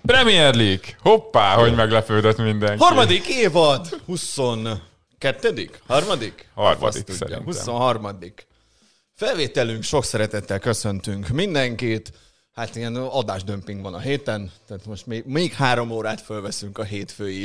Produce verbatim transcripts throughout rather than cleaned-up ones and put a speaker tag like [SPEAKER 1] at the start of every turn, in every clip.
[SPEAKER 1] Premier League! Hoppá, hogy meglepődött mindenki.
[SPEAKER 2] Harmadik évad! huszonkettedik? Harmadik?
[SPEAKER 1] Harmadik szerintem.
[SPEAKER 2] huszonharmadik felvételünk, sok szeretettel köszöntünk mindenkit. Hát ilyen adásdömping van a héten, tehát most még, még három órát fölveszünk a hétfői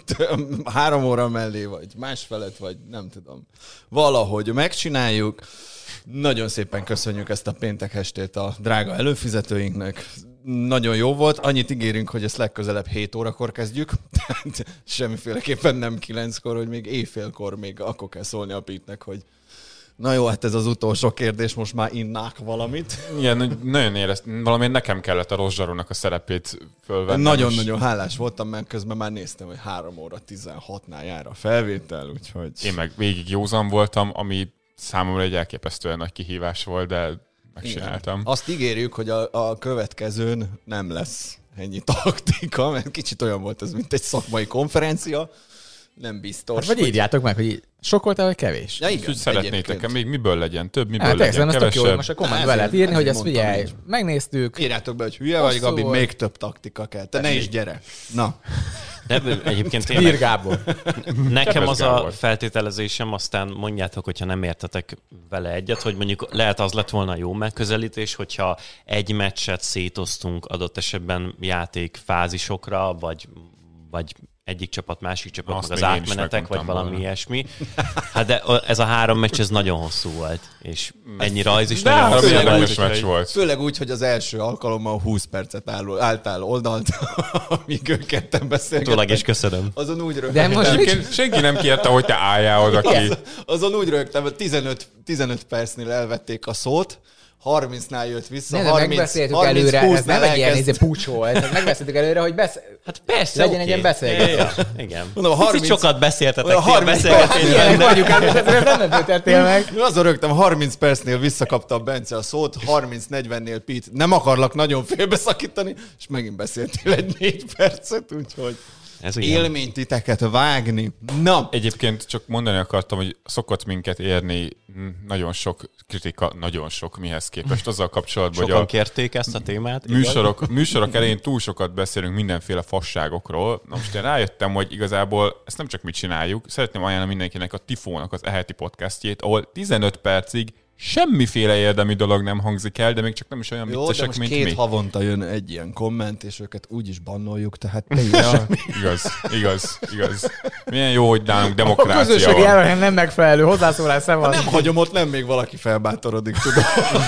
[SPEAKER 2] három óra mellé, vagy másfelet, vagy nem tudom. Valahogy megcsináljuk. Nagyon szépen köszönjük ezt a péntek estét a drága előfizetőinknek. Nagyon jó volt. Annyit ígérünk, hogy ezt legközelebb hét órakor kezdjük. Semmiféleképpen nem kilenckor, hogy még éjfélkor még akkor kell szólni a Pitnek, hogy na jó, hát ez az utolsó kérdés, most már innák valamit.
[SPEAKER 1] Igen, nagyon éreztem, valamiért nekem kellett a Rossz Zsarónak a szerepét fölvennem.
[SPEAKER 2] Nagyon-nagyon hálás voltam, mert közben már néztem, hogy három óra tizenhatnál jár a felvétel, úgyhogy...
[SPEAKER 1] Én meg végig józan voltam, ami számomra egy elképesztően nagy kihívás volt, de megcsináltam.
[SPEAKER 2] Igen. Azt ígérjük, hogy a, a következőn nem lesz ennyi taktika, mert kicsit olyan volt ez, mint egy szakmai konferencia. Nem biztos.
[SPEAKER 3] Hát vagy írjátok meg, hogy sok voltál, vagy kevés.
[SPEAKER 2] Ja, igen,
[SPEAKER 1] szeretnétek, még miből legyen több, miből
[SPEAKER 3] hát,
[SPEAKER 1] legyen
[SPEAKER 3] persze,
[SPEAKER 1] kevesebb.
[SPEAKER 3] Jó, most a kommentbe lehet írni, hogy ezt figyelj,
[SPEAKER 2] így.
[SPEAKER 3] megnéztük.
[SPEAKER 2] Írjátok be, hogy hülye vagy, Gabi, még több taktika kell. Te ne is gyere. Na.
[SPEAKER 4] De egyébként tényleg...
[SPEAKER 3] Ír Gábor.
[SPEAKER 4] Nekem az
[SPEAKER 1] Gábor.
[SPEAKER 4] a feltételezésem, aztán mondjátok, hogyha nem értetek vele egyet, hogy mondjuk lehet az lett volna jó megközelítés, hogyha egy meccset szétoztunk adott esetben játékfázisokra, vagy, vagy egyik csapat, másik csapat,
[SPEAKER 1] azt
[SPEAKER 4] meg az átmenetek, vagy valami volna. Ilyesmi. Hát de ez a három meccs, ez nagyon hosszú volt, és ennyi rajz is
[SPEAKER 1] de
[SPEAKER 4] nagyon hosszú
[SPEAKER 1] főleg,
[SPEAKER 4] volt.
[SPEAKER 1] meccs volt.
[SPEAKER 2] Főleg úgy, hogy az első alkalommal húsz percet áll, álltál oldalt, amíg ők ketten beszélgettek.
[SPEAKER 4] Utólag is köszönöm.
[SPEAKER 2] Azon úgy rögtem.
[SPEAKER 3] De most
[SPEAKER 1] Egyébként senki nem kérte, hogy te álljál oda ki.
[SPEAKER 2] Azon úgy rögtem, hogy tizenöt, tizenöt percnél elvették a szót, harmincnál jött vissza,
[SPEAKER 3] Ne, de
[SPEAKER 2] harminc,
[SPEAKER 3] megbeszéltük
[SPEAKER 2] harminc,
[SPEAKER 3] előre, ez
[SPEAKER 2] húsznál
[SPEAKER 3] nem egy ilyen
[SPEAKER 2] elkezd...
[SPEAKER 3] izé, pucs volt. Megbeszéltük előre, hogy besz...
[SPEAKER 4] Hát persze,
[SPEAKER 3] legyen
[SPEAKER 4] okay.
[SPEAKER 3] egy ilyen beszélgetés.
[SPEAKER 4] Ja, ja, igen.
[SPEAKER 2] Mondom,
[SPEAKER 4] Picit
[SPEAKER 2] harminc
[SPEAKER 4] sokat beszéltetek
[SPEAKER 2] olyan
[SPEAKER 4] ti a
[SPEAKER 2] harminc
[SPEAKER 4] beszélgetésben.
[SPEAKER 3] Ilyenek
[SPEAKER 4] de-
[SPEAKER 3] vagyunk, ám, és ezért nem tettél meg.
[SPEAKER 2] Azon rögtem, harminc percnél visszakapta a Bence a szót, harminc-negyvennél Pete, nem akarlak nagyon félbeszakítani, és megint beszéltél egy négy percet, úgyhogy
[SPEAKER 4] Ez igen.
[SPEAKER 2] élmény titeket vágni. Na,
[SPEAKER 1] Egyébként csak mondani akartam, hogy szokott minket érni nagyon sok kritika, nagyon sok mihez képest. Azzal kapcsolatban,
[SPEAKER 4] Sokan
[SPEAKER 1] hogy a
[SPEAKER 4] kérték ezt a témát. igaz?
[SPEAKER 1] műsorok, műsorok elején túl sokat beszélünk mindenféle fasságokról. Na most én rájöttem, hogy igazából ezt nem csak mi csináljuk. Szeretném ajánlani mindenkinek a Tifónak az eheti podcastjét, ahol tizenöt percig semmiféle érdemi dolog nem hangzik el, de még csak nem is olyan
[SPEAKER 2] jó, de
[SPEAKER 1] viccesek,
[SPEAKER 2] most
[SPEAKER 1] mint
[SPEAKER 2] két
[SPEAKER 1] mi.
[SPEAKER 2] havonta jön egy ilyen komment, és őket úgy is bannoljuk, tehát te
[SPEAKER 1] Ja, igaz, igaz, igaz. Milyen jó, hogy nálunk
[SPEAKER 3] A
[SPEAKER 1] demokrácia
[SPEAKER 3] közösségi
[SPEAKER 1] van.
[SPEAKER 3] elveken nem megfelelő hozzászólás szavaz.
[SPEAKER 2] nem hagyom ott, nem még valaki felbátorodik, tudom.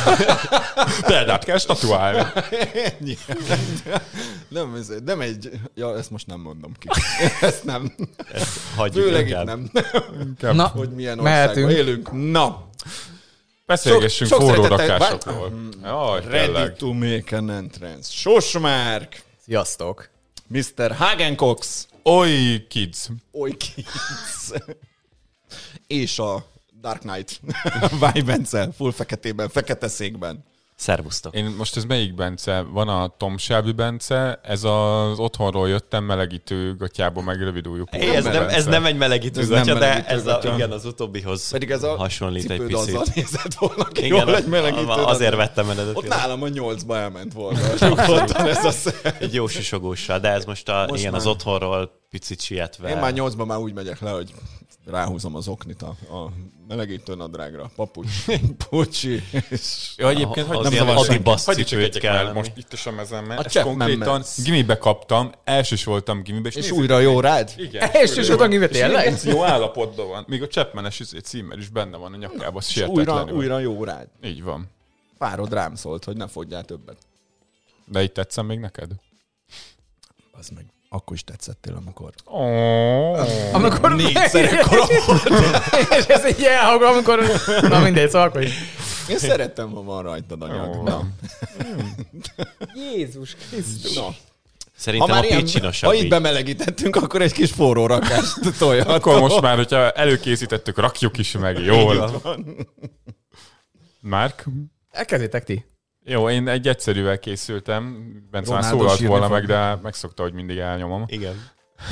[SPEAKER 1] Példát kell statuálni.
[SPEAKER 2] Ennyi. Nem, ez, nem egy... Ja, ezt most nem mondom ki. Ezt nem.
[SPEAKER 4] Ezt hagyjuk
[SPEAKER 2] Főleg itt
[SPEAKER 4] inkább.
[SPEAKER 2] nem.
[SPEAKER 3] Na,
[SPEAKER 2] Hogy milyen
[SPEAKER 3] mehetünk.
[SPEAKER 2] országban élünk. Na,
[SPEAKER 1] Beszélgessünk
[SPEAKER 2] Sok- sok
[SPEAKER 1] forró
[SPEAKER 2] szeretettel-
[SPEAKER 1] rakásokról. Jaj,
[SPEAKER 2] ready
[SPEAKER 1] tényleg.
[SPEAKER 2] to make an entrance. Sosmárk,
[SPEAKER 3] Sziasztok.
[SPEAKER 2] miszter Hagencox,
[SPEAKER 1] Oly kids.
[SPEAKER 2] oly kids. És a Dark Knight. Váj Bence, full feketében, fekete székben.
[SPEAKER 4] Szervusztok.
[SPEAKER 1] Én most ez melyik Bence? Van a Tom Shelby Bence, ez az otthonról jöttem melegítő gatyából meg rövidújú.
[SPEAKER 4] É, ez, nem, ez nem egy melegítő
[SPEAKER 2] Ez nem
[SPEAKER 4] gatya, de
[SPEAKER 2] melegítő
[SPEAKER 4] ez a,
[SPEAKER 2] gatya.
[SPEAKER 4] igen, az utóbbihoz
[SPEAKER 2] Pedig ez a
[SPEAKER 4] hasonlít egy
[SPEAKER 2] cipőd
[SPEAKER 4] picit.
[SPEAKER 2] azzal nézett volna ki,
[SPEAKER 4] Igen,
[SPEAKER 2] jól egy melegítő.
[SPEAKER 4] azért vettem eredetileg.
[SPEAKER 2] Ott nálam a nyolcba elment volna. Nyugodtan ez a szem.
[SPEAKER 4] Egy jó sisogóssal, de ez most, a,
[SPEAKER 2] Most
[SPEAKER 4] igen,
[SPEAKER 2] már.
[SPEAKER 4] az otthonról picit sietve.
[SPEAKER 2] Én már nyolcba már úgy megyek le, hogy ráhúzom az oknit a, a melegítő nadrágra. Papucs, pucsi, és...
[SPEAKER 1] Ja, egyébként, hogy
[SPEAKER 4] Az
[SPEAKER 1] nem
[SPEAKER 4] ilyen
[SPEAKER 1] zavar senki.
[SPEAKER 4] Adidas
[SPEAKER 1] Hagyj csak
[SPEAKER 4] cipőt
[SPEAKER 1] egyek
[SPEAKER 4] kell
[SPEAKER 1] már
[SPEAKER 4] lenni.
[SPEAKER 1] most itt is a mezemben.
[SPEAKER 2] A
[SPEAKER 1] Ezt
[SPEAKER 2] Chapman
[SPEAKER 1] konkrétan
[SPEAKER 2] Mans.
[SPEAKER 1] gimibe kaptam, elsős voltam gimibe, és,
[SPEAKER 2] És
[SPEAKER 1] nézzük,
[SPEAKER 2] újra jó rád?
[SPEAKER 1] Igen.
[SPEAKER 3] És
[SPEAKER 1] újra
[SPEAKER 3] is
[SPEAKER 1] jó
[SPEAKER 3] oda
[SPEAKER 1] van.
[SPEAKER 3] gimibe
[SPEAKER 1] És
[SPEAKER 3] tényleg?
[SPEAKER 1] így jó állapotban van. Még a Chapman-es izé címmel is benne van a nyakában,
[SPEAKER 2] És újra,
[SPEAKER 1] sietetlenül.
[SPEAKER 2] újra jó rád.
[SPEAKER 1] Így van.
[SPEAKER 2] Párod rám szólt, hogy ne fogyjál többet.
[SPEAKER 1] De így tetszem még neked?
[SPEAKER 2] Az meg akkor is tetszettél, amikor...
[SPEAKER 1] Oh.
[SPEAKER 3] Amikor
[SPEAKER 2] Négyszer ekkora
[SPEAKER 3] És ez egy ilyen hang, amikor... Na mindegy, szóval akkor is.
[SPEAKER 2] Én szerettem, ha van rajtad anyag.
[SPEAKER 1] Ó.
[SPEAKER 2] Na.
[SPEAKER 3] Jézus Krisztus.
[SPEAKER 2] Na.
[SPEAKER 4] Szerintem a
[SPEAKER 2] ilyen,
[SPEAKER 4] picsinosabb
[SPEAKER 2] ha itt
[SPEAKER 4] így.
[SPEAKER 2] bemelegítettünk, akkor egy kis forró rakást toljatok.
[SPEAKER 1] Akkor most már, hogyha előkészítettük, rakjuk is meg. Jól. Márk?
[SPEAKER 3] Elkezdjétek ti.
[SPEAKER 1] Jó, én egy egyszerűvel készültem. Bence már
[SPEAKER 2] Ronaldo
[SPEAKER 1] szólalt
[SPEAKER 2] sírni
[SPEAKER 1] volna
[SPEAKER 2] fog.
[SPEAKER 1] meg, de megszokta, hogy mindig elnyomom.
[SPEAKER 4] Igen.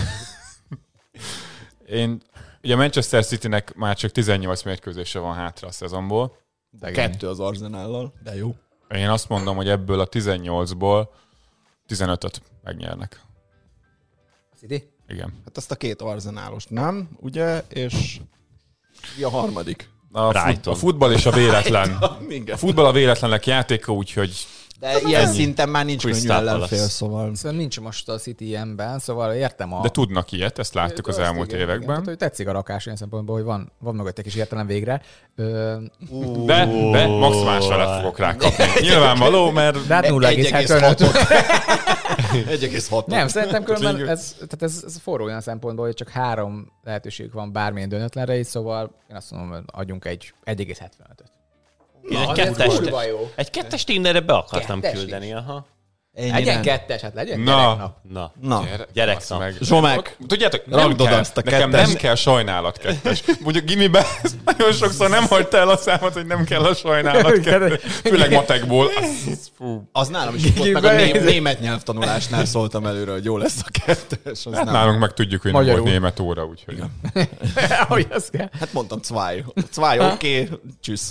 [SPEAKER 1] Én, ugye a Manchester Citynek már csak tizennyolc mérkőzése van hátra a szezonból.
[SPEAKER 2] Kettő az Arsenállal, de jó.
[SPEAKER 1] Én azt mondom, hogy ebből a tizennyolcból tizenötöt megnyernek.
[SPEAKER 3] City?
[SPEAKER 1] Igen.
[SPEAKER 2] Hát azt a két arzenálost, nem? Ugye? És mi a harmadik?
[SPEAKER 1] A, fut, a futball és a véletlen.
[SPEAKER 2] Igen.
[SPEAKER 1] A futball a véletlenek játéka, úgyhogy...
[SPEAKER 2] De ilyen ennyi. Szinten már nincs könnyű ellenfél,
[SPEAKER 4] lesz.
[SPEAKER 2] szóval...
[SPEAKER 3] Szóval nincs most a City ilyenben, szóval értem a...
[SPEAKER 1] De tudnak ilyet, ezt láttuk az
[SPEAKER 3] Azt
[SPEAKER 1] elmúlt
[SPEAKER 3] igen,
[SPEAKER 1] években.
[SPEAKER 3] Igen, tehát, hogy tetszik a rakás ilyen szempontból, hogy van, van mögött egy kis értelem végre. Ö...
[SPEAKER 1] De, de maximális felet fogok rá kapni. Nyilvánvaló, mert...
[SPEAKER 3] De hát nulla egész hetvenöt.
[SPEAKER 2] egy egész hat.
[SPEAKER 3] Nem, szerintem különben ez, tehát ez, ez forró olyan szempontból, hogy csak három lehetőség van bármilyen döntetlenre, így szóval én azt mondom, hogy adjunk egy egy egész hetvenötöt.
[SPEAKER 4] Én egy
[SPEAKER 3] az ez
[SPEAKER 4] kettest,
[SPEAKER 3] kurva jó.
[SPEAKER 4] egy kettest én erre be akartam
[SPEAKER 3] Kettes
[SPEAKER 4] küldeni,
[SPEAKER 3] is.
[SPEAKER 4] aha.
[SPEAKER 3] Legyen kettes, hát legyen
[SPEAKER 1] Na.
[SPEAKER 3] gyereknap.
[SPEAKER 4] Na,
[SPEAKER 2] Na,
[SPEAKER 4] gyereknap.
[SPEAKER 1] Meg.
[SPEAKER 2] Zsomek,
[SPEAKER 1] Tudjátok, nem
[SPEAKER 2] Ragd oda
[SPEAKER 1] kell,
[SPEAKER 2] azt a
[SPEAKER 1] nekem
[SPEAKER 2] kettest.
[SPEAKER 1] nem kell sajnálat kettes. Mondjuk gimiben nagyon sokszor nem hagyta el a számot, hogy nem kell a sajnálat kettes. Főleg matekból. Az, fú.
[SPEAKER 2] az nálam is ott meg a né- német nyelvtanulásnál szóltam előre, hogy jó lesz a kettes. Az
[SPEAKER 1] Hát
[SPEAKER 2] nem.
[SPEAKER 1] nálunk meg tudjuk, hogy nem
[SPEAKER 3] Magyarul.
[SPEAKER 1] volt német óra, úgyhogy...
[SPEAKER 3] Ahogy az kell.
[SPEAKER 2] Hát mondtam zwei. Zwei, oké, okay. Tschüss.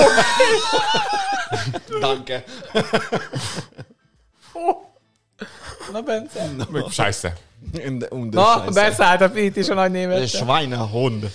[SPEAKER 2] Danke.
[SPEAKER 3] Na, Bence.
[SPEAKER 1] Meg Scheisse.
[SPEAKER 2] In de, um
[SPEAKER 3] Na, beszállt a Pete is a nagy német.
[SPEAKER 2] Schweinehund.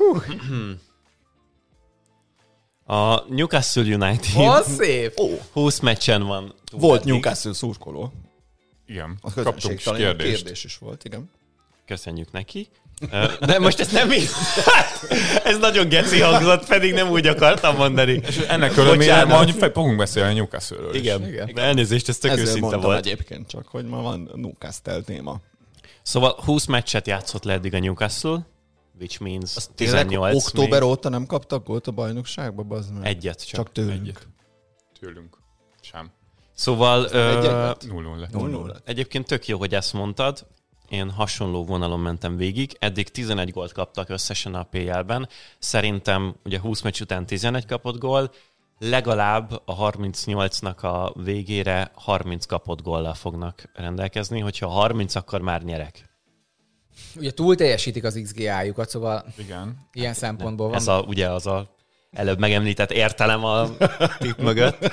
[SPEAKER 4] A Newcastle United
[SPEAKER 3] Az szép.
[SPEAKER 2] Ó,
[SPEAKER 4] húsz meccsen van. túl
[SPEAKER 2] volt
[SPEAKER 4] eddig.
[SPEAKER 2] Newcastle szurkoló.
[SPEAKER 1] Igen,
[SPEAKER 2] A
[SPEAKER 1] kaptunk is
[SPEAKER 2] közönségtelen
[SPEAKER 1] kérdést.
[SPEAKER 2] kérdés is volt, igen.
[SPEAKER 4] Köszönjük neki. Ö, De most ezt nem így... Hát, ez nagyon geci hangzott, pedig nem úgy akartam mondani.
[SPEAKER 1] És ennek örömére
[SPEAKER 4] Bocsánat.
[SPEAKER 1] majd fe- fogunk beszélni a Newcastle-ről is.
[SPEAKER 4] Igen,
[SPEAKER 3] Igen.
[SPEAKER 4] de elnézést, ez tök
[SPEAKER 2] Ezzel
[SPEAKER 4] őszinte
[SPEAKER 2] mondtam
[SPEAKER 4] volt.
[SPEAKER 2] egyébként csak, hogy ma van Newcastle téma.
[SPEAKER 4] Szóval húsz meccset játszott le eddig a Newcastle, which means
[SPEAKER 2] Azt tényleg
[SPEAKER 4] tizennyolc
[SPEAKER 2] október
[SPEAKER 4] még.
[SPEAKER 2] óta nem kaptak gólt a bajnokságba, bazd meg?
[SPEAKER 4] Egyet csak.
[SPEAKER 2] Csak tőlünk.
[SPEAKER 1] Egyet. Tőlünk. Sem.
[SPEAKER 4] Szóval
[SPEAKER 2] Egy
[SPEAKER 4] ö,
[SPEAKER 2] egyet?
[SPEAKER 1] null null lett.
[SPEAKER 2] null null.
[SPEAKER 4] egyébként tök jó, hogy ezt mondtad. Én hasonló vonalon mentem végig. Eddig tizenegy gólt kaptak összesen a pé el-ben. Szerintem ugye húsz meccs után tizenegy kapott gól. Legalább a harmincnyolcnak a végére harminc kapott góllal fognak rendelkezni. Hogyha harminc, akkor már nyerek.
[SPEAKER 3] Ugye túl teljesítik az iksz gé á-jukat, szóval
[SPEAKER 1] Igen.
[SPEAKER 3] ilyen szempontból van.
[SPEAKER 4] Ez a, ugye az a előbb megemlített értelem a tipp mögött.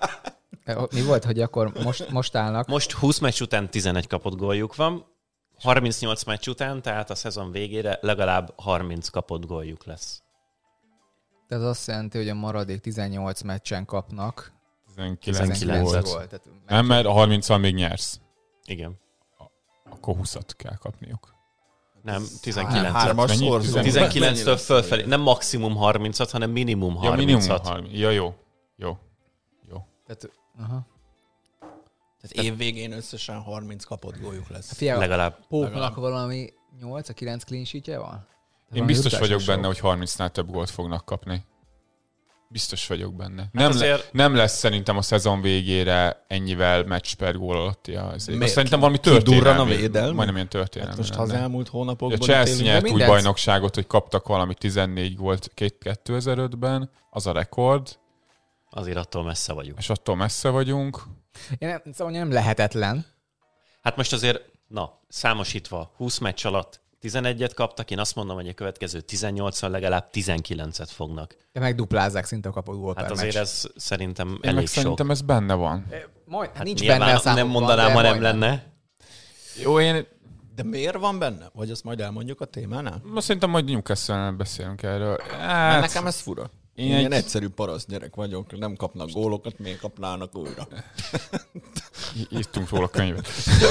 [SPEAKER 3] Mi volt, hogy akkor most, most állnak?
[SPEAKER 4] Most húsz meccs után tizenegy kapott góljuk van. harmincnyolc meccs után, tehát a szezon végére legalább harminc kapott góljuk lesz.
[SPEAKER 3] Ez azt jelenti, hogy a maradék tizennyolc meccsen kapnak.
[SPEAKER 1] tizenkilenc
[SPEAKER 4] tizenkilenc
[SPEAKER 1] volt.
[SPEAKER 3] volt. Tehát
[SPEAKER 1] Nem, mert a harminccal még nyersz.
[SPEAKER 4] Igen.
[SPEAKER 1] Akkor húszat kell kapniuk.
[SPEAKER 4] Nem, tizenkilenc.
[SPEAKER 2] Hármas
[SPEAKER 1] Mennyi?
[SPEAKER 2] szorzó.
[SPEAKER 4] tizenkilenctől fölfelé. Nem maximum harmincat, hanem minimum
[SPEAKER 1] Ja, minimum
[SPEAKER 4] harmincat.
[SPEAKER 1] harminc. Ja, jó. Jó. Jó.
[SPEAKER 3] Tehát, aha.
[SPEAKER 2] Tehát év végén összesen harminc kapott góljuk lesz.
[SPEAKER 3] Figyelj,
[SPEAKER 4] Legalább.
[SPEAKER 3] Póknak valami nyolc a kilenc clean sheetje van?
[SPEAKER 1] Én biztos vagyok benne, hogy harmincnál több gólt fognak kapni. Biztos vagyok benne. Hát nem,
[SPEAKER 4] azért-
[SPEAKER 1] le, nem lesz szerintem a szezon végére ennyivel meccs per gól alatti az év.
[SPEAKER 2] Miért?
[SPEAKER 1] Szerintem valami
[SPEAKER 2] Kidurran
[SPEAKER 1] történelmi.
[SPEAKER 2] a védelme?
[SPEAKER 1] Majdnem ilyen történelmi.
[SPEAKER 2] Hát most ha az
[SPEAKER 1] lenne.
[SPEAKER 2] elmúlt
[SPEAKER 1] A
[SPEAKER 2] hónapokban
[SPEAKER 1] Chelsea
[SPEAKER 2] ítélünk,
[SPEAKER 1] nyert
[SPEAKER 3] de
[SPEAKER 1] úgy
[SPEAKER 3] mindent-
[SPEAKER 1] bajnokságot, hogy kaptak valami tizennégy gólt kétezer-ötben, az a rekord,
[SPEAKER 4] Azért attól messze vagyunk.
[SPEAKER 1] és attól messze vagyunk.
[SPEAKER 3] Én nem, szóval nem lehetetlen.
[SPEAKER 4] Hát most azért, na, számosítva húsz meccs alatt tizenegyet kaptak, én azt mondom, hogy a következő tizennyolcszor legalább tizenkilencet fognak.
[SPEAKER 3] De megduplázzák szinte a kapott gól
[SPEAKER 4] Hát
[SPEAKER 3] per
[SPEAKER 4] azért
[SPEAKER 3] meccs.
[SPEAKER 4] ez szerintem
[SPEAKER 1] Én
[SPEAKER 4] elég
[SPEAKER 1] meg
[SPEAKER 4] sok.
[SPEAKER 1] szerintem ez benne van.
[SPEAKER 3] Majd, hát nincs
[SPEAKER 4] Nyilván
[SPEAKER 3] benne a számokban,
[SPEAKER 4] nem mondanám,
[SPEAKER 3] de
[SPEAKER 4] ha nem
[SPEAKER 3] majdnem.
[SPEAKER 4] lenne.
[SPEAKER 1] Jó, én
[SPEAKER 2] De miért van benne? Vagy azt majd elmondjuk a témánál?
[SPEAKER 1] most szerintem majd Newcastle-nel beszélünk erről.
[SPEAKER 2] Hát,
[SPEAKER 1] Hát,
[SPEAKER 2] nekem ez fura.
[SPEAKER 1] Én
[SPEAKER 2] Én
[SPEAKER 1] egy-
[SPEAKER 2] ilyen egyszerű paraszt gyerek vagyok, nem kapnak gólokat, miért kapnának újra?
[SPEAKER 1] írtunk róla könyvet.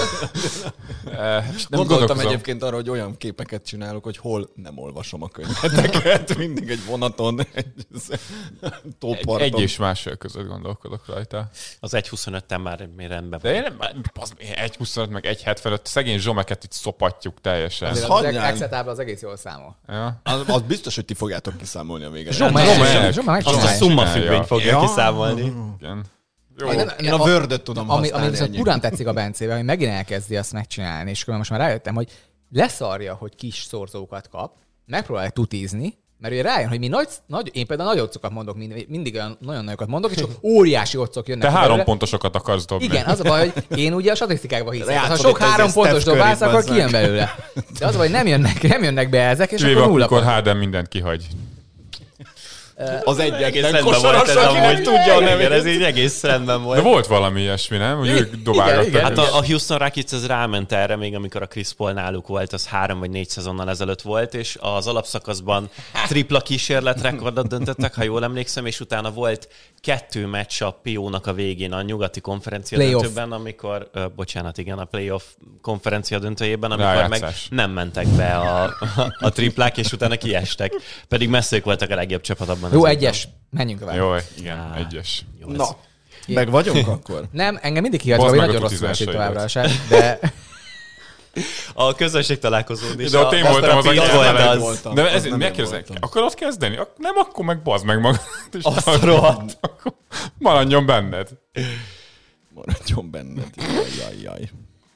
[SPEAKER 1] Eh, és nem
[SPEAKER 2] Gondoltam
[SPEAKER 1] gondolkozom.
[SPEAKER 2] egyébként arra, hogy olyan képeket csinálok, hogy hol nem olvasom a könyveteket, mindig egy vonaton, egy
[SPEAKER 1] Egy,
[SPEAKER 2] tóparton.
[SPEAKER 1] egy és másfél között gondolkodok rajta.
[SPEAKER 4] Az egy huszonötten már még rendben
[SPEAKER 1] De
[SPEAKER 4] van.
[SPEAKER 1] én nem, az, egy huszonöt meg egy hetvenöt, szegény zsomeket itt szopatjuk teljesen.
[SPEAKER 3] Azért
[SPEAKER 2] Hagyjál.
[SPEAKER 3] az Excel tábla az egész jól számol.
[SPEAKER 1] Ja.
[SPEAKER 2] Az, az biztos, hogy ti fogjátok kiszámolni a végén.
[SPEAKER 3] Zsoma,
[SPEAKER 1] Zsoma,
[SPEAKER 3] Zsoma,
[SPEAKER 1] Zsoma,
[SPEAKER 3] Zsoma,
[SPEAKER 4] Azt a
[SPEAKER 3] megcsinálja.
[SPEAKER 4] szumma
[SPEAKER 1] csinálja.
[SPEAKER 4] függvény fogja
[SPEAKER 2] Ja.
[SPEAKER 4] kiszámolni.
[SPEAKER 1] Igen. Jó.
[SPEAKER 3] Én nem-
[SPEAKER 2] Én a Word-öt tudom
[SPEAKER 3] Ami,
[SPEAKER 2] használni.
[SPEAKER 3] ami viszont
[SPEAKER 2] ennyi.
[SPEAKER 3] kurán tetszik a Bencével, hogy megint elkezdi azt megcsinálni, és akkor most már rájöttem, hogy leszarja, hogy kis szorzókat kap, megpróbálja tutizni, mert ugye rájön, hogy mi nagy, nagy én például nagy otcokat mondok, mindig, mindig olyan nagyon nagyokat mondok, és csak óriási otcok jönnek.
[SPEAKER 1] Te
[SPEAKER 3] ki
[SPEAKER 1] három
[SPEAKER 3] belőle.
[SPEAKER 1] pontosokat akarsz dobni.
[SPEAKER 3] Igen, az a baj, hogy én ugye a statisztikákban hiszek. Ha
[SPEAKER 2] Játszod
[SPEAKER 3] sok
[SPEAKER 2] itt
[SPEAKER 3] három
[SPEAKER 2] ezért
[SPEAKER 3] pontos
[SPEAKER 2] Steph
[SPEAKER 3] dobálsz,
[SPEAKER 2] Curryt,
[SPEAKER 3] akkor
[SPEAKER 2] bazzák.
[SPEAKER 3] kijön belőle. De az a baj, hogy nem jönnek, nem jönnek be ezek, és
[SPEAKER 1] Kivéve
[SPEAKER 3] akkor nulla
[SPEAKER 1] amikor
[SPEAKER 3] pont.
[SPEAKER 1] Harden mindent kihagy.
[SPEAKER 2] Az
[SPEAKER 4] Egész
[SPEAKER 2] egyetlen
[SPEAKER 4] rendben volt
[SPEAKER 2] kosaras,
[SPEAKER 4] ez
[SPEAKER 2] aki nem
[SPEAKER 4] amúgy.
[SPEAKER 2] tudja a
[SPEAKER 4] Igen,
[SPEAKER 2] nevét.
[SPEAKER 4] ez így egész rendben
[SPEAKER 1] De
[SPEAKER 4] volt.
[SPEAKER 1] volt valami ilyesmi, nem? Hogy ők dobálgattak.
[SPEAKER 3] igen.
[SPEAKER 4] Hát a, a Houston Rockets ez ráment erre, még amikor a Chris Paul náluk volt, az három vagy négy szezonnal ezelőtt volt, és az alapszakaszban tripla kísérlet rekordot döntöttek, ha jól emlékszem, és utána volt kettő meccs a Piónak a végén a nyugati konferencia
[SPEAKER 3] Playoff.
[SPEAKER 4] döntőben, amikor, ö, bocsánat, igen, a playoff konferencia döntőjében, amikor
[SPEAKER 1] Rájátszás.
[SPEAKER 4] meg nem mentek be a, a, a triplák, és utána kiestek. Pedig messzők voltak a legjobb csapat abban.
[SPEAKER 3] Jó,
[SPEAKER 4] az
[SPEAKER 3] egyes. Menjünk tovább.
[SPEAKER 1] Jó, igen,
[SPEAKER 4] Á.
[SPEAKER 1] egyes.
[SPEAKER 4] Jó, ez-
[SPEAKER 2] Na, meg vagyunk akkor?
[SPEAKER 3] Nem, engem mindig kihagyva,
[SPEAKER 1] Bazd
[SPEAKER 3] hogy
[SPEAKER 1] meg a
[SPEAKER 3] nagyon rosszul esik
[SPEAKER 1] tutizásaidat.
[SPEAKER 3] továbbra se, de
[SPEAKER 4] A közönség találkozón is.
[SPEAKER 1] De ott
[SPEAKER 4] a-
[SPEAKER 1] én
[SPEAKER 4] azt
[SPEAKER 1] voltam
[SPEAKER 4] a
[SPEAKER 1] az, aki
[SPEAKER 4] Pete volt
[SPEAKER 1] ellened
[SPEAKER 4] az.
[SPEAKER 2] voltam.
[SPEAKER 1] De
[SPEAKER 2] Az
[SPEAKER 1] ez,
[SPEAKER 2] nem én
[SPEAKER 1] megkérdezek,
[SPEAKER 2] voltam.
[SPEAKER 1] akarod kezdeni? Ak- Nem, akkor meg bazd meg magad. és
[SPEAKER 4] Azt
[SPEAKER 1] akkor-
[SPEAKER 4] rohadt.
[SPEAKER 1] akkor maradjon benned.
[SPEAKER 2] Maradjon benned. Jaj, jaj, jaj.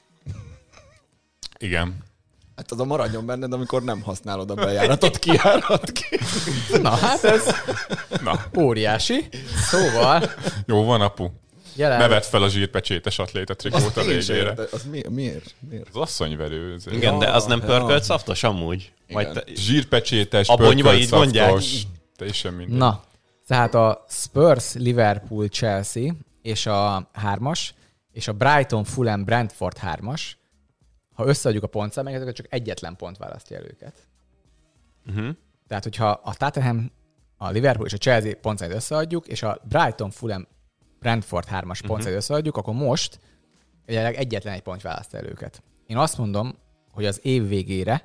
[SPEAKER 1] Igen.
[SPEAKER 2] Hát az a maradjon benned, amikor nem használod a bejáratot, kijárat ki.
[SPEAKER 3] na hát ez
[SPEAKER 1] Na,
[SPEAKER 3] óriási. Szóval,
[SPEAKER 1] jó van, apu.
[SPEAKER 3] jelen,
[SPEAKER 1] Ne vedd fel a zsírpecsétes atléta trikót a
[SPEAKER 2] Én sem
[SPEAKER 1] végére.
[SPEAKER 2] értem. Az mi, miért? miért?
[SPEAKER 1] Az asszonyverő. ez-
[SPEAKER 4] Igen, de az nem
[SPEAKER 2] Ja,
[SPEAKER 4] pörkölt
[SPEAKER 2] ja.
[SPEAKER 4] szaftos amúgy? Majd
[SPEAKER 2] Igen.
[SPEAKER 4] te,
[SPEAKER 1] Zsírpecsétes,
[SPEAKER 4] A Bonyva
[SPEAKER 1] pörkölt
[SPEAKER 4] így mondják?
[SPEAKER 1] szaftos. Teljesen mindegy.
[SPEAKER 3] na, tehát a Spurs, Liverpool, Chelsea és a hármas, és a Brighton, Fulham, Brentford hármas, ha összeadjuk a pontszámokat, csak egyetlen pont választja el őket.
[SPEAKER 4] uh-huh.
[SPEAKER 3] Tehát, hogyha a Tottenham, a Liverpool és a Chelsea pontszámait összeadjuk, és a Brighton, Fulham, Brentford hármas uh-huh. pontszámait összeadjuk, akkor most jelenleg egyetlen egy pont választ el őket. Én azt mondom, hogy az év végére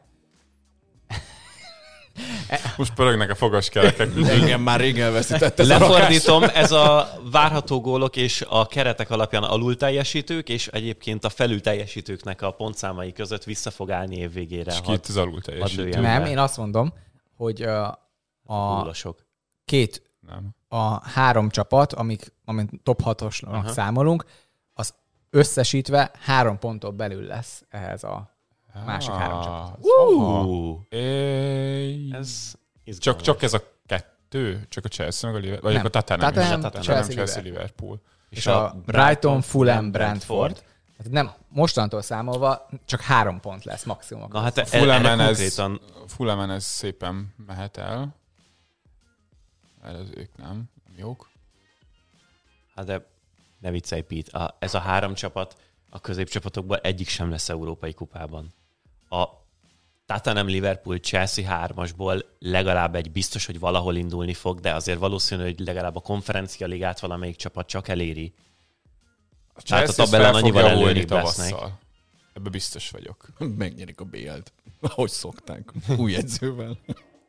[SPEAKER 1] Most pörögnek a fogaskerekek.
[SPEAKER 2] Igen, már rég elveszített ez a rakás.
[SPEAKER 4] Lefordítom, ez a várható gólok és a keretek alapján alul teljesítők, és egyébként a felül teljesítőknek a pontszámai között vissza fog állni év végére.
[SPEAKER 1] És
[SPEAKER 4] Hadd-
[SPEAKER 1] két az alul teljesítő.
[SPEAKER 4] lőjem.
[SPEAKER 3] nem,
[SPEAKER 4] be.
[SPEAKER 3] én azt mondom, hogy uh, a
[SPEAKER 4] Gólasok.
[SPEAKER 3] két,
[SPEAKER 1] Nem.
[SPEAKER 3] a három csapat, amik, amik top hatosnak
[SPEAKER 4] Aha.
[SPEAKER 3] számolunk, az összesítve három ponton belül lesz ehhez a másik három csapathoz.
[SPEAKER 4] Uh,
[SPEAKER 1] Éj.
[SPEAKER 4] ez izgalmas.
[SPEAKER 1] Csak, csak ez a kettő? Csak a Chelsea meg a Liverpool? Vagy
[SPEAKER 3] Nem.
[SPEAKER 1] a Tottenham?
[SPEAKER 3] Tottenham,
[SPEAKER 1] is. Tottenham,
[SPEAKER 3] Chelsea,
[SPEAKER 1] Chelsea,
[SPEAKER 3] Liverpool.
[SPEAKER 1] Liverpool.
[SPEAKER 3] És a Brighton, Fulham, Brentford. Tehát nem, mostantól számolva csak három pont lesz maximum.
[SPEAKER 4] Na hát
[SPEAKER 1] Fulhamen
[SPEAKER 4] erre
[SPEAKER 1] ez,
[SPEAKER 4] konkrétan
[SPEAKER 1] Fulhamen ez szépen mehet el. Mert az ők nem, nem jók.
[SPEAKER 4] Hát de ne viccelj, Pete. A, ez a három csapat a középcsapatokban egyik sem lesz európai kupában. A Tottenham, Liverpool, Chelsea hármasból legalább egy biztos, hogy valahol indulni fog, de azért valószínű, hogy legalább a konferencia ligát valamelyik csapat csak eléri.
[SPEAKER 1] A
[SPEAKER 4] Tehát a
[SPEAKER 1] Chelsea
[SPEAKER 4] tabellán
[SPEAKER 1] fel fog
[SPEAKER 4] annyival
[SPEAKER 1] javulni
[SPEAKER 4] előrébb lesznek.
[SPEAKER 1] tavasszal. Ebben biztos vagyok.
[SPEAKER 2] Megnyerik a bé el-t. Ahogy szokták. Új edzővel.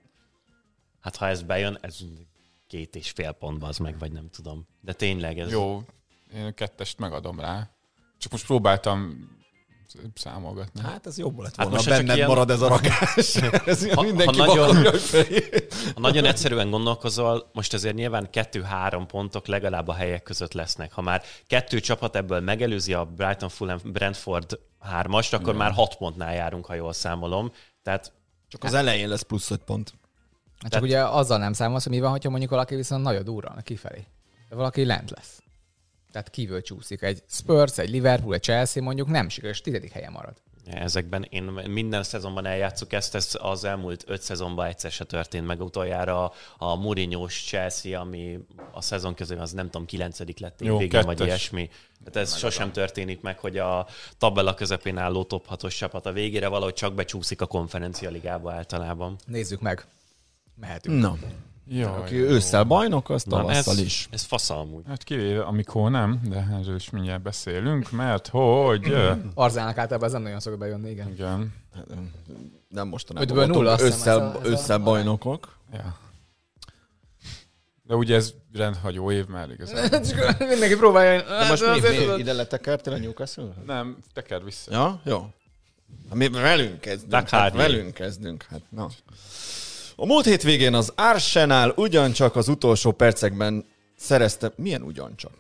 [SPEAKER 4] Hát ha ez bejön, ez két és fél pontba az meg, vagy nem tudom. De tényleg ez...
[SPEAKER 1] Jó, én a kettest megadom rá. Csak most próbáltam számolgatni.
[SPEAKER 2] Hát ez jobb lett
[SPEAKER 4] Hát
[SPEAKER 2] volna,
[SPEAKER 4] most
[SPEAKER 2] ha
[SPEAKER 4] ez csak
[SPEAKER 2] benned
[SPEAKER 4] ilyen-
[SPEAKER 2] marad ez a rakás. Ez
[SPEAKER 4] Ha-
[SPEAKER 2] mindenki
[SPEAKER 4] ha nagyon-
[SPEAKER 2] vakarja a fejét.
[SPEAKER 4] Ha nagyon egyszerűen gondolkozol, most azért nyilván kettő-három pontok legalább a helyek között lesznek. Ha már kettő csapat ebből megelőzi a Brighton, Fulham, Brentford hármast, akkor már hat pontnál járunk, ha jól számolom. Tehát
[SPEAKER 2] Csak az elején lesz plusz öt pont.
[SPEAKER 3] Csak
[SPEAKER 4] Tehát-
[SPEAKER 3] ugye azzal nem számolsz, hogy mi van, hogyha mondjuk valaki viszont nagyon durran kifelé. De valaki lent lesz. Tehát kívül csúszik. Egy Spurs, egy Liverpool, egy Chelsea mondjuk nem sikeres, tizedik helyen marad.
[SPEAKER 4] ezekben én minden szezonban eljátszuk ezt, ez az elmúlt öt szezonban egyszer se történt meg utoljára a Mourinho-s Chelsea, ami a szezon közül az nem tudom, kilencedik lett
[SPEAKER 1] Jó,
[SPEAKER 4] végén, vagy
[SPEAKER 1] kettes.
[SPEAKER 4] ilyesmi. Tehát ez sosem történik meg, hogy a tabella közepén álló top hatos csapat a végére valahogy csak becsúszik a konferencia ligába általában.
[SPEAKER 3] Nézzük meg. Mehetünk.
[SPEAKER 2] Na,
[SPEAKER 1] Jó,
[SPEAKER 2] aki
[SPEAKER 1] jó.
[SPEAKER 2] ősszel bajnok, az
[SPEAKER 4] Na, ez,
[SPEAKER 2] tavasszal is.
[SPEAKER 4] ez fasza amúgy.
[SPEAKER 1] Hát kivéve, amikor nem, de erről is mindjárt beszélünk, mert hogy... ö,
[SPEAKER 3] Arzálnak általában ez nem nagyon szokott bejönni, igen.
[SPEAKER 1] Igen.
[SPEAKER 2] Nem mostanában
[SPEAKER 3] Ötből nulla,
[SPEAKER 2] voltunk
[SPEAKER 3] azt hiszem,
[SPEAKER 2] ősszel,
[SPEAKER 3] ez a- ez a-
[SPEAKER 2] ősszel bajnokok.
[SPEAKER 1] Ja. De ugye ez rendhagyó év már igazán.
[SPEAKER 3] Csak mindenki próbálja.
[SPEAKER 2] De most mi, mi ide letekertél a Newcastle?
[SPEAKER 1] Nem, tekerd vissza.
[SPEAKER 2] Ja, jó. Hát mi velünk kezdünk.
[SPEAKER 4] Doug
[SPEAKER 2] Hát
[SPEAKER 4] Hardy.
[SPEAKER 2] velünk kezdünk. Hát, na. A múlt hétvégén az Arsenal ugyancsak az utolsó percekben szerezte... Milyen ugyancsak?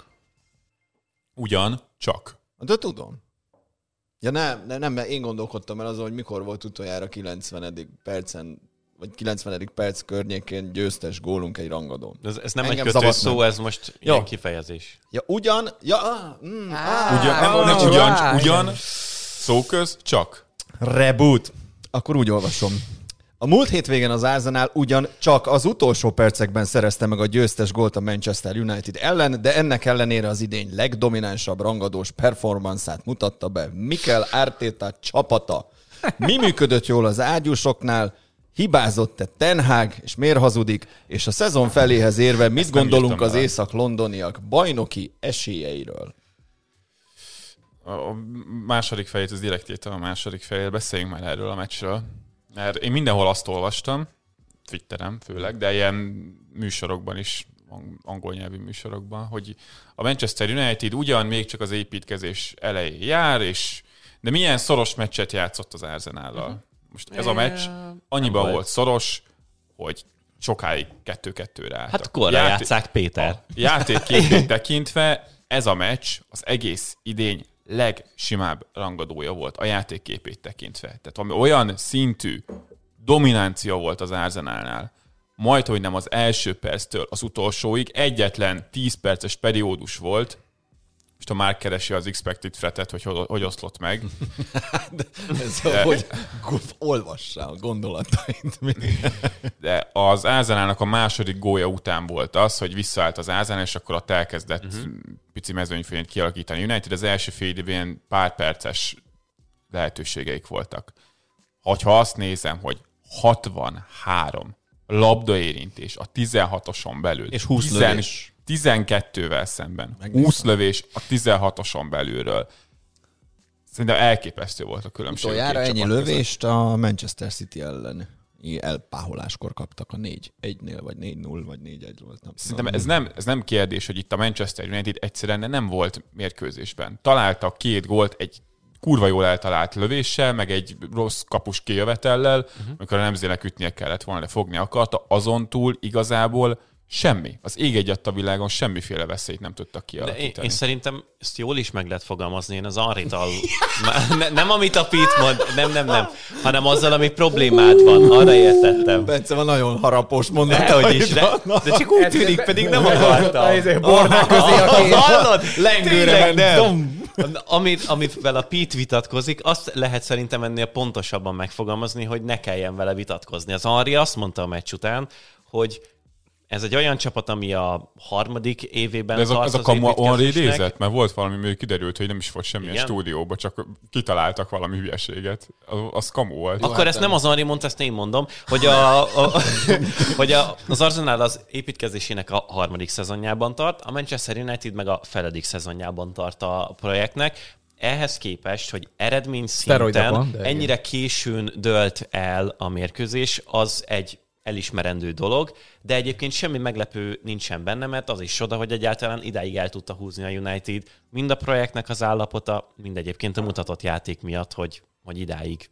[SPEAKER 1] Ugyan, csak.
[SPEAKER 2] De tudom. Ja nem, nem, nem, mert én gondolkodtam el azon, hogy mikor volt utoljára kilencvenedik percen, vagy kilencvenedik perc környékén győztes gólunk egy rangadón.
[SPEAKER 4] Ez, ez nem
[SPEAKER 2] Engem
[SPEAKER 4] egy kötős
[SPEAKER 2] zavart
[SPEAKER 4] szó,
[SPEAKER 2] meg.
[SPEAKER 4] ez most
[SPEAKER 2] Jó.
[SPEAKER 4] ilyen kifejezés.
[SPEAKER 2] Ja, ugyan... Ja, ah, mm, ah,
[SPEAKER 1] Ugyan, nem,
[SPEAKER 3] ah,
[SPEAKER 1] nem
[SPEAKER 3] ah,
[SPEAKER 1] ugyan,
[SPEAKER 3] ah,
[SPEAKER 1] ugyan, szóköz, csak.
[SPEAKER 2] Reboot. Akkor úgy olvasom. A múlt hétvégen az Arsenal ugyan csak az utolsó percekben szerezte meg a győztes gólt a Manchester United ellen, de ennek ellenére az idény legdominánsabb rangadós performanszát mutatta be Mikel Arteta csapata. Mi működött jól az ágyúsoknál, hibázott-e Ten Hag, és miért hazudik, és a szezon feléhez érve mit gondolunk az észak-londoniak bajnoki esélyeiről?
[SPEAKER 1] A második fejét, az direkt írtam a második fejét, beszéljünk már erről a meccsről. Mert én mindenhol azt olvastam, Twitteren főleg, de ilyen műsorokban is, angol nyelvű műsorokban, hogy a Manchester United ugyan még csak az építkezés elején jár, és de milyen szoros meccset játszott az Arsenallal. Most ez a meccs annyiban volt. volt szoros, hogy sokáig kettő-kettőre álltak.
[SPEAKER 4] Hát korra Játé- játsszák, Péter.
[SPEAKER 1] A játékképét tekintve ez a meccs az egész idény legsimább rangadója volt a játékképét tekintve. Tehát ami olyan szintű dominancia volt az Arsenalnál, majd, hogy nem az első perctől az utolsóig, egyetlen tíz perces periódus volt, most a már keresi az expected threat-et, hogy hogy oszlott meg.
[SPEAKER 2] de, ez de, hogy olvassál a gondolatait.
[SPEAKER 1] De az Arsenalnak a második gólja után volt az, hogy visszaállt az Arsenal, és akkor ott elkezdett uh-huh. pici mezőnyfényt kialakítani United. Az első fél évben pár perces lehetőségeik voltak. Ha azt nézem, hogy hatvanhárom labdaérintés a tizenhatoson belül.
[SPEAKER 2] És húsz lövés.
[SPEAKER 1] tizenkettővel szemben. Megnéztem. húsz lövés a tizenhatoson belülről. Szerintem elképesztő volt a különbség.
[SPEAKER 2] Utoljára ennyi lövést a Manchester City ellen elpáholáskor kaptak a négy egynél, vagy négy null, vagy négy egy volt. Nem.
[SPEAKER 1] Szerintem ez nem, ez nem kérdés, hogy itt a Manchester United egyszerűen nem volt mérkőzésben. Találtak két gólt egy kurva jól eltalált lövéssel, meg egy rossz kapus kijövetellel, uh-huh. amikor a Nemzének ütnie kellett volna, de fogni akarta, azon túl igazából semmi. Az ég egyatt a világon semmiféle veszélyt nem tudtak kialakítani.
[SPEAKER 4] Én, én szerintem ezt jól is meg lehet fogalmazni. Én az Henryt-tal... ne, nem amit a Pete mond, nem, nem, nem, hanem azzal, ami problémád van. Arra értettem.
[SPEAKER 2] Bence van nagyon harapos mondat.
[SPEAKER 4] Hogy is, de, de csak úgy tűnik, pedig nem akartam.
[SPEAKER 3] Ez bornák közé a két.
[SPEAKER 4] Hallod?
[SPEAKER 2] Lengőre nem.
[SPEAKER 4] Amit, amivel a Pete vitatkozik, azt lehet szerintem ennél pontosabban megfogalmazni, hogy ne kelljen vele vitatkozni. Az Henry azt mondta a meccs után, hogy ez egy olyan csapat, ami a harmadik évében
[SPEAKER 1] de ez
[SPEAKER 4] tart
[SPEAKER 1] a, ez
[SPEAKER 4] az
[SPEAKER 1] a kamu
[SPEAKER 4] építkezésnek.
[SPEAKER 1] idézet, mert volt valami, még kiderült, hogy nem is volt semmilyen Igen? stúdióba, csak kitaláltak valami hülyeséget. Az, az kamu volt.
[SPEAKER 4] Akkor hát ezt nem az Henry mondta, ezt én mondom, hogy, a, a, hogy a, az Arsenal az építkezésének a harmadik szezonjában tart, a Manchester United meg a feledik szezonjában tart a projektnek. Ehhez képest, hogy eredmény szinten ennyire későn dölt el a mérkőzés, az egy elismerendő dolog, de egyébként semmi meglepő nincsen benne, mert az is csoda, hogy egyáltalán idáig el tudta húzni a United, mind a projektnek az állapota, mind egyébként a mutatott játék miatt, hogy, hogy idáig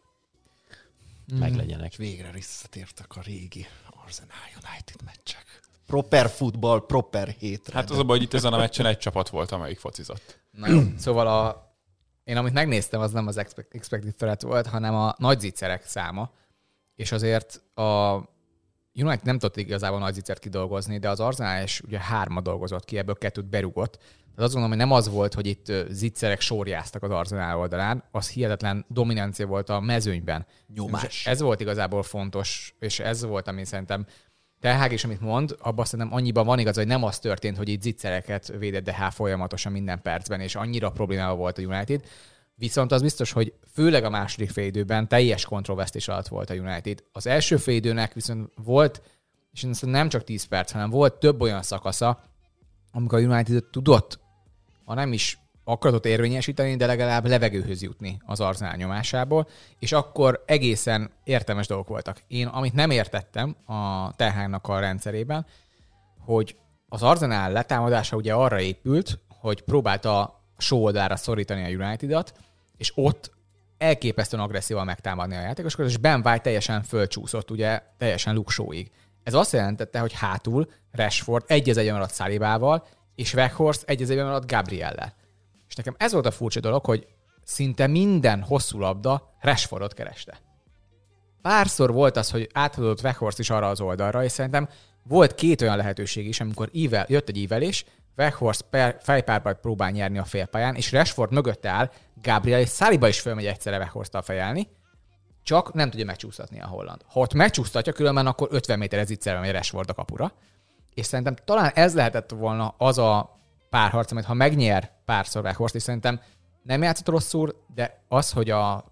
[SPEAKER 4] mm. meglegyenek.
[SPEAKER 2] És végre visszatértek a régi Arsenal United meccsek. Proper futball, proper hétre.
[SPEAKER 1] Hát az a baj, hogy itt ezen a meccsen egy csapat volt, amelyik focizott.
[SPEAKER 3] Na jó, szóval a, én amit megnéztem, az nem az expected threat volt, hanem a nagy zicserek száma, és azért a United nem tudott igazából nagy zicsert kidolgozni, de az Arsenal is ugye hárma dolgozott ki, ebből kettőt berugott. Tehát azt gondolom, hogy nem az volt, hogy itt zicserek sorjáztak az Arsenal oldalán, az hihetetlen dominancia volt a mezőnyben.
[SPEAKER 2] Nyomás.
[SPEAKER 3] Ez volt igazából fontos, és ez volt, ami szerintem Ten Hag is, amit mond, abban szerintem annyiban van igaz, hogy nem az történt, hogy itt zicsereket védett de há folyamatosan minden percben, és annyira problémával volt a United. Viszont az biztos, hogy főleg a második félidőben teljes kontrollvesztés alatt volt a United. Az első félidőnek viszont volt, és nem csak tíz perc, hanem volt több olyan szakasza, amikor a United tudott, ha nem is akaratot érvényesíteni, de legalább levegőhöz jutni az Arsenal nyomásából, és akkor egészen értelmes dolgok voltak. Én, amit nem értettem a Ten Hagnak a rendszerében, hogy az Arsenal letámadása ugye arra épült, hogy próbálta a só oldalra szorítani a United-at, és ott elképesztően agresszívan megtámadni a játékosokat, és Ben White teljesen fölcsúszott, ugye teljesen Luke Shaw-ig. Ez azt jelentette, hogy hátul Rashford egy az egyben maradt Salibával, és Weghorst egy az egyben maradt Gabriellel. És nekem ez volt a furcsa dolog, hogy szinte minden hosszú labda Rashfordot kereste. Párszor volt az, hogy átadott Weghorst is arra az oldalra, és szerintem volt két olyan lehetőség is, amikor ível, jött egy ívelés, Weghorst fejpárbajt próbál nyerni a félpályán, és Rashford mögötte áll, Gabriel és Saliba is fölmegy egyszerre Weghorsttal fejelni, csak nem tudja megcsúsztatni a holland. Ha ott megcsúsztatja, különben akkor ötven méterre zicserem egy Rashford a kapura. És szerintem talán ez lehetett volna az a párharc, amit ha megnyer párszor Weghorst, és szerintem nem játszott rosszul, de az, hogy a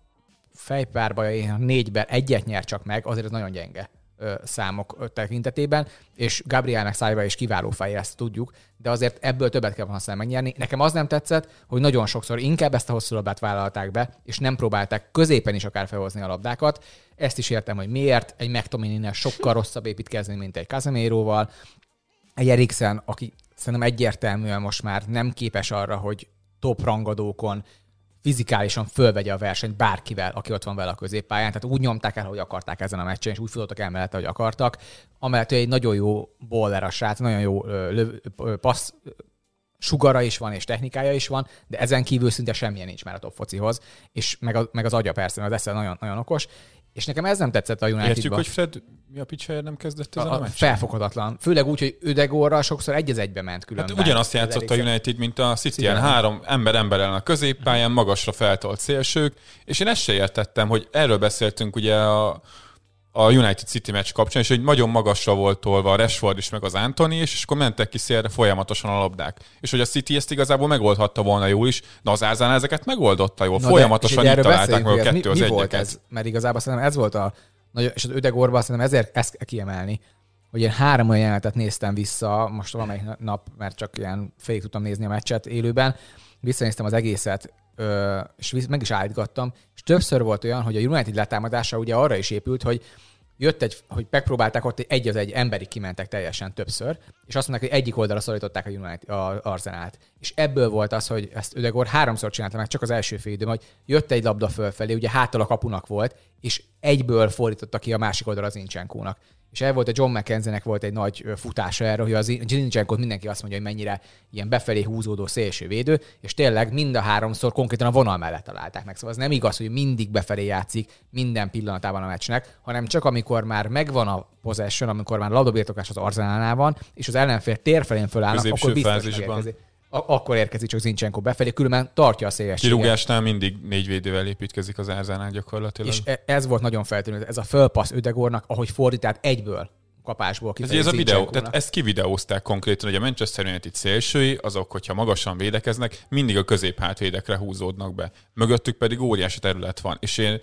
[SPEAKER 3] fejpárban négyben egyet nyer csak meg, azért ez nagyon gyenge ö, számok tekintetében, és Gabriel meg Saliba is kiváló fej, ezt tudjuk, de azért ebből többet kell használni megnyerni. Nekem az nem tetszett, hogy nagyon sokszor inkább ezt a hosszú labdát vállalták be, és nem próbálták középen is akár felhozni a labdákat. Ezt is értem, hogy miért. Egy McTominay-nél sokkal rosszabb építkezni, mint egy Casemiróval. Egy Eriksen, aki szerintem egyértelműen most már nem képes arra, hogy top rangadókon fizikálisan fölvegye a versenyt bárkivel, aki ott van vele a középpályán. Tehát úgy nyomták el, hogy akarták ezen a meccsen, és úgy futottak el mellette, hogy akartak. Amellett, hogy egy nagyon jó baller a srác, nagyon jó löv, passz sugara is van, és technikája is van, de ezen kívül szinte semmilyen nincs már a top focihoz, és meg, a, meg az agya persze, az esze nagyon, nagyon okos. És nekem ez nem tetszett a Unitedban.
[SPEAKER 1] Értjük, hogy Fred mi a picsáért nem kezdett ezen a, a meccsen?
[SPEAKER 3] Felfoghatatlan. Főleg úgy, hogy Ödegorral sokszor egy az egybe ment különben.
[SPEAKER 1] Hát ugyanazt játszott a United, mint a City, ilyen három ember ember ellen a középpályán, magasra feltolt szélsők, és én ezt se értettem, hogy erről beszéltünk ugye a, a United City meccs kapcsán, és hogy nagyon magasra volt tolva a Rashford is, meg az Anthony is, és akkor mentek ki szélre folyamatosan a labdák. És hogy a City ezt igazából megoldhatta volna jól is, de az Arsenal ezeket megoldotta jól. Na folyamatosan itt találták meg a kettő az egyeket.
[SPEAKER 3] Ez? Mert igazából szerintem ez volt a nagy, és az Ödegorban szerintem ezért ezt kell kiemelni, hogy én három olyan jelenetet néztem vissza, most valamelyik nap, mert csak ilyen félig tudtam nézni a meccset élőben, visszanéztem az egészet, és meg is állítgattam, és többször volt olyan, hogy a United letámadása ugye arra is épült, hogy jött egy, hogy megpróbálták ott egy az egy emberig kimentek teljesen többször, és azt mondták, hogy egyik oldalra szorították a United, a Arsenalt. És ebből volt az, hogy ezt Ödegor háromszor csinálta meg, csak az első fél időben, hogy jött egy labda fölfelé, ugye háttal a kapunak volt, és egyből fordította ki a másik oldalra az Zincsenkónak. És el volt a John McKenzie-nek volt egy nagy futása erre, hogy az Zincsenkót mindenki azt mondja, hogy mennyire ilyen befelé húzódó szélső védő, és tényleg mind a háromszor konkrétan a vonal mellett találták meg. Szóval ez nem igaz, hogy mindig befelé játszik minden pillanatában a meccsnek, hanem csak amikor már megvan a possession, amikor már labdabirtoklás az Arsenalnál van, és az ellenfél tér felén fölállnak, akkor biztos megérkezik. Akkor érkezik csak Zincsenko befelé, különben tartja a szélességet.
[SPEAKER 1] Kirúgásnál mindig négy védővel építkezik az Arsenal gyakorlatilag.
[SPEAKER 3] És ez volt nagyon feltűnő, ez a fölpassz Ödegornak, ahogy fordít át egyből kapásból kifelé.
[SPEAKER 1] Ez, ez a videó, tehát ezt kivideózták konkrétan, hogy a Manchester United szélsői, azok, hogyha magasan védekeznek, mindig a középhátvédekre húzódnak be. Mögöttük pedig óriási terület van. És én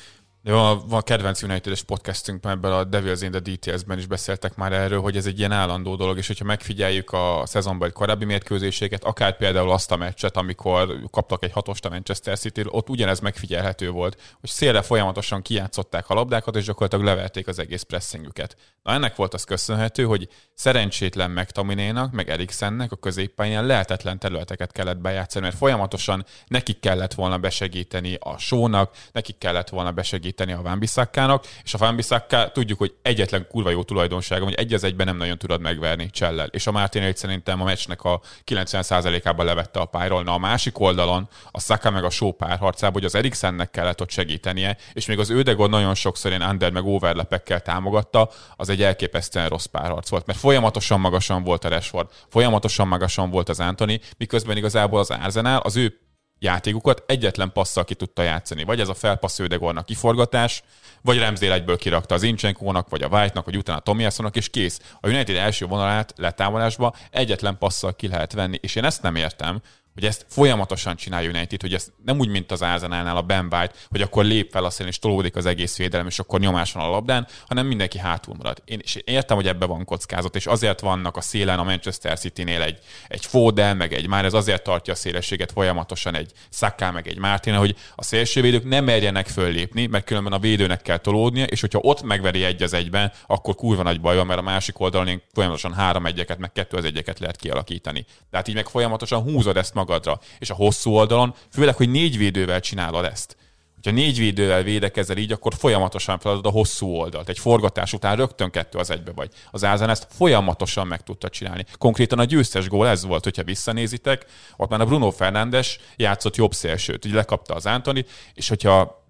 [SPEAKER 1] Van, van kedvenc United-es podcastünkben, ebben a Devils in the Details-ben is beszéltek már erről, hogy ez egy ilyen állandó dolog, és hogyha megfigyeljük a szezonban korábbi mérkőzéseket, akár például azt a meccset, amikor kaptak egy hatost a Manchester City-ről, ott ugyanez megfigyelhető volt, hogy szélre folyamatosan kijátszották a labdákat, és gyakorlatilag leverték az egész pressingüket. Na ennek volt az köszönhető, hogy szerencsétlen McTominaynak, meg Eriksennek a középpályán lehetetlen területeket kellett bejátszani, mert folyamatosan nekik kellett volna besegíteni a Shaw-nak, nekik kellett volna besegíteni a Wan-Bissakanak, és a Wan-Bissaka tudjuk, hogy egyetlen kurva jó tulajdonsága, hogy egy az egyben nem nagyon tudod megverni Csellel. És a Martinelli szerintem a meccsnek a kilencven százalékában levette a pályáról. Na a másik oldalon a Saka meg a Shaw párharcában, hogy az Eriksennek kellett ott segítenie, és még az Ödegor nagyon sokszor ilyen under meg overlepekkel támogatta, az egy elképesztően rossz párharc volt, mert folyamatosan magasan volt a Rashford, folyamatosan magasan volt az Anthony, miközben igazából az Arsenal az ő játékukat egyetlen passzal ki tudta játszani. Vagy ez a felpassz Ödegornak kiforgatás, vagy Ramsdale egyből kirakta az Zincsenkónak, vagy a White-nak, vagy utána a Tomiasonnak, és kész. A United első vonalát letámadásba egyetlen passzal ki lehet venni, és én ezt nem értem, hogy ezt folyamatosan csinálja United, hogy ezt nem úgy, mint az Arsenalnál a Ben White, hogy akkor lép fel a szélén, és tolódik az egész védelem, és akkor nyomás van a labdán, hanem mindenki hátul marad. Én, és én értem, hogy ebben van kockázat, és azért vannak a szélen a Manchester City-nél egy, egy Foden, meg egy már ez azért tartja a szélességet folyamatosan egy Saka, meg egy Martin, hogy a szélsővédők nem merjenek föllépni, mert különben a védőnek kell tolódnia, és hogyha ott megveri egy az egyben, akkor kurva nagy baj van, mert a másik oldalon folyamatosan három egyeket, meg kettő az egyeket lehet kialakítani. De hát így meg folyamatosan húzod ezt magadra. És a hosszú oldalon, főleg, hogy négy védővel csinálod ezt. Ha négy védővel védekezel így, akkor folyamatosan feladod a hosszú oldalt. Egy forgatás után rögtön kettő az egybe vagy. Az Arsenal ezt folyamatosan meg tudta csinálni. Konkrétan a győztes gól ez volt, hogyha visszanézitek, ott már a Bruno Fernandes játszott jobb szélsőt, ugye lekapta az Anthony, és hogyha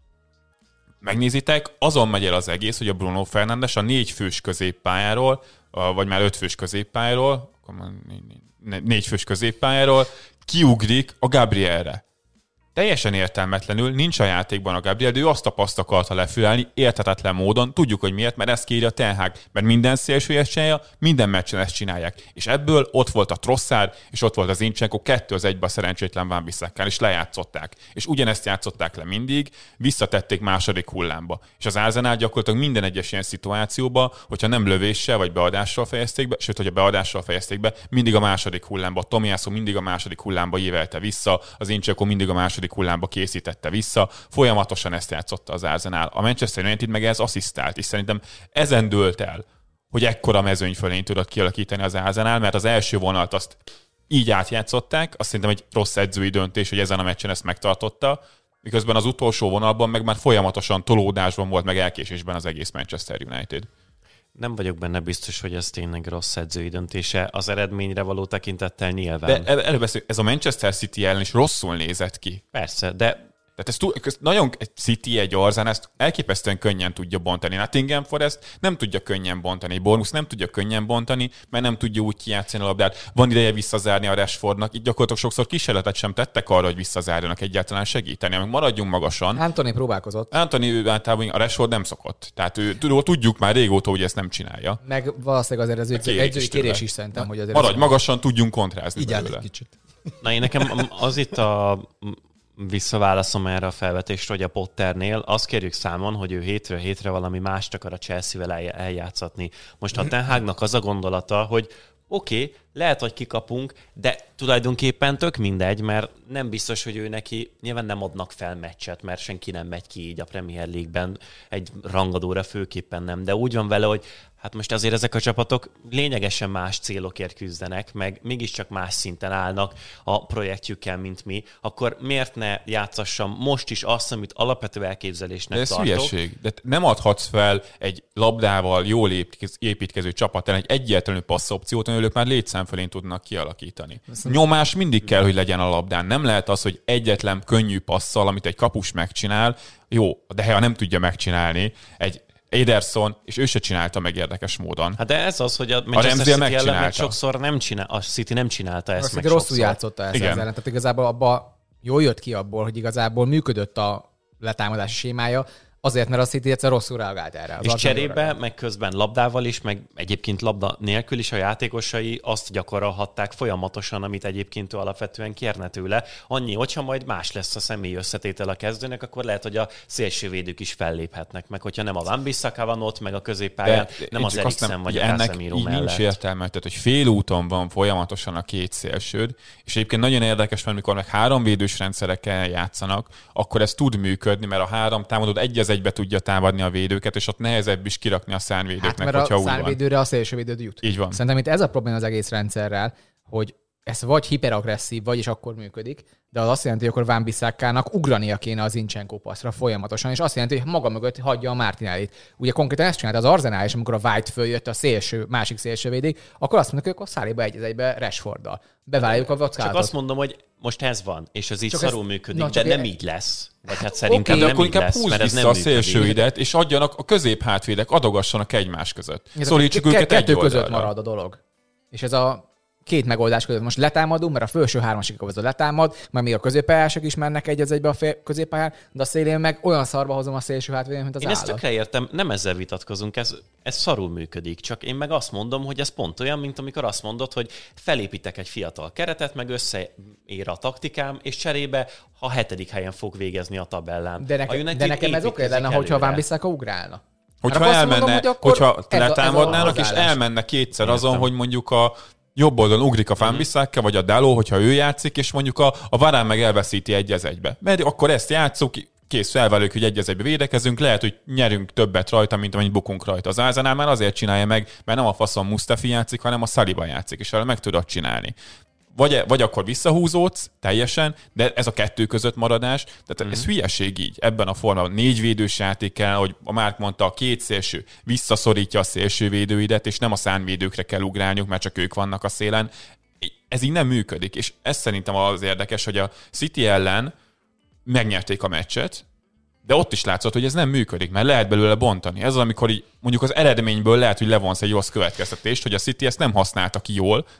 [SPEAKER 1] megnézitek, azon megy el az egész, hogy a Bruno Fernandes a négy fős középpályáról, vagy már öt fős középpályáról, négy fős középpályáról kiugrik a Gabrielre. teljesen értelmetlenül, nincs a játékban a Gabriel, de ő azt a paszt akarta lefülelni, érthetetlen módon. Tudjuk, hogy miért, mert ezt kérje Ten Hag, mert minden szélső ezt csinálja, minden meccsen ezt csinálják. És ebből ott volt a Trossard, és ott volt az Zinchenko, kettő az egybe a szerencsétlen Van Bissakkal, és lejátszották. És ugyanezt játszották le mindig, visszatették második hullámba. És az Arsenal gyakorlatilag minden egyes ilyen szituációba, hogyha nem lövéssel vagy beadással fejezték be, sőt, hogyha beadással fejezték be, mindig a második hullámba. Tomiyasu mindig a második hullámba ívelte vissza, az Zinchenko mindig a második hullámba készítette vissza, folyamatosan ezt játszotta az Arsenal. A Manchester United meg ez asszisztált, és szerintem ezen dőlt el, hogy ekkora mezőny fölény tudott kialakítani az Arsenal, mert az első vonalt azt így átjátszották, azt szerintem egy rossz edzői döntés, hogy ezen a meccsen ezt megtartotta, miközben az utolsó vonalban meg már folyamatosan tolódásban volt, meg elkésésben az egész Manchester United.
[SPEAKER 4] Nem vagyok benne biztos, hogy ez tényleg rossz edzői döntése. Az eredményre való tekintettel nyilván.
[SPEAKER 1] De előbb ez a Manchester City ellen is rosszul nézett ki.
[SPEAKER 4] Persze, de...
[SPEAKER 1] Tehát ez, túl, ez nagyon, egy City, egy Arsenal, ezt elképesztően könnyen tudja bontani. Nottingham Forest nem tudja könnyen bontani. Bournemouth nem tudja könnyen bontani, mert nem tudja úgy kijátszani a labdát. Van ideje visszazárni a Rashfordnak. Itt gyakorlatilag sokszor kísérletet sem tettek arra, hogy visszazárjanak, egyáltalán segíteni. Amíg maradjunk magasan.
[SPEAKER 3] Anthony próbálkozott.
[SPEAKER 1] Anthony általában a Rashford nem szokott. Tehát ő, tudjuk már régóta, hogy ezt nem csinálja.
[SPEAKER 3] Meg valószínűleg azért az edzői kérés is szerintem, hogy azért...
[SPEAKER 1] Maradj magasan, tudjunk kontrázni
[SPEAKER 2] így
[SPEAKER 1] belőle.
[SPEAKER 2] Egy kicsit.
[SPEAKER 4] Na én nekem az itt a visszaválaszom erre a felvetésre, hogy a Potternél azt kérjük számon, hogy ő hétről hétre valami mást akar a Chelsea-vel eljátszatni. Most a Ten Hagnak az a gondolata, hogy oké, okay, lehet, hogy kikapunk, de tulajdonképpen tök mindegy, mert nem biztos, hogy ő neki nyilván nem adnak fel meccset, mert senki nem megy ki így a Premier League-ben egy rangadóra, főképpen nem, de úgy van vele, hogy hát most azért ezek a csapatok lényegesen más célokért küzdenek, meg mégiscsak más szinten állnak a projektjükkel, mint mi, akkor miért ne játszassam most is azt, amit alapvető elképzelésnek
[SPEAKER 1] de ez
[SPEAKER 4] tartok?
[SPEAKER 1] hülyeség. De nem adhatsz fel egy labdával jól építkező csapat ellen egy egyértelmű passzopciót, amiről ők már létszám fölén tudnak kialakítani. Nyomás mindig kell, hogy legyen a labdán. Nem lehet az, hogy egyetlen könnyű passzal, amit egy kapus megcsinál, jó, de ha nem tudja megcsinálni, egy Ederson, és ő se csinálta meg érdekes módon.
[SPEAKER 4] Hát de ez az, hogy a Manchester City ellen meg sokszor nem csinál, a City nem csinálta ezt
[SPEAKER 3] azt
[SPEAKER 4] meg
[SPEAKER 3] rosszul
[SPEAKER 4] sokszor.
[SPEAKER 3] játszotta ezt ellen. Tehát igazából abba jól jött ki abból, hogy igazából működött a letámadási sémája, azért, mert a City egyszer rosszul reagált erre.
[SPEAKER 4] És cserébe, meg közben labdával is, meg egyébként labda nélkül is a játékosai azt gyakorolhatták folyamatosan, amit egyébként ő alapvetően kérne tőle. Annyi, hogyha majd más lesz a személyi összetétel a kezdőnek, akkor lehet, hogy a szélsővédők is felléphetnek, meg hogyha nem a Van Bissaka van ott, meg a középpályán, de nem az Eriksen vagy a Casemiro mellett.
[SPEAKER 1] Nincs értelme, tehát hogy fél úton van folyamatosan a két szélsőd, és egyébként nagyon érdekes, mert amikor meg három védős rendszerekkel játszanak, akkor ez tud működni, mert a három támadód egy egybe tudja támadni a védőket, és ott nehezebb is kirakni a szárnyvédőknek,
[SPEAKER 3] hát, mert
[SPEAKER 1] hogyha
[SPEAKER 3] a
[SPEAKER 1] úgy van.
[SPEAKER 3] szárnyvédőre a szélsővédőd jut.
[SPEAKER 1] Így van.
[SPEAKER 3] Szerintem itt ez a probléma az egész rendszerrel, hogy ez vagy hiperagresszív, vagyis akkor működik, de az azt jelenti, hogy akkor Van Bissakának ugrania kéne az Zinchenko passzra folyamatosan, és azt jelenti, hogy maga mögött hagyja a Martinellit. Ugye konkrétan ezt csinálta az Arsenal, és amikor a White följött a szélső, másik szélsővédig, akkor azt mondjuk, hogy akkor Száréba egy egybe Rashforddal. Bevállaljuk a vackálatot.
[SPEAKER 4] Csak azt mondom, hogy most ez van, és ez így
[SPEAKER 3] csak
[SPEAKER 4] szarul
[SPEAKER 3] ez,
[SPEAKER 4] működik,
[SPEAKER 3] na,
[SPEAKER 4] de nem
[SPEAKER 3] e...
[SPEAKER 4] így lesz. Vagy hát szerintem
[SPEAKER 1] okay,
[SPEAKER 4] nem
[SPEAKER 1] akkor
[SPEAKER 4] így
[SPEAKER 1] inkább
[SPEAKER 4] lesz,
[SPEAKER 1] húzd
[SPEAKER 4] mert ez
[SPEAKER 1] vissza
[SPEAKER 4] nem
[SPEAKER 1] a szélsőidet, és adjanak a középhátvédek, adogassanak egymás között. Szólítsuk őket
[SPEAKER 3] kettő
[SPEAKER 1] egy
[SPEAKER 3] között
[SPEAKER 1] oldalra.
[SPEAKER 3] marad a dolog. És ez a két megoldás között most letámadunk, mert a felső hármasik az a letámad, mert még a középpályások is mennek egy az egybe a fél középpályán, de a szélén meg olyan szarba hozom a szélső hátvédén, mint az
[SPEAKER 4] Én
[SPEAKER 3] állat.
[SPEAKER 4] ezt tökre értem, nem ezzel vitatkozunk, ez, ez szarul működik, csak én meg azt mondom, hogy ez pont olyan, mint amikor azt mondod, hogy felépítek egy fiatal keretet, meg összeér a taktikám, és cserébe a hetedik helyen fog végezni a tabellán.
[SPEAKER 3] De, neke, de nekem ez oké lenne, hogyha Van Bissaka ugrálna.
[SPEAKER 1] Hogyha elmenne, mondom, hogy hogyha letámadnának, és elmenne kétszer
[SPEAKER 4] Értem.
[SPEAKER 1] azon, hogy mondjuk a jobb oldalon ugrik a Van Bissaka, vagy a Dalot, hogyha ő játszik, és mondjuk a, a Varane meg elveszíti egy az egybe. Mert akkor ezt játsszuk, kész, felvelők, hogy egy az egybe védekezünk, lehet, hogy nyerünk többet rajta, mint amennyit bukunk rajta. Az Arsenal már azért csinálja meg, mert nem a faszon Mustafi játszik, hanem a Saliba játszik, és erre meg tudod csinálni. Vagy, vagy akkor visszahúzódsz teljesen, de ez a kettő között maradás, tehát mm-hmm. ez hülyeség így, ebben a formában. Négy védős játék kell, ahogy a Márk mondta, a két szélső visszaszorítja a szélsővédőidet, és nem a szárnyvédőkre kell ugrálniuk, mert csak ők vannak a szélen. Ez így nem működik, és ez szerintem az érdekes, hogy a City ellen megnyerték a meccset, de ott is látszott, hogy ez nem működik, mert lehet belőle bontani. Ez az, amikor így, mondjuk az eredményből lehet, hogy levonsz egy rossz következtetést, hogy a City ezt nem használta ki jól,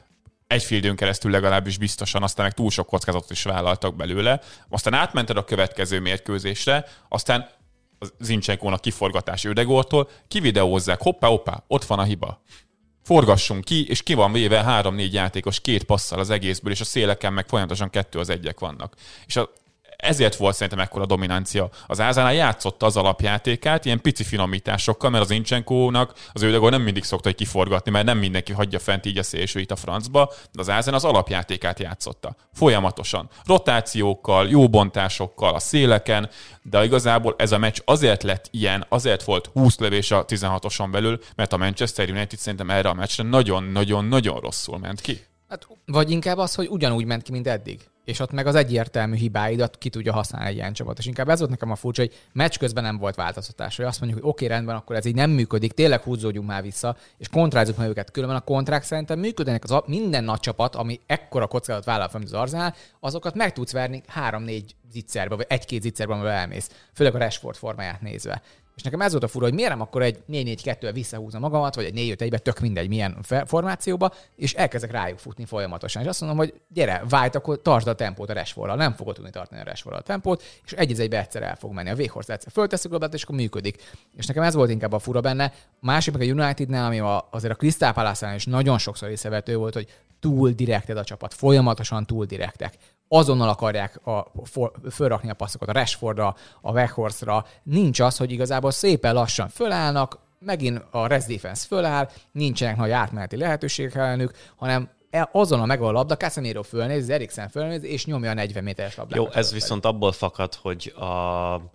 [SPEAKER 1] egy fél időn keresztül legalábbis biztosan, aztán meg túl sok kockázatot is vállaltak belőle. Aztán átmented a következő mérkőzésre, aztán Zincsenkónak kiforgatás Ödegortól, kivideózzák, hoppá, hoppá, ott van a hiba. Forgassunk ki, és ki van véve három-négy játékos két passzal az egészből, és a széleken meg folyamatosan kettő az egyek vannak. És a, ezért volt szerintem ekkora dominancia. Az Ázánál játszotta az alapjátékát, ilyen pici finomításokkal, mert az Zincsenkónak az Ödegor nem mindig szokta kiforgatni, mert nem mindenki hagyja fent így a szélsőit a francba, de az Ázán az alapjátékát játszotta. Folyamatosan. Rotációkkal, jó bontásokkal, a széleken, de igazából ez a meccs azért lett ilyen, azért volt húsz lövés a tizenhatoson belül, mert a Manchester United szerintem erre a meccsre nagyon-nagyon-nagyon rosszul ment ki.
[SPEAKER 3] Hát, vagy inkább az, hogy ugyanúgy ment ki, mint eddig. És ott meg az egyértelmű hibáidat ki tudja használni egy ilyen csapat. És inkább ez volt nekem a furcsa, hogy meccs közben nem volt változtatás. Hogy azt mondjuk, hogy oké, okay, rendben, akkor ez így nem működik, tényleg húzódjunk már vissza, és kontrázzuk meg őket. Különben a kontrák szerintem működnek az a, minden nagy csapat, ami ekkora kockázat vállal fel, mint az Arsenal, azokat meg tudsz verni három-négy zicserbe, vagy egy-két zicserbe, amivel elmész. Főleg a Rashford formáját nézve. És nekem ez volt a fura, hogy miért nem akkor egy négy négy kettővel visszahúzom magamat, vagy egy négy öt egybe, tök mindegy milyen formációba, és elkezdek rájuk futni folyamatosan. És azt mondom, hogy gyere, White, akkor tartsd a tempót a Rashforddal, nem fogod tudni tartani a Rashforddal a tempót, és egy egybe egyszer el fog menni. A Weghorst egyszer fölteszik labdát, és akkor működik. És nekem ez volt inkább a fura benne. A másik meg a Unitednál, ami a, azért a Crystal Palace-nál is nagyon sokszor észrevehető volt, hogy túl direkted a csapat, folyamatosan túl direktek. Azonnal akarják a, for, fölrakni a passzokat a Rashfordra, a Weghorstra. Nincs az, hogy igazából szépen lassan fölállnak, megint a rest defense föláll, nincsenek nagy átmeneti lehetőségek ellenük, hanem azonnal megvan a labda, Casemiro fölnéz, Eriksen fölnéz, és nyomja a negyven méteres labdát.
[SPEAKER 4] Jó, ez viszont abból fakad, hogy a...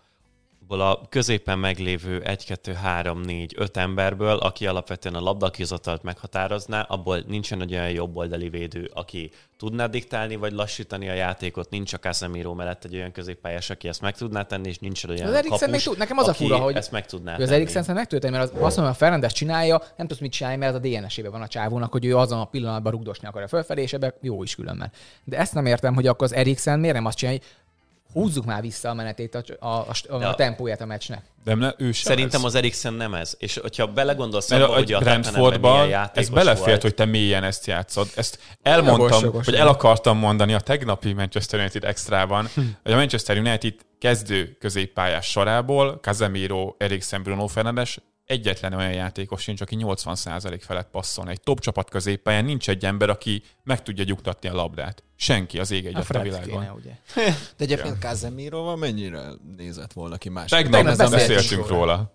[SPEAKER 4] a középen meglévő egy, kettő, három, négy, öt emberből, aki alapvetően a labdakihozatalt meghatározná, abból nincsen egy olyan jobboldali védő, aki tudná diktálni vagy lassítani a játékot, nincs a Casemiro mellett egy olyan középpályás, aki ezt meg tudná tenni, és nincs olyan
[SPEAKER 3] az
[SPEAKER 4] kapus,
[SPEAKER 3] meg tud, nekem az a fura, hogy
[SPEAKER 4] ezt meg tudná
[SPEAKER 3] az
[SPEAKER 4] tenni.
[SPEAKER 3] Eriksen meg tudja tenni, mert az, azt mondom, a Fernandes csinálja, nem tudsz mit csinálni, mert az a dé en es-ébe van a csávónak, hogy ő azon a pillanatban rugdosni akarja fölfelé, és ebben jó is különben. De ezt nem értem, hogy akkor az Eriksen miért nem azt csinálja, húzzuk már vissza a menetét, a, a, a, a tempóját a meccsnek.
[SPEAKER 1] De ne, ő sem
[SPEAKER 4] Szerintem
[SPEAKER 1] ez.
[SPEAKER 4] az Eriksen nem ez. És hogyha belegondolsz abba, hogy a
[SPEAKER 1] Brentfordban ez belefért,
[SPEAKER 4] volt.
[SPEAKER 1] hogy te mélyen ezt játszod. Ezt elmondtam, jogos, jogos, vagy el akartam mondani a tegnapi Manchester United extrában, hogy a Manchester United kezdő középpályás sorából Casemiro, Eriksen, Bruno Fernandes egyetlen olyan játékos sincs, aki nyolcvan százalék felett passzol. Egy top csapat középpályán nincs egy ember, aki meg tudja gyuktatni a labdát. Senki az ég egyet a, a világon. Kéne, ugye.
[SPEAKER 2] De egyébként ja. Casemiroval mennyire nézett volna ki más?
[SPEAKER 1] Tegnap beszéltünk, beszéltünk róla. róla.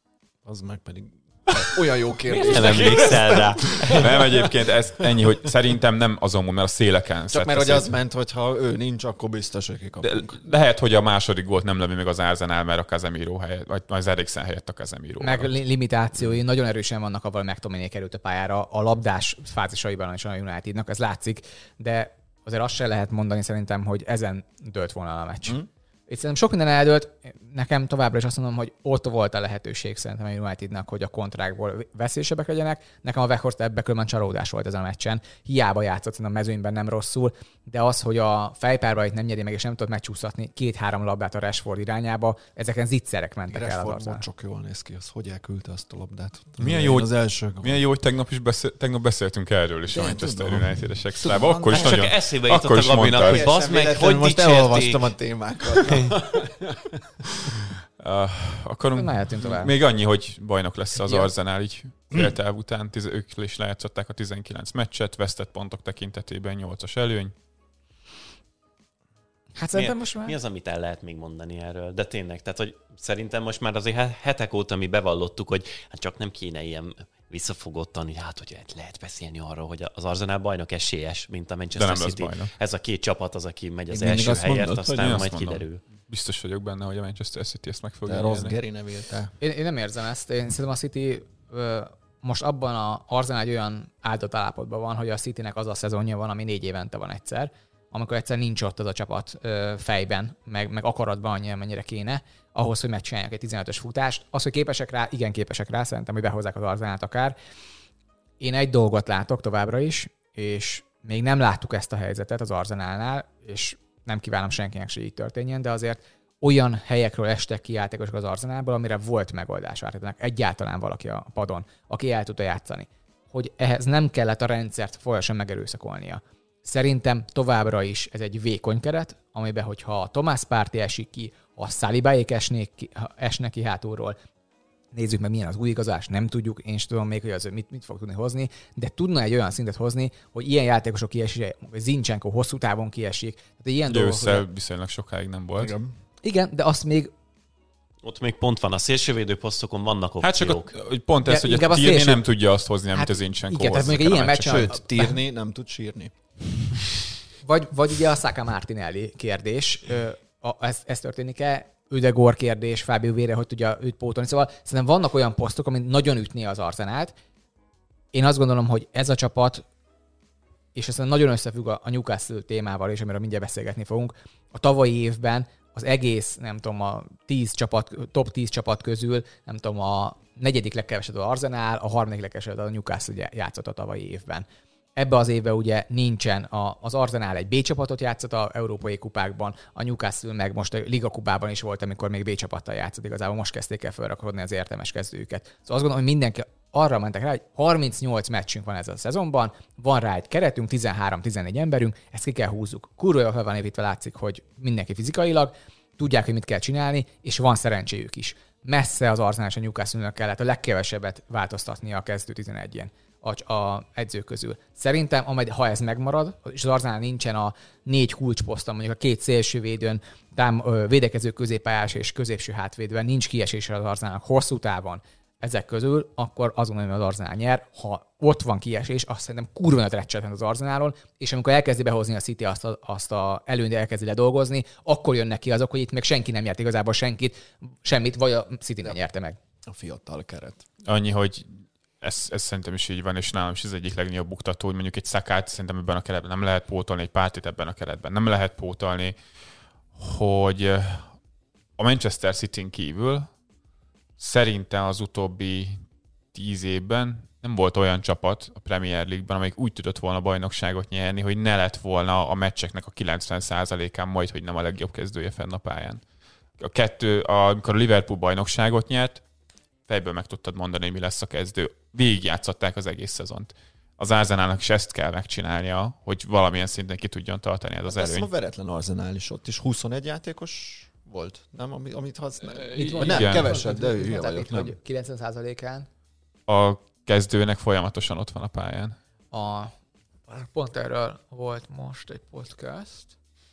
[SPEAKER 2] Az meg pedig olyan jó kérdés.
[SPEAKER 4] Nem emlékszel rá.
[SPEAKER 1] Nem, egyébként ez ennyi, hogy szerintem nem azon múl, mert a széleken.
[SPEAKER 2] Csak mert hogy az ment, hogy ha ő nincs, akkor biztos, hogy kikapunk.
[SPEAKER 1] De lehet, hogy a második gólt nem lövi meg az Arsenal, mert a Casemiro helyett, vagy az Eriksen helyett a Casemiro.
[SPEAKER 3] Meg maradt. Limitációi nagyon erősen vannak, ahol McTominay került a pályára a labdás fázisaiban is a Unitednak, ez látszik, de azért azt se lehet mondani szerintem, hogy ezen dőlt volna a meccs. Mm. Itt szerintem sok minden eldőlt, nekem továbbra is azt mondom, hogy ott volt a lehetőség szerintem a Unitednak, hogy a kontrákból veszélyesebbek legyenek. Nekem a Weghorst ebbe különben csalódás volt ezen a meccsen. Hiába játszott a mezőnyben nem rosszul, de az, hogy a fejpárba itt nem nyeri meg, és nem tudott megcsúsztatni két-három labdát a Rashford irányába, ezeken zicserek mentek el az Arsenal.
[SPEAKER 2] Csak jól néz ki, az hogy elküldte azt a labdát.
[SPEAKER 1] Milyen jó, az első milyen jó, hogy tegnap is beszél, tegnap beszéltünk erről is, a Manchester United-es extrában. Akkor is
[SPEAKER 4] csak
[SPEAKER 1] nagyon...
[SPEAKER 4] eszébe jutott a Gabinak, hogy bazd meg, hogy
[SPEAKER 2] most elolvastam a témákat.
[SPEAKER 1] Uh, akkor még annyi, hogy bajnok lesz az ja. Arsenal így féltáv után. Tiz- ők is lejátszották a tizenkilenc meccset, vesztett pontok tekintetében nyolcas előny.
[SPEAKER 3] Hát szerintem most már...
[SPEAKER 4] Mi az, amit el lehet még mondani erről? De tényleg, tehát hogy szerintem most már azért hetek óta mi bevallottuk, hogy hát csak nem kéne ilyen visszafogottan, hogy hát hogy lehet beszélni arról, hogy az Arsenal bajnok esélyes, mint a Manchester City. Ez a két csapat az, aki megy az Én első helyért, mondod, aztán majd mondom. Kiderül.
[SPEAKER 1] Biztos vagyok benne, hogy a Manchester City ezt meg fogja
[SPEAKER 2] nyerni. Rossz Geri ne vélte.
[SPEAKER 3] Én, én nem érzem ezt. Én szerintem a City ö, most abban az Arsenal egy olyan áldott állapotban van, hogy a Citynek az a szezonja van, ami négy évente van egyszer, amikor egyszer nincs ott az a csapat ö, fejben, meg, meg akaratban annyira, mennyire kéne, ahhoz, hogy megcsinálják egy tizenötös futást. Az, hogy képesek rá, igen képesek rá, szerintem, hogy behozzák az Arsenalt akár. Én egy dolgot látok továbbra is, és még nem láttuk ezt a helyzetet az Arsenalnál, és nem kívánom senkinek, hogy így történjen, de azért olyan helyekről estek ki játékosok az Arsenalból, amire volt megoldás várhatnak. Egyáltalán valaki a padon, aki el tudta játszani. hogy ehhez nem kellett a rendszert folyamatosan megerőszakolnia. Szerintem továbbra is ez egy vékony keret, amiben, hogyha a Thomas Partey esik ki, a Salibáék esnek ki, esnek ki hátulról, nézzük meg, milyen az új igazás, nem tudjuk, én sem tudom még, hogy az mit, mit fog tudni hozni, de tudna egy olyan szintet hozni, hogy ilyen játékosok kiesik, hogy Zinchenko hosszú távon kiesik. Tehát ilyen
[SPEAKER 1] De
[SPEAKER 3] dolgok,
[SPEAKER 1] össze
[SPEAKER 3] hogy...
[SPEAKER 1] viszonylag sokáig nem volt.
[SPEAKER 2] Igen.
[SPEAKER 3] Igen, de azt még
[SPEAKER 4] Ott még pont van, a szélsővédő posztokon vannak
[SPEAKER 1] Hát csak
[SPEAKER 4] opciók.
[SPEAKER 1] a, hogy pont ez,
[SPEAKER 3] De
[SPEAKER 1] hogy
[SPEAKER 3] inkább
[SPEAKER 1] a
[SPEAKER 3] a
[SPEAKER 1] Tierney
[SPEAKER 3] szélső-
[SPEAKER 1] nem tudja azt hozni, amit
[SPEAKER 3] Hát
[SPEAKER 1] az Zinchenko
[SPEAKER 3] igen, tehát
[SPEAKER 1] hoz
[SPEAKER 3] még
[SPEAKER 1] ezeken a
[SPEAKER 3] ilyen
[SPEAKER 1] meccseken.
[SPEAKER 3] meccsen-
[SPEAKER 2] Sőt, Tierney nem tud sírni.
[SPEAKER 3] Vagy, vagy ugye a Saka Martinelli kérdés, Ö, a, ez, ez történik-e? Ödegor kérdés, Fábio Vére, hogy tudja őt pótolni. Szóval szerintem vannak olyan posztok, ami nagyon ütné az Arsenált. Én azt gondolom, hogy ez a csapat, és ez nagyon összefügg a Newcastle témával is, amiről mindjárt beszélgetni fogunk, a tavalyi évben az egész, nem tudom, a tíz csapat, top tíz csapat közül, nem tudom, a negyedik legkevesebb az Arsenal, a harmadik legkevesebb a Newcastle játszott a tavalyi évben. Ebbe az évben ugye nincsen, a, az Arsenal egy B csapatot játszott a európai kupákban, a Newcastle meg most a Liga kupában is volt, amikor még B csapattal játszott, igazából most kezdték el felrakodni az értelmes kezdőket. Szóval azt gondolom, hogy mindenki arra mentek rá, hogy harmincnyolc meccsünk van ez a szezonban, van rá egy keretünk, tizenhárom-tizennégy emberünk, ezt ki kell húzzuk. Kurva jól fel van építve, látszik, hogy mindenki fizikailag, tudják, hogy mit kell csinálni, és van szerencséjük is. Messze az Arsenal és a Newcastle-nek kellett a legkevesebbet változtatnia a kezdő tizenegyen. A, a edzők közül. Szerintem, amely, ha ez megmarad, és az Arsenal nincsen a négy kulcsposzton, mondjuk a két szélsővédőn, tám, ö, védekező középpályás és középső hátvédően nincs kiesésre az Arsenalnak hosszú távon ezek közül, akkor azt gondolom, hogy az Arsenal nyer. Ha ott van kiesés, azt szerintem kurva nagy recset az Arsenalon, és amikor elkezdi behozni a City azt a, azt a előnyt, elkezdi ledolgozni, akkor jönnek ki azok, hogy itt még senki nem nyert igazából senkit, semmit, vagy a City nem nyerte meg.
[SPEAKER 2] A fiatal keret.
[SPEAKER 1] Annyi, hogy ez, ez szerintem is így van, és nálam is ez egyik legnagyobb buktató, hogy mondjuk egy Sakát szerintem ebben a keretben nem lehet pótolni, egy Parteyt ebben a keretben nem lehet pótolni, hogy a Manchester Cityn kívül szerintem az utóbbi tíz évben nem volt olyan csapat a Premier League-ben, amelyik úgy tudott volna bajnokságot nyerni, hogy ne lett volna a meccseknek a kilencven százalékán majd, hogy nem a legjobb kezdője fenn a pályán. A kettő, a, amikor a Liverpool bajnokságot nyert, fejből meg tudtad mondani, hogy mi lesz a kezdő. Végigjátszották az egész szezont. Az Arsenalnak is ezt kell megcsinálnia, hogy valamilyen szinten ki tudjon tartani ez az
[SPEAKER 2] Hát
[SPEAKER 1] előny.
[SPEAKER 2] a veretlen Arsenal is ott is huszonegy játékos volt, nem? Amit, amit használ.
[SPEAKER 3] Itt van,
[SPEAKER 2] Nem,
[SPEAKER 1] igen.
[SPEAKER 2] kevesebb, de hülye
[SPEAKER 3] Mondták
[SPEAKER 2] vagyok,
[SPEAKER 3] itt,
[SPEAKER 2] nem.
[SPEAKER 3] hogy kilencven százalékán
[SPEAKER 1] A kezdőnek folyamatosan ott van a pályán.
[SPEAKER 3] a, pont erről volt most egy podcast,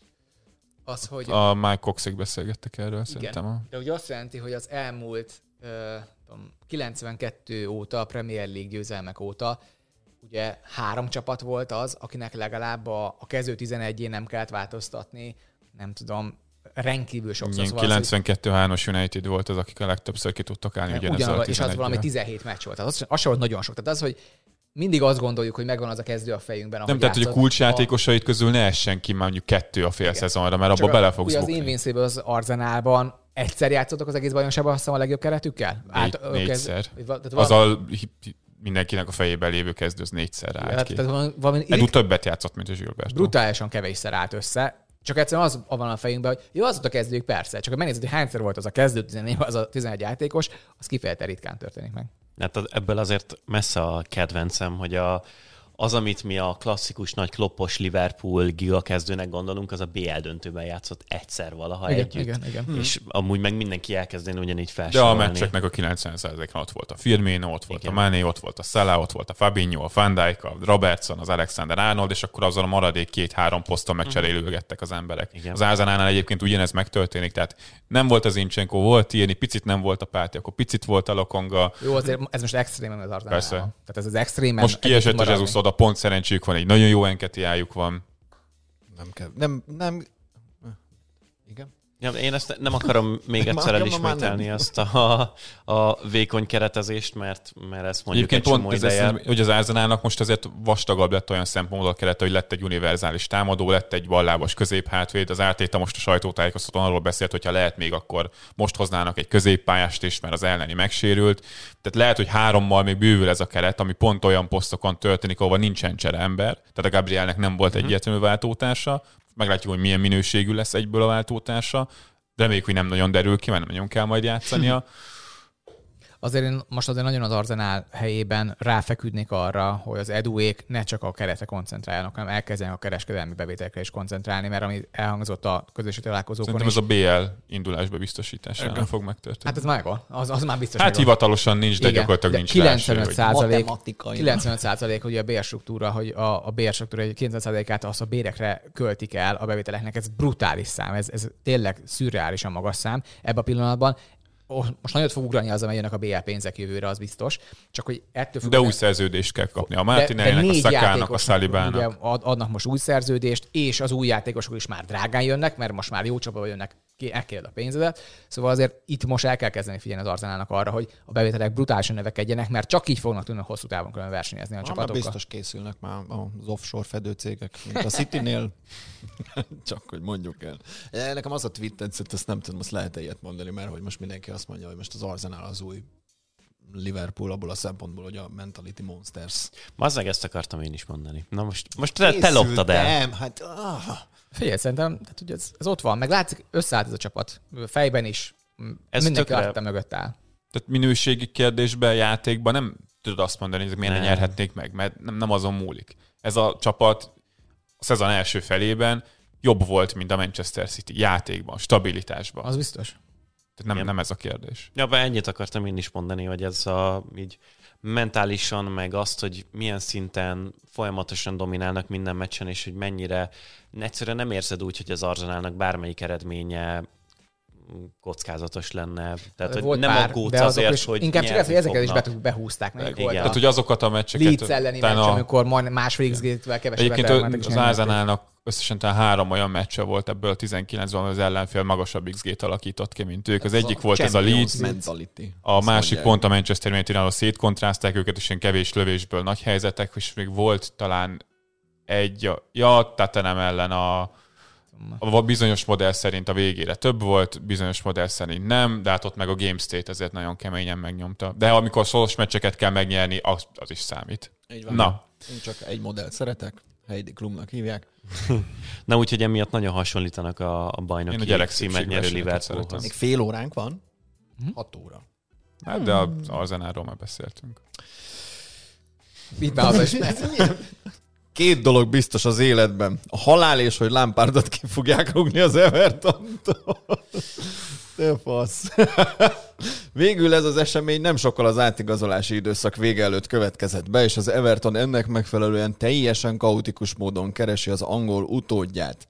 [SPEAKER 3] az, hogy
[SPEAKER 1] A Mike Coxék beszélgettek erről, szerintem. A...
[SPEAKER 3] de ugye azt jelenti, hogy az elmúlt ö, tudom, kilencvenkettő óta, a Premier League győzelmek óta, ugye három csapat volt az, akinek legalább a, a kezdő tizenegyén nem kellett változtatni, nem tudom, rendkívül sokszor.
[SPEAKER 1] Igen, kilencvenkettő hármas United volt az, akik a legtöbbször ki tudtak állni ugyanezzel a
[SPEAKER 3] ugyanaz, és az
[SPEAKER 1] tizeneggyel.
[SPEAKER 3] valami tizenhét meccs volt. Az, az sem volt nagyon sok. Tehát az, hogy mindig azt gondoljuk, hogy megvan az a kezdő a fejünkben,
[SPEAKER 1] Nem, tehát, hogy a kulcsjátékosait közül ne essen ki már mondjuk kettő a fél
[SPEAKER 3] Igen.
[SPEAKER 1] szezonra, mert
[SPEAKER 3] Csak
[SPEAKER 1] abba bele fogsz
[SPEAKER 3] ugye az
[SPEAKER 1] bukni.
[SPEAKER 3] Invincible az Arsenalban egyszer játszottak az egész bajnokságban, azt hiszem a legjobb keretükkel?
[SPEAKER 1] Négy,
[SPEAKER 3] ö,
[SPEAKER 1] négyszer.
[SPEAKER 3] kezd- tehát
[SPEAKER 1] Az
[SPEAKER 3] valami-
[SPEAKER 1] a mindenkinek a fejében lévő kezdő, az négyszer állt
[SPEAKER 3] tehát-
[SPEAKER 1] ki.
[SPEAKER 3] tehát valami- valami
[SPEAKER 1] Edu többet játszott, mint a Gilberto.
[SPEAKER 3] brutálisan kevésszer állt össze. Csak egyszerűen az van a fejünkben, hogy jó, az ott a kezdők persze, csak ha megnézed, hogy hányszor volt az a kezdő tizenegy, az a tizenegy játékos, az kifejezetten ritkán történik meg.
[SPEAKER 4] Hát ebből azért messze a kedvencem, hogy a, az, amit mi a klasszikus nagy kloppos Liverpool gigakezdőnek gondolunk, az a bé el döntőben játszott egyszer valaha
[SPEAKER 3] Igen,
[SPEAKER 4] együtt.
[SPEAKER 3] igen, igen.
[SPEAKER 4] És amúgy meg mindenki elkezdeni ugyanígy
[SPEAKER 1] De a
[SPEAKER 4] felsorolni.
[SPEAKER 1] meccseknek a kilencven százalékán ott volt a Firmino, ott volt
[SPEAKER 4] Igen.
[SPEAKER 1] a Mané, ott volt a Salah, ott volt a Fabinho, a Van Dijk, a Robertson, az Alexander-Arnold, és akkor azon a maradék két-három poszton megcserélőgettek az emberek.
[SPEAKER 4] Igen.
[SPEAKER 1] Az Arsenalnál egyébként ugyanez megtörténik, tehát nem volt az Zinchenko, volt Tierney, picit nem volt a Partey, akkor picit volt a Lokonga.
[SPEAKER 3] Jó, azért ez most extrémen az Arsenal.
[SPEAKER 1] Persze.
[SPEAKER 3] Tehát ez az extrémen...
[SPEAKER 1] Most kiesett a
[SPEAKER 3] maradni.
[SPEAKER 1] Jesus oda, pont szerencséjük van, egy nagyon jó enketiájuk van.
[SPEAKER 2] Nem kell. Nem, nem. Igen.
[SPEAKER 4] Ja, én ezt nem akarom még
[SPEAKER 2] Már-
[SPEAKER 4] egyszer
[SPEAKER 2] ja, ma
[SPEAKER 4] elismételni
[SPEAKER 2] már
[SPEAKER 4] azt a, a vékony keretezést, mert, mert ezt mondjuk
[SPEAKER 1] Egyébként
[SPEAKER 4] egy csomó
[SPEAKER 1] pont ez
[SPEAKER 4] ideje.
[SPEAKER 1] lesz, hogy az Arsenalnak most azért vastagabb lett olyan szempontból a kerete, hogy lett egy univerzális támadó, lett egy ballábas középhátvéd. Az Arteta most a sajtótájékoztatón arról beszélt, hogyha lehet még, akkor most hoznának egy középpályást is, mert az elleni megsérült. Tehát lehet, hogy hárommal még bővül ez a keret, ami pont olyan posztokon történik, ahol nincsen csereember. Tehát a Gabrielnek nem volt
[SPEAKER 4] Mhm.
[SPEAKER 1] egyértelmű váltótársa. Meglátjuk, hogy milyen minőségű lesz egyből a váltótársa. Reméljük, hogy nem nagyon derül ki, mert nem nagyon kell majd játszania.
[SPEAKER 3] azért én most azért nagyon az Arsenal helyében ráfeküdnék arra, hogy az eduék ne csak a keretre koncentráljanak, hanem elkezdjenek a kereskedelmi bevételekre is koncentrálni, mert ami elhangzott a közösségi találkozókon
[SPEAKER 1] Szerintem
[SPEAKER 3] is.
[SPEAKER 1] ez a bé el indulásba biztosítására nem fog megtörténni.
[SPEAKER 3] Hát ez már megvan, az, az már biztos.
[SPEAKER 1] Hát
[SPEAKER 3] megvan.
[SPEAKER 1] hivatalosan nincs, de
[SPEAKER 3] Igen,
[SPEAKER 1] gyakorlatilag
[SPEAKER 3] de
[SPEAKER 1] nincs
[SPEAKER 3] kilencvenöt
[SPEAKER 1] rá esély, hogy-
[SPEAKER 3] százalék,
[SPEAKER 2] Matematikai.
[SPEAKER 3] kilencvenöt százalék, hogy a bérstruktúra, hogy a, a bérstruktúra egy kilencven százalékát azt a bérekre költik el a bevételeknek, ez brutális szám, ez, ez tényleg szürreálisan magas szám ebben a pillanatban. Oh, most nagyot fog ugrani az, amelyek a bé el pénzek jövőre, az biztos. Csak hogy ettől
[SPEAKER 1] De új szerződést kell kapni. A Martinellinek, a
[SPEAKER 3] négy
[SPEAKER 1] Szakának, a
[SPEAKER 3] játékosnak
[SPEAKER 1] Salibának.
[SPEAKER 3] ugye ad- adnak most új szerződést, és az új játékosok is már drágán jönnek, mert most már jó csapatban jönnek, ki- elkéred a pénzedet. Szóval azért itt most el kell kezdeni figyelni az Arsenalnak arra, hogy a bevételek brutálisan növekedjenek, mert csak így fognak tudni hosszú távon külön versenyezni a
[SPEAKER 2] Már
[SPEAKER 3] csapatokkal.
[SPEAKER 2] biztos készülnek már az offshore fedőcégek, mint a Citynél. Csak hogy mondjuk el. Nekem az a tweet tetszett, azt nem tudom, azt lehet ilyet mondani, mert hogy most mindenki azt mondja, hogy most az Arsenal az új Liverpool abból a szempontból, hogy a Mentality Monsters.
[SPEAKER 4] Mazzag, ezt akartam én is mondani. Na most, most te, te loptad el.
[SPEAKER 2] Nem, hát... Ah.
[SPEAKER 3] Figyelj, szerintem tehát ugye ez, ez ott van, meg látszik, összeállt ez a csapat. Fejben is,
[SPEAKER 4] Ez
[SPEAKER 3] mindenki
[SPEAKER 4] tökre-
[SPEAKER 3] tökre... mögött áll.
[SPEAKER 1] Tehát minőségi kérdésben, játékban nem tudod azt mondani, hogy miért ne
[SPEAKER 4] Nem.
[SPEAKER 1] nyerhetnék meg, mert nem, nem azon múlik. Ez a csapat a szezon első felében jobb volt, mint a Manchester City játékban, stabilitásban.
[SPEAKER 3] Az biztos.
[SPEAKER 1] Tehát nem,
[SPEAKER 4] Igen.
[SPEAKER 1] nem ez a kérdés.
[SPEAKER 4] Ja, be ennyit akartam én is mondani, hogy ez a, így mentálisan, meg azt, hogy milyen szinten folyamatosan dominálnak minden meccsen, és hogy mennyire egyszerűen nem érzed úgy, hogy az Arsenalnak bármelyik eredménye kockázatos lenne. Tehát, hogy
[SPEAKER 3] Volt
[SPEAKER 4] nem
[SPEAKER 3] pár,
[SPEAKER 4] aggódsz
[SPEAKER 3] de azok
[SPEAKER 4] azért,
[SPEAKER 3] is,
[SPEAKER 4] hogy
[SPEAKER 3] inkább csak ez, hogy
[SPEAKER 4] nyerni
[SPEAKER 3] ezeket is
[SPEAKER 4] fognak.
[SPEAKER 3] be- behúzták. Meg
[SPEAKER 4] Igen.
[SPEAKER 3] volt
[SPEAKER 1] Tehát,
[SPEAKER 3] a
[SPEAKER 1] hogy azokat a meccseket...
[SPEAKER 3] Leeds elleni
[SPEAKER 1] utána
[SPEAKER 3] meccs,
[SPEAKER 1] a-
[SPEAKER 3] amikor majd másfél x gé-vel kevesebbet
[SPEAKER 1] Egyébként
[SPEAKER 3] elmentek, és
[SPEAKER 1] az
[SPEAKER 3] nyerték.
[SPEAKER 1] Arsenalnak összesen talán három olyan meccse volt ebből a tizenkilencben, az ellenfél magasabb iksz gét alakított ki, mint ők. Az egyik volt ez a
[SPEAKER 2] Champions
[SPEAKER 1] Leeds,
[SPEAKER 2] Mentality.
[SPEAKER 1] a
[SPEAKER 2] Azt
[SPEAKER 1] másik
[SPEAKER 2] mondják.
[SPEAKER 1] pont a Manchester United, ahol szétkontrázták őket, és ilyen kevés lövésből nagy helyzetek, és még volt talán egy, ja, Tottenham ellen a, a bizonyos modell szerint a végére több volt, bizonyos modell szerint nem, de hát ott meg a Game State ezért nagyon keményen megnyomta. De amikor szoros meccseket kell megnyerni, az, az is számít.
[SPEAKER 2] Így van.
[SPEAKER 1] Na,
[SPEAKER 2] Én csak egy modellt szeretek, Heidi Klumnak hívják.
[SPEAKER 4] Na úgyhogy emiatt nagyon hasonlítanak a, a
[SPEAKER 1] Én a
[SPEAKER 4] bajnoki
[SPEAKER 1] gyerek
[SPEAKER 4] címet nyerő
[SPEAKER 1] szépségversenyeket
[SPEAKER 4] Liverpoolhoz.
[SPEAKER 1] szeretem.
[SPEAKER 2] Még fél óránk van. Hat óra.
[SPEAKER 1] hát de az Arsenalról már beszéltünk.
[SPEAKER 3] Itt már haza is.
[SPEAKER 2] Két dolog biztos az életben. A halál és hogy Lampardot ki fogják rúgni az Evertontól. Te fasz. Végül ez az esemény nem sokkal az átigazolási időszak vége előtt következett be, és az Everton ennek megfelelően teljesen kaotikus módon keresi az angol utódját.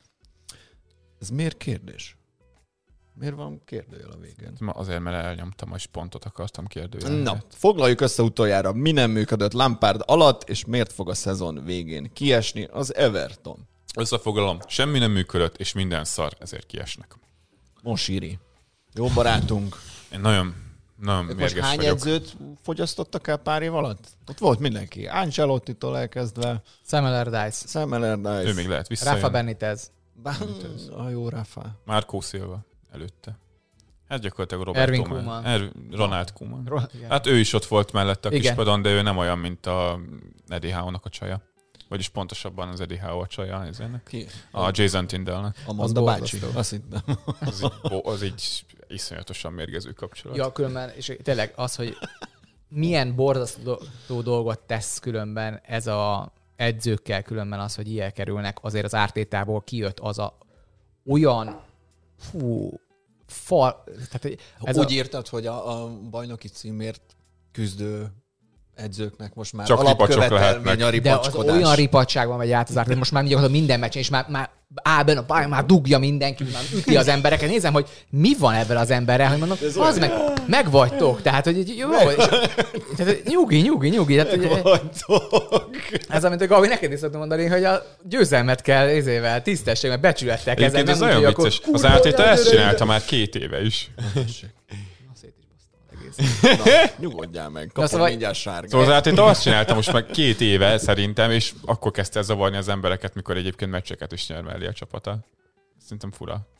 [SPEAKER 2] Ez miért kérdés? Miért van kérdőjel a végén?
[SPEAKER 1] Ma azért, mert elnyomtam, és pontot akartam kérdőjelni.
[SPEAKER 2] Na, foglaljuk össze utoljára, mi nem működött Lampard alatt, és miért fog a szezon végén kiesni az Everton.
[SPEAKER 1] Összefoglalom, semmi nem működött, és minden szar, ezért kiesnek.
[SPEAKER 2] Mosíri. Jó barátunk.
[SPEAKER 1] Én nagyon, nagyon
[SPEAKER 2] Most
[SPEAKER 1] mérges
[SPEAKER 2] hány
[SPEAKER 1] vagyok.
[SPEAKER 2] edzőt fogyasztottak el pár év alatt? Ott volt mindenki. Ancelotti-tól elkezdve,
[SPEAKER 3] Sam Allardyce,
[SPEAKER 2] Sam Allardyce.
[SPEAKER 1] Ő még lehet
[SPEAKER 3] Rafa
[SPEAKER 1] visszajön.
[SPEAKER 3] Benitez,
[SPEAKER 2] Bán- a jó Rafa.
[SPEAKER 1] Marco Silva előtte. Hát gyakorlatilag Roberto
[SPEAKER 3] Ervin
[SPEAKER 1] Man-
[SPEAKER 3] Koeman.
[SPEAKER 1] Er- Ronald Koeman.
[SPEAKER 3] Ro- igen.
[SPEAKER 1] Hát ő is ott volt mellette a
[SPEAKER 3] Igen.
[SPEAKER 1] kispadon, de ő nem olyan, mint a Eddie Howe-nak a csaja. Vagyis pontosabban az Eddie Howe a csaja ezének.
[SPEAKER 2] Ki?
[SPEAKER 1] A Jason Tindallnak.
[SPEAKER 2] Amanda
[SPEAKER 3] Az
[SPEAKER 2] bácsi.
[SPEAKER 3] borzasztó.
[SPEAKER 2] Azt hittem.
[SPEAKER 1] Az így, bo- az így iszonyatosan mérgező kapcsolat.
[SPEAKER 3] Ja, különben, és tényleg az, hogy milyen borzasztó dolgot tesz különben ez a edzőkkel különben az, hogy ilyen kerülnek, azért az ártétából kijött az a olyan fú, fal, tehát ez
[SPEAKER 2] Úgy
[SPEAKER 3] a,
[SPEAKER 2] írtad, hogy a, a bajnoki címért küzdő edzőknek most már
[SPEAKER 1] Csak ripacsok
[SPEAKER 2] alapkövetelmény
[SPEAKER 1] lehetnek.
[SPEAKER 2] a
[SPEAKER 3] de az
[SPEAKER 2] ripacskodás.
[SPEAKER 3] olyan ripacságban megy át az ártét, most már gyakorlatilag minden meccsen, és már, már áben a pályán már dugja mindenki, már üti az embereket. Nézem, hogy mi van ebben az emberrel, hogy mondom, az meg, megvagytok. Tehát, hogy így, jó, és, tehát, nyugi, nyugi, nyugi. Tehát, hogy,
[SPEAKER 2] Vagytok.
[SPEAKER 3] ez, amit a Gabi neked is szoktam mondani, hogy a győzelmet kell ezével, tisztességgel, becsülettel kezelni.
[SPEAKER 1] Egyébként ez
[SPEAKER 3] nem
[SPEAKER 1] nagyon
[SPEAKER 3] úgy, hogy
[SPEAKER 1] vicces.
[SPEAKER 3] akkor,
[SPEAKER 1] Az
[SPEAKER 3] kurva,
[SPEAKER 1] Arteta
[SPEAKER 3] jaj,
[SPEAKER 1] ezt
[SPEAKER 3] de
[SPEAKER 1] csinálta
[SPEAKER 3] rövid.
[SPEAKER 1] már két éve is.
[SPEAKER 3] Na, szét is basztam az egész.
[SPEAKER 2] Na, nyugodjál meg, kapod
[SPEAKER 3] szóval-
[SPEAKER 2] mindjárt sárga.
[SPEAKER 1] Szóval az Arteta azt csinálta most már két éve szerintem, és akkor kezdte el zavarni az embereket, mikor egyébként meccseket is nyer mellé a csapata. Szerintem fura.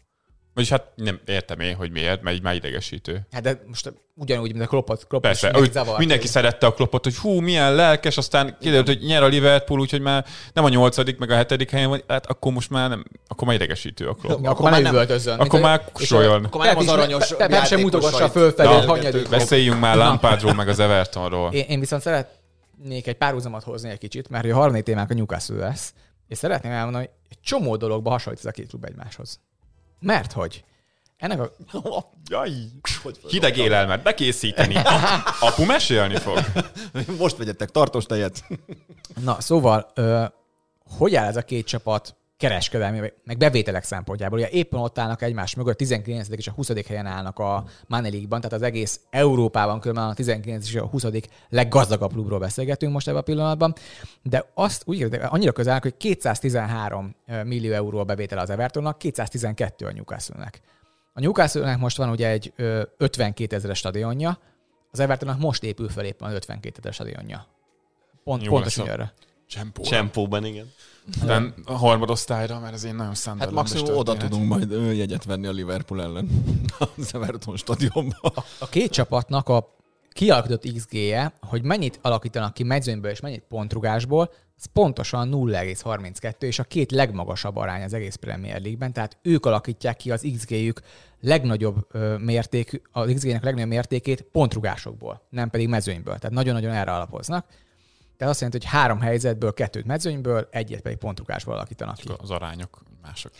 [SPEAKER 1] Vagyis hát nem értem én, hogy miért, mert így már idegesítő.
[SPEAKER 3] Hát de most ugyanúgy, mint a Kloppot. Kloppot
[SPEAKER 1] Persze,
[SPEAKER 3] mindenki,
[SPEAKER 1] úgy, mindenki szerette a Kloppot, hogy hú, milyen lelkes, aztán kiderült, hogy nyer a Liverpool, úgyhogy már nem a nyolcadik, meg a hetedik helyen van, hát akkor most már nem, akkor már idegesítő a Klopp.
[SPEAKER 3] Ja, akkor már nem üvöltözzön.
[SPEAKER 1] Akkor már kusoljon.
[SPEAKER 2] Akkor már nem az aranyos
[SPEAKER 3] Pep sem mutogassa fölfelé, hogy hanyadik.
[SPEAKER 1] Beszéljünk már Lampardról, meg az Evertonról.
[SPEAKER 3] Én, én viszont szeretnék egy párhuzamot hozni egy kicsit, mert a harmadik témánk a Newcastle lesz, és szeretném elmondani, hogy egy csomó dologba hasonlít ez a két klub egymáshoz. Mert hogy ennek a...
[SPEAKER 1] Jaj, hideg élelmet bekészíteni. Apu mesélni fog.
[SPEAKER 2] Most vegyetek tartós tejet.
[SPEAKER 3] Na, szóval, ö, hogy áll ez a két csapat kereskedelmi, meg bevételek szempontjából? Ugye éppen ott állnak egymás mögött, tizenkilencedik és a huszadik helyen állnak a Money League-ban, tehát az egész Európában különben a tizenkilencedik és a huszadik leggazdagabb klubról beszélgetünk most ebben a pillanatban, de azt úgy de annyira közel állnak, hogy kétszáztizenhárom millió euró a bevétele az Evertonnak, kétszáztizenkettő a Newcastle-nek. A Newcastle-nek most van ugye egy ötvenkétezeres stadionja, az Evertonnak most épül fel éppen az ötvenkétezeres stadionja. Pont, pontosan erre.
[SPEAKER 4] Csempóban, igen.
[SPEAKER 1] De a harmadosztályra, mert ez én nagyon
[SPEAKER 2] Hát
[SPEAKER 1] Sunderland-es
[SPEAKER 2] maximum oda
[SPEAKER 1] történet.
[SPEAKER 2] tudunk majd ö, jegyet venni a Liverpool ellen az Everton stadionba.
[SPEAKER 3] A, a két csapatnak a kialakított iksz gé-je, hogy mennyit alakítanak ki mezőnyből és mennyit pontrugásból, az pontosan nulla egész harminckettő, és a két legmagasabb arány az egész Premier League-ben, tehát ők alakítják ki az iksz gé-jük legnagyobb ö, mértékű, az iksz gé-nek legnagyobb mértékét pontrugásokból, nem pedig mezőnyből. Tehát nagyon-nagyon erre alapoznak. Tehát azt jelenti, hogy három helyzetből, kettőt mezőnyből, egyet pedig pontrugásból alakítanak ki.
[SPEAKER 1] Az arányok mások.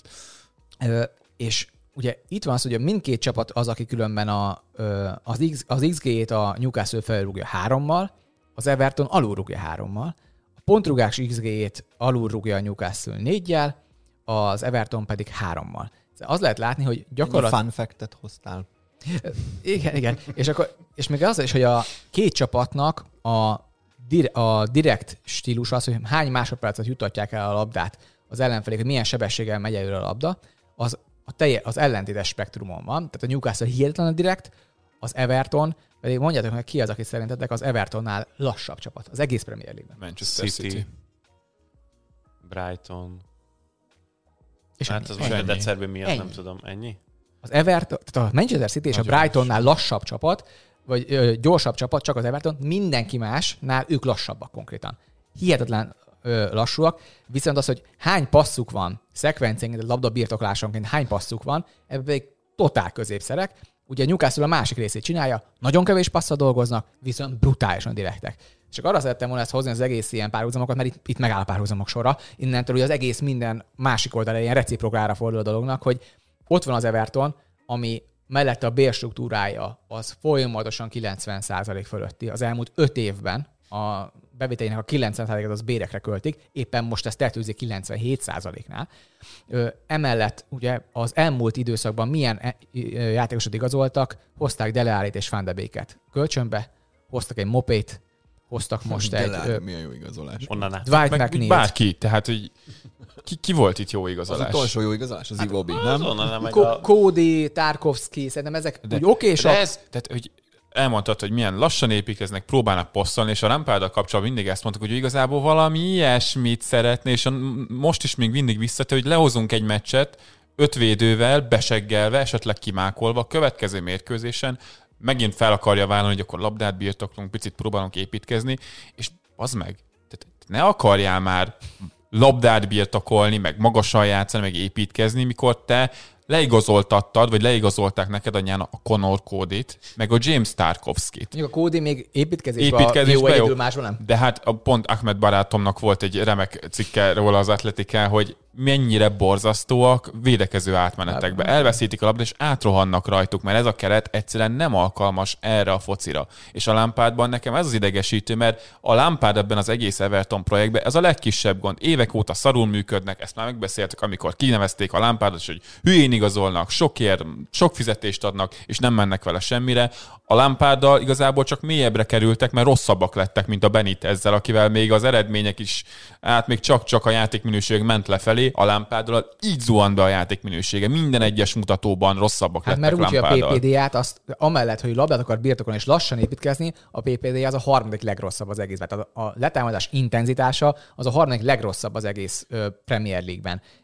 [SPEAKER 3] Ö, és ugye itt van az, hogy mindkét csapat az, aki különben a, az, X, az iksz gé-t a Newcastle felrúgja hárommal, az Everton alulrúgja hárommal, a pontrugás iksz gé-t alulrúgja a Newcastle négyel, az Everton pedig hárommal. Az lehet látni, hogy gyakorlatilag...
[SPEAKER 2] Fun fact-et hoztál.
[SPEAKER 3] Igen, igen. És, akkor, és még az is, hogy a két csapatnak a, dire, a direkt stílus az, hogy hány másodpercet jutatják el a labdát az ellenfelék, hogy milyen sebességgel megy előre a labda, az a telje, az ellentétes spektrumon van. Tehát a Newcastle hihetetlen direkt, az Everton, pedig mondjátok meg, ki az, aki szerintetek az Evertonnál lassabb csapat, az egész Premier League-ben.
[SPEAKER 1] Manchester City. City.
[SPEAKER 4] Brighton.
[SPEAKER 3] És
[SPEAKER 4] hát az most a december miatt
[SPEAKER 3] ennyi.
[SPEAKER 4] Nem tudom, ennyi?
[SPEAKER 3] Az Everton, tehát a Manchester City és Nagyon a Brightonnál lassabb csapat, vagy ö, gyorsabb csapat, csak az Everton, mindenki másnál ők lassabbak konkrétan. Hihetetlen ö, lassúak, viszont az, hogy hány passzuk van, szekvencenként, labda birtoklásonként hány passzuk van, ebben pedig totál középszerek. Ugye a Newcastle a másik részét csinálja, nagyon kevés passzal dolgoznak, viszont brutálisan direktek. Csak arra szerettem volna ezt hozni az egész ilyen párhuzamokat, mert itt, itt megáll a párhuzamok sora. Innentől ugye az egész minden másik oldalra ilyen reciproklára fordul a dolognak, hogy ott van az Everton, ami mellette a bérstruktúrája az folyamatosan kilencven százalék fölötti. Az elmúlt öt évben a bevételének a kilencven százalékot az bérekre költik, éppen most ezt tetőzik kilencvenhét százaléknál. Emellett ugye az elmúlt időszakban milyen játékosot igazoltak, hozták Dele Allit és Van de Beeket kölcsönbe, hoztak egy Mopét, hoztak most
[SPEAKER 2] Dele
[SPEAKER 3] egy...
[SPEAKER 2] milyen jó igazolás.
[SPEAKER 4] Onnan át.
[SPEAKER 3] Dwight
[SPEAKER 1] Meg
[SPEAKER 3] McNeil.
[SPEAKER 1] bárki, tehát hogy ki, ki volt itt jó
[SPEAKER 2] Az
[SPEAKER 1] igazolás?
[SPEAKER 2] utolsó jó igazolás, az Iwobi, nem?
[SPEAKER 4] Onnan nem, meg
[SPEAKER 3] Ko-
[SPEAKER 4] a...
[SPEAKER 3] Cody, Tarkovsky, szerintem ezek
[SPEAKER 1] De,
[SPEAKER 3] úgy okésak.
[SPEAKER 1] de ez, tehát, hogy elmondtad, hogy milyen lassan építkeznek, próbálnak passzolni, és a Lampárddal kapcsolatban mindig ezt mondtuk, hogy igazából valami ilyesmit szeretné, és a, most is még mindig visszatő, hogy lehozunk egy meccset öt védővel, beseggelve, esetleg kimákolva, a következő mérkőzésen megint fel akarja vállalni, hogy akkor labdát birtoklunk, picit próbálunk építkezni, és az meg, tehát ne akarjál már labdát birtokolni, meg magasan játszani, meg építkezni, mikor te leigazoltattad, vagy leigazolták neked anyján a Connor Cody-t, meg a James Tarkovskit.
[SPEAKER 3] Mondjuk a Cody még építkezésben,
[SPEAKER 1] Építkezésben
[SPEAKER 3] jó,
[SPEAKER 1] jó,
[SPEAKER 3] egyedül másban nem.
[SPEAKER 1] de hát a pont Ahmed barátomnak volt egy remek cikke róla az Atletikán, hogy mennyire borzasztóak védekező átmenetekbe. Elveszítik a labdát, és átrohannak rajtuk, mert ez a keret egyszerűen nem alkalmas erre a focira. És a Lampardban nekem ez az idegesítő, mert a Lampard ebben az egész Everton projektben ez a legkisebb gond. Évek óta szarul működnek, ezt már megbeszéltük, amikor kinevezték a Lampardot, hogy hülyén igazolnak, sokért, sok fizetést adnak, és nem mennek vele semmire. A Lamparddal igazából csak mélyebbre kerültek, mert rosszabbak lettek, mint a Benitezzel, akivel még az eredmények is, hát még csak-csak a játékminőség ment lefelé, a Lamparddal így zuhant be a játékminősége. Minden egyes mutatóban rosszabbak
[SPEAKER 3] hát
[SPEAKER 1] lettek
[SPEAKER 3] mert úgy, hogy a
[SPEAKER 1] Lamparddal.
[SPEAKER 3] pé pé dé-át, azt, amellett, hogy labdát akar birtokolni és lassan építkezni, a pé pé dé az a harmadik legrosszabb az egészben. Tehát a letámadás intenzitása az a harmadik legrosszabb az egész ö, Premier League-ben.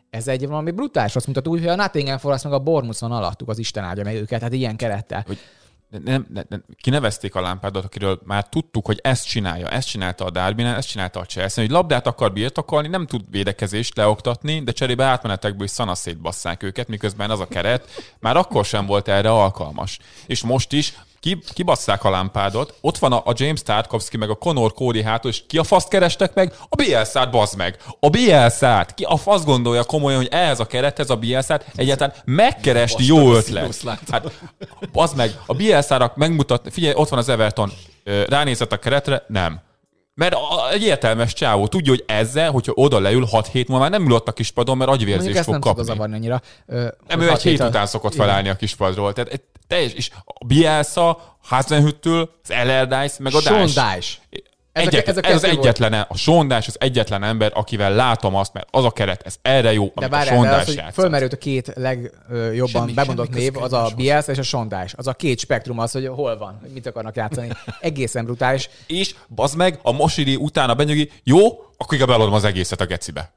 [SPEAKER 3] ez egy valami brutális rossz mutató, úgy, hogy a Nottingham Forest meg a Bournemouth van alattuk, az Isten áldja meg őket, hát ilyen kerettel.
[SPEAKER 1] Hogy nem, nem, nem, kinevezték a Lampardot, akiről már tudtuk, hogy ezt csinálja. Ezt csinálta a Derbynál, ezt csinálta a Chelsea, hogy labdát akar birtokolni, nem tud védekezést leoktatni, de cserébe átmenetekből is szanaszét basszák őket, miközben az a keret már akkor sem volt erre alkalmas. És most is Ki, kibasszák a Lampardot, ott van a, a James Tarkowski, meg a Conor Cody hátul, és ki a faszt kerestek meg? A Bielsa-t, bazd meg! A Bielsa-t! Ki a fasz gondolja komolyan, hogy ehhez a kerethez a Bielsa-t egyáltalán megkeresni jó ötlet? Hát, bazd meg, a Bielsa-ra megmutatni, figyelj, ott van az Everton, ránézett a keretre, nem. Mert egy értelmes csávó tudja, hogy ezzel, hogyha oda leül hat hét múlva, már nem ül ott a kispadon, mert agyvérzést fog kapni.
[SPEAKER 3] Nem zavarni annyira. Ö,
[SPEAKER 1] nem, ő egy hét után szokott felállni a kispadról. Tehát egy teljes, és a Bielsa, Hasenhüttl, az Allardyce, meg a
[SPEAKER 3] Sean
[SPEAKER 1] Dyche.
[SPEAKER 3] Dyche.
[SPEAKER 1] Egyet, ez, ez az egyetlen, a Sean Dyche az egyetlen ember, akivel látom azt, mert az a keret, ez erre jó,
[SPEAKER 3] de
[SPEAKER 1] amit a Sean Dyche játszott.
[SPEAKER 3] Fölmerült a két legjobban bemondott név, az a Bielsa és a Sean Dyche. Az a két spektrum az, hogy hol van, hogy mit akarnak játszani. Egészen brutális.
[SPEAKER 1] És bazd meg, a Mosiri utána benyögi, jó, akkor inkább eladom az egészet a gecibe.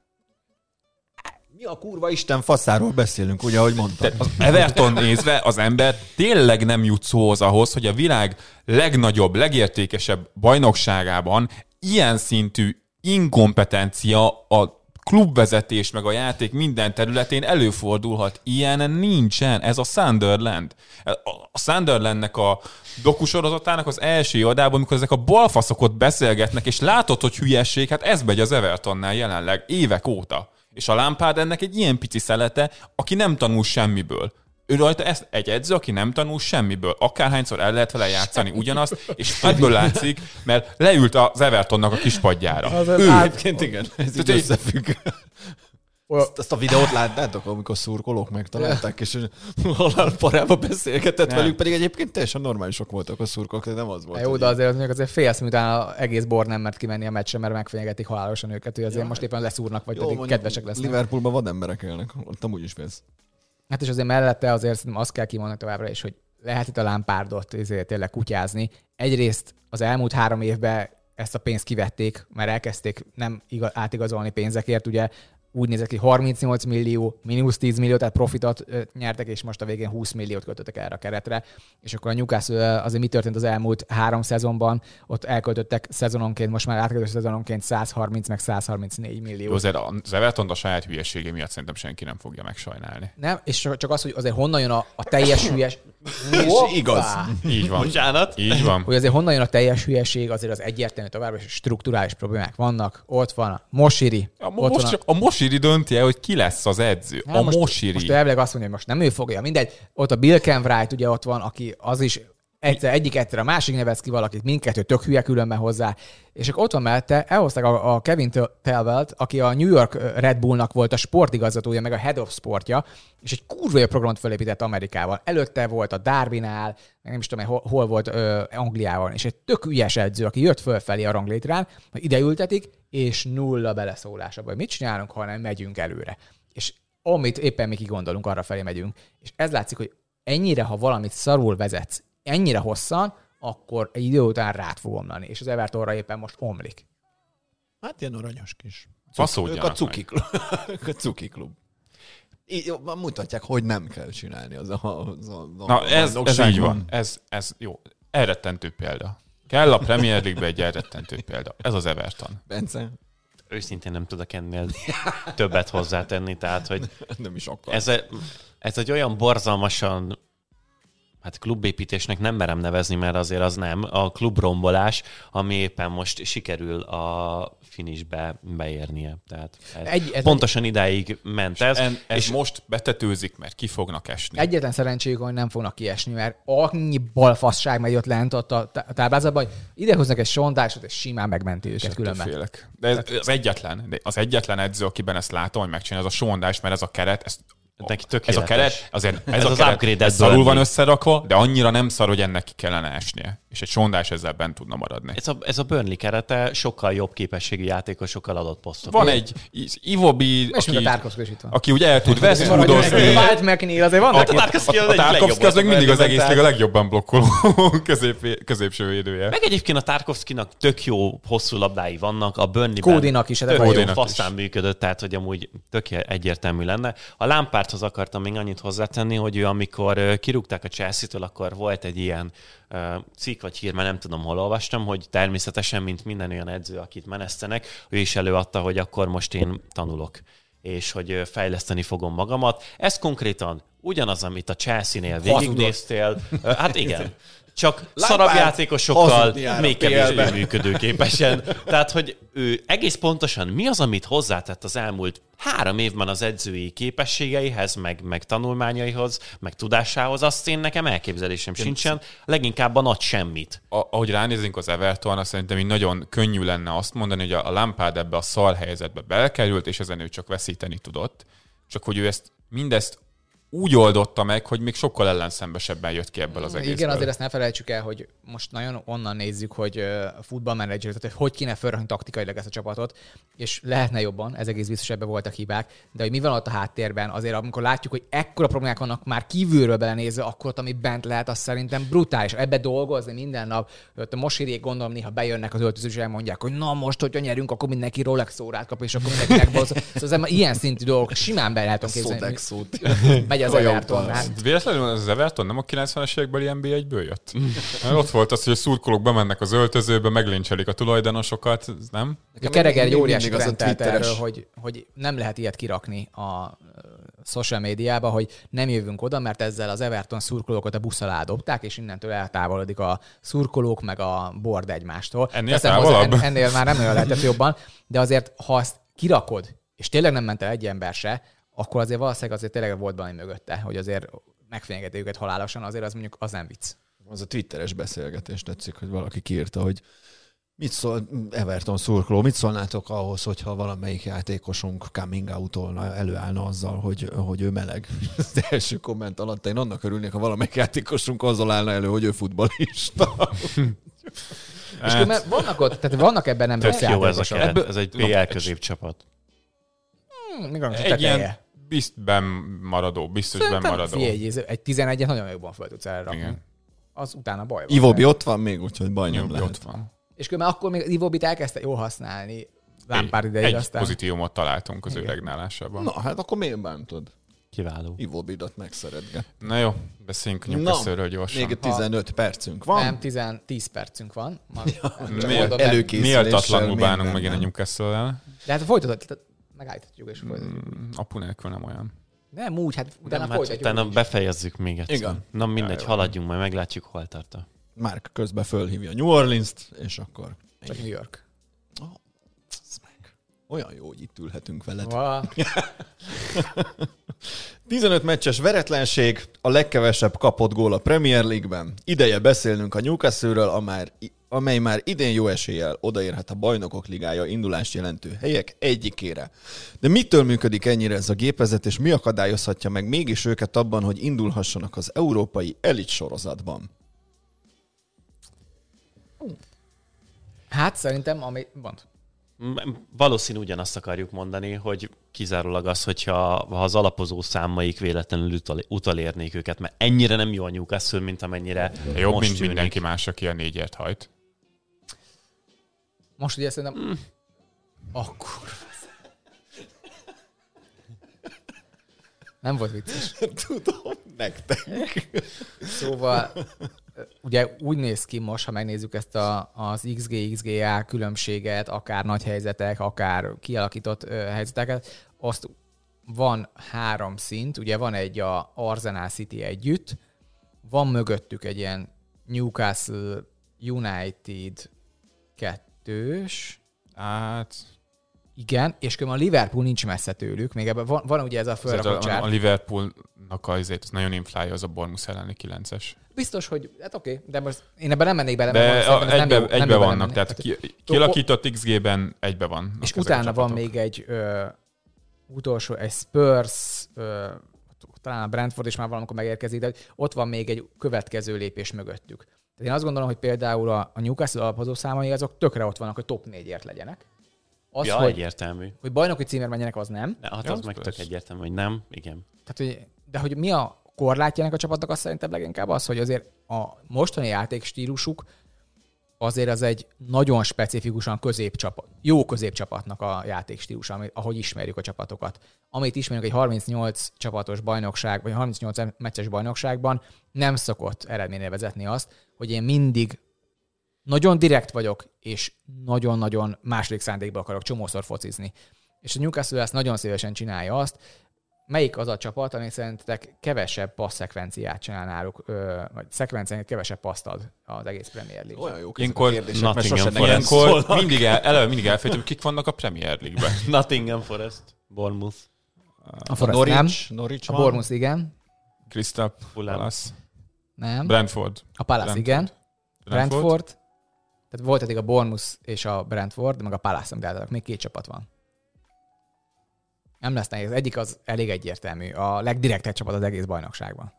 [SPEAKER 2] Mi a kurva Isten faszáról beszélünk, ugye, ahogy mondtad.
[SPEAKER 1] Az Everton nézve az ember tényleg nem jut szóhoz ahhoz, hogy a világ legnagyobb, legértékesebb bajnokságában ilyen szintű inkompetencia a klubvezetés meg a játék minden területén előfordulhat. Ilyen nincsen. Ez a Sunderland. A Sunderlandnek a dokusorozatának az első adában, amikor ezek a balfaszok ott beszélgetnek, és látod, hogy hülyesség, hát ez megy az Evertonnál jelenleg évek óta. És a Lampard ennek egy ilyen pici szelete, aki nem tanul semmiből. Ő rajta ez egy edző, aki nem tanul semmiből. Akárhányszor el lehet vele játszani ugyanazt, és ebből látszik, mert leült az Evertonnak a kispadjára.
[SPEAKER 2] Az ő egyébként igen, ez így összefügg. Ezt, ezt a videót láttátok, amikor szurkolók megtalálták, és halálparába beszélgetett nem. velük, pedig egyébként teljesen normálisok voltak a szurkolók, de nem az volt.
[SPEAKER 3] Jó, de azért, azért, azért félsz, miután az egész bor nem mert kimenni a meccsen, mert megfenyegetik halálosan őket, hogy azért ja, most éppen leszúrnak, vagy jó, pedig kedvesek lesznek.
[SPEAKER 2] Liverpoolban vademberek élnek, ott amúgy is félsz.
[SPEAKER 3] Hát és azért mellette azért azt kell kimondani továbbra is, hogy lehet itt a Lampardot ezért tényleg kutyázni. Egyrészt az elmúlt három évben ezt a pénzt kivették, mert elkezdték nem igaz, átigazolni pénzekért, ugye úgy nézett ki, harmincnyolc millió, mínusz tíz millió, tehát profitot nyertek, és most a végén húsz milliót költöttek erre a keretre. És akkor a Newcastle azért mi történt az elmúlt három szezonban? Ott elköltöttek szezononként, most már átkötött szezononként száz harminc meg száz harmincnégy millió.
[SPEAKER 1] Jó, azért az Everton a saját hülyesége miatt szerintem senki nem fogja megsajnálni.
[SPEAKER 3] Nem, és csak az, hogy azért honnan jön a, a teljes hülyes...
[SPEAKER 2] És igaz.
[SPEAKER 1] Így van.
[SPEAKER 4] Bocsánat.
[SPEAKER 1] Így van.
[SPEAKER 3] Hogy azért honnan jön a teljes hülyeség, azért az egyértelmű továbbra is strukturális problémák vannak. Ott van a Mosiri.
[SPEAKER 1] A, mo- most, a... a Mosiri dönti el, hogy ki lesz az edző.
[SPEAKER 3] Na,
[SPEAKER 1] a
[SPEAKER 3] most,
[SPEAKER 1] Mosiri.
[SPEAKER 3] Most elvileg azt mondja, hogy most nem ő fogja. Mindegy. Ott a Bill Kenwright ugye ott van, aki az is egyszer, egyik egyszer a másik nevez ki valakit, mindkettő tök hülye különben hozzá. És akkor ott van mellette, elhozták a, a Kevin Telvelt, aki a New York Red Bullnak volt a sportigazgatója, meg a head of sportja, és egy kurva jó programot felépített Amerikával. Előtte volt a Darwinál, meg nem is tudom, hol, hol volt ö, Angliában, és egy tök ügyes edző, aki jött fölfelé a ranglétrán, hogy ide ültetik, és nulla beleszólás abban, hogy mit csinálunk, hanem megyünk előre. És amit éppen mi kigondolunk, arra felé megyünk. És ez látszik, hogy ennyire, ha valamit szarul vezetsz, ennyire hosszan, akkor egy idő után rád fog omlani. És az Evertonra éppen most omlik.
[SPEAKER 2] Hát ilyen aranyos kis.
[SPEAKER 1] Faszódjanak
[SPEAKER 2] Ők a cuki klub. a cuki klub. Így, mutatják, hogy nem kell csinálni az a, az a, az
[SPEAKER 1] Na
[SPEAKER 2] a
[SPEAKER 1] ez, ez így van. Ez, ez jó. Elrettentő példa. Kell a Premier League-be egy elrettentő példa. Ez az Everton.
[SPEAKER 2] Bence?
[SPEAKER 4] Őszintén nem tudok ennél többet hozzátenni, tehát, hogy
[SPEAKER 2] nem is akar.
[SPEAKER 4] Ez, a, ez egy olyan borzalmasan, hát klubépítésnek nem merem nevezni, mert azért az nem, a klubrombolás, ami éppen most sikerül a finishbe beérnie. Tehát egy, ez pontosan egy... idáig ment ez.
[SPEAKER 1] En, ez és most betetőzik, mert ki fognak esni.
[SPEAKER 3] Egyetlen szerencséjük, hogy nem fognak kiesni, mert annyi balfasság megy ott lent ott a táblázatban, hogy idehoznak egy sondásot, és simán megmenti őket különben.
[SPEAKER 1] Félek. De ez, az egyetlen, de az egyetlen edző, akiben ezt látom, hogy megcsinálja, az a sondás, mert ez a keret, ezt
[SPEAKER 4] Neki
[SPEAKER 1] ez a keret, azért ez, ez a
[SPEAKER 4] az
[SPEAKER 1] keret,
[SPEAKER 4] upgrade
[SPEAKER 1] ez szarul van összerakva, de annyira nem szar, hogy ennek ki kellene esnie. És egy sondás ezzel bent tudna maradni.
[SPEAKER 4] Ez a, ez a Burnley kerete sokkal jobb képességű játékosokkal adott posztok.
[SPEAKER 1] Van egy Iwobi, aki, aki úgy el tud vesztúdozni.
[SPEAKER 3] White McNeil, azért vannak
[SPEAKER 4] a Tarkovsky az,
[SPEAKER 1] a Tarkovsky az meg mindig az egész a legjobban blokkoló közép, középső védője.
[SPEAKER 4] Meg egyébként a Tarkovskynak tök jó hosszú labdái vannak, a Burnley-ben
[SPEAKER 3] Kódinak is,
[SPEAKER 4] tök jó faszán működött, tehát hogy amúgy tök egyértelmű lenne. A Lampardhoz akartam még annyit hozzátenni, hogy ő amikor kirúgták a Chelsea-től, akkor volt egy ilyen uh, cikk vagy hír, mert nem tudom, hol olvastam, hogy természetesen, mint minden olyan edző, akit menesztenek, ő is előadta, hogy akkor most én tanulok, és hogy fejleszteni fogom magamat. Ez konkrétan ugyanaz, amit a Chelsea-nél végignéztél. Hát igen. Csak szarabb játékosokkal, még kevésbé működőképesen. Tehát, hogy ő egész pontosan mi az, amit hozzátett az elmúlt három évben az edzői képességeihez, meg, meg tanulmányaihoz, meg tudásához, azt én nekem elképzelésem sincsen. Leginkább a nagy semmit.
[SPEAKER 1] A, ahogy ránézünk az Evertonra, szerintem így nagyon könnyű lenne azt mondani, hogy a Lampard ebbe a szar helyzetbe belekerült, és ezen ő csak veszíteni tudott. Csak hogy ő ezt mindezt úgy oldotta meg, hogy még sokkal ellenszembesebben jött ki ebből az egészből.
[SPEAKER 3] Igen, azért ezt ne felejtsük el, hogy most nagyon onnan nézzük, hogy a futballmenedzser, tehát hogy hogy kéne felrakni taktikailag ezt a csapatot, és lehetne jobban, ez egész biztos, ebben voltak hibák, de hogy mi van ott a háttérben, azért amikor látjuk, hogy ekkora problémák vannak már kívülről belenézve, akkor ott, ami bent lehet, az szerintem brutális. Ebbe dolgozni minden nap, ott a Mosiriék gondolom néha bejönnek az öltözős, és elmondják, hogy na most, hogyha nyerünk, akkor mindenki Rolex órát kap, és akkor mindenkinek bolsz. Szóval ilyen szintű dolgok simán be lehetem képzelni. Az Everton. Hát.
[SPEAKER 1] Véletlenül az Everton nem a kilencvenes évekbeli en bé egyből jött? Mert ott volt az, hogy a szurkolók bemennek az öltözőbe, meglincselik a tulajdonosokat, nem?
[SPEAKER 3] A Kereger egy óriási trendelt erről, hogy, hogy nem lehet ilyet kirakni a social médiába, hogy nem jövünk oda, mert ezzel az Everton szurkolókat a busz alá dobták, és innentől eltávolodik a szurkolók meg a board egymástól.
[SPEAKER 1] Ennél távolabb?
[SPEAKER 3] Ennél már nem olyan lehetett jobban, de azért, ha azt kirakod, és tényleg nem ment el egy ember se, akkor azért valószínűleg azért tényleg volt valami mögötte, hogy azért megfenyegeti őket halálosan, azért az mondjuk az nem vicc.
[SPEAKER 2] Az a twitteres beszélgetés tetszik, hogy valaki kiírta, hogy mit szól Everton szurkoló, mit szólnátok ahhoz, hogyha valamelyik játékosunk coming out-olna, előállna azzal, hogy, hogy ő meleg. Az első komment alatt én annak örülnék, ha valamelyik játékosunk azzal állna elő, hogy ő futballista.
[SPEAKER 3] És hát, vannak ott, tehát vannak ebben nem
[SPEAKER 4] rossz játékosok. Ez, ez egy pé el középcsapat.
[SPEAKER 3] Hmm,
[SPEAKER 1] egy ilyen biztben maradó, biztos benn maradó.
[SPEAKER 3] Figyelj, egy tizenegyet nagyon jobban fel tudsz elrakni. Az utána baj van.
[SPEAKER 2] Iwobi ott van még, úgyhogy baj nem
[SPEAKER 1] Iwobi
[SPEAKER 2] lehet.
[SPEAKER 1] Ott van.
[SPEAKER 3] És már akkor még Iwobit elkezdte jól használni Lampard idején.
[SPEAKER 1] Egy
[SPEAKER 3] aztán...
[SPEAKER 1] pozitívumot találtunk az ő regnálásában.
[SPEAKER 2] Na, hát akkor miért bántod?
[SPEAKER 4] Kiváló.
[SPEAKER 2] Iwobidat megszeretget.
[SPEAKER 1] Na jó, beszéljünk Newcastle-ről gyorsan.
[SPEAKER 2] Még tizenöt percünk van.
[SPEAKER 3] Nem, tíz percünk van.
[SPEAKER 1] Miért Méltatlanul bánunk megint a Newcastle-el?
[SPEAKER 3] De hát folytatod, megállíthatjuk és folytatjuk.
[SPEAKER 1] Mm, apu nélkül nem olyan.
[SPEAKER 3] Nem úgy, hát utána
[SPEAKER 4] nem,
[SPEAKER 3] folytatjuk.
[SPEAKER 4] Hát, utána befejezzük még egyszer.
[SPEAKER 2] Igen.
[SPEAKER 4] Na mindegy, ja, haladjunk, majd meglátjuk, hol tart a...
[SPEAKER 2] Márk közben fölhívja New Orleans-t, és akkor...
[SPEAKER 3] Csak New York.
[SPEAKER 2] Oh, meg. Olyan jó, hogy itt ülhetünk veled.
[SPEAKER 3] Wow.
[SPEAKER 2] tizenöt meccses veretlenség, a legkevesebb kapott gól a Premier League-ben. Ideje beszélnünk a Newcastle-ről, amár, amely már idén jó eséllyel odaérhet a Bajnokok Ligája indulást jelentő helyek egyikére. De mitől működik ennyire ez a gépezet, és mi akadályozhatja meg mégis őket abban, hogy indulhassanak az európai elit sorozatban?
[SPEAKER 3] Hát szerintem, ami... Bond.
[SPEAKER 4] Valószínű ugyanazt akarjuk mondani, hogy kizárólag az, hogyha ha az alapozó számaik véletlenül utal, utalérnék őket, mert ennyire nem jó a Newcastle, mint amennyire
[SPEAKER 1] jobb,
[SPEAKER 4] most
[SPEAKER 1] mint
[SPEAKER 4] tűnik.
[SPEAKER 1] Mindenki más, aki a négyért hajt.
[SPEAKER 3] Most ugye szerintem... Mm. Akkor... Nem volt vicces.
[SPEAKER 2] Tudom, nektek.
[SPEAKER 3] Szóval ugye úgy néz ki most, ha megnézzük ezt a, az iksz gé iksz gé á különbséget, akár nagy helyzetek, akár kialakított ö, helyzeteket, azt van három szint, ugye van egy a Arsenal City együtt, van mögöttük egy ilyen Newcastle United kettős,
[SPEAKER 1] Hát...
[SPEAKER 3] igen, és különben a Liverpool nincs messze tőlük, még ebben van, van ugye ez a fölrakott csár.
[SPEAKER 1] A Liverpoolnak azért nagyon inflálja az a Bournemouth elleni kilences.
[SPEAKER 3] Biztos, hogy, hát oké, okay, de most én ebben nem mennék bele.
[SPEAKER 1] De
[SPEAKER 3] mert
[SPEAKER 1] a, egybe,
[SPEAKER 3] nem jó,
[SPEAKER 1] egybe
[SPEAKER 3] nem jó
[SPEAKER 1] vannak,
[SPEAKER 3] menni.
[SPEAKER 1] tehát ki, kialakított iksz gében egybe van.
[SPEAKER 3] És utána van még egy ö, utolsó, egy Spurs, ö, talán a Brentford is már valamikor megérkezik, de ott van még egy következő lépés mögöttük. Tehát én azt gondolom, hogy például a, a Newcastle alapozó számai azok tökre ott vannak, hogy top négyért legyenek. Az,
[SPEAKER 4] ja,
[SPEAKER 3] hogy,
[SPEAKER 4] egyértelmű.
[SPEAKER 3] hogy bajnoki címért menjenek, az nem.
[SPEAKER 4] Ne, hát
[SPEAKER 1] Ja,
[SPEAKER 4] az
[SPEAKER 1] az
[SPEAKER 4] meg tök
[SPEAKER 1] persze.
[SPEAKER 4] egyértelmű, hogy nem. Igen.
[SPEAKER 3] Tehát, hogy, de hogy mi a korlátjának a csapatnak, azt szerintem leginkább az, hogy azért a mostani játékstílusuk azért az egy nagyon specifikusan középcsapat, jó középcsapatnak a játékstílusa, ahogy ismerjük a csapatokat. Amit ismerünk egy harmincnyolc csapatos bajnokság, vagy harmincnyolc meccses bajnokságban, nem szokott eredményre vezetni azt, hogy én mindig nagyon direkt vagyok, és nagyon-nagyon második szándékba akarok csomószor focizni. És a Newcastle ezt nagyon szívesen csinálja azt. Melyik az a csapat, ami szerintetek kevesebb passz szekvenciát csinál náluk, ö, vagy szekvenciánként kevesebb paszt ad az egész Premier League?
[SPEAKER 2] Olyan jók ezek a
[SPEAKER 1] Ilyenkor
[SPEAKER 2] kérdések, mert
[SPEAKER 4] Nottingham
[SPEAKER 2] sose
[SPEAKER 4] Forest.
[SPEAKER 2] nekem
[SPEAKER 1] Ilyenkor
[SPEAKER 2] szólnak.
[SPEAKER 1] mindig el, eleve mindig elfejtjük, kik vannak a Premier League-ben.
[SPEAKER 4] Nottingham Forest, Bournemouth,
[SPEAKER 3] A Forest nem,
[SPEAKER 2] Norwich, Norwich
[SPEAKER 3] a
[SPEAKER 2] van.
[SPEAKER 3] Bournemouth igen,
[SPEAKER 1] Crystal
[SPEAKER 4] Fulham.
[SPEAKER 1] Palace,
[SPEAKER 3] nem,
[SPEAKER 1] Brentford.
[SPEAKER 3] a Palace
[SPEAKER 1] Brentford.
[SPEAKER 3] igen, Brentford, tehát volt eddig a Bournemouth és a Brentford, meg a Palace, amit eladtak, még két csapat van. Nem lesz nehéz. Egyik az elég egyértelmű. A legdirektebb csapat az egész bajnokságban.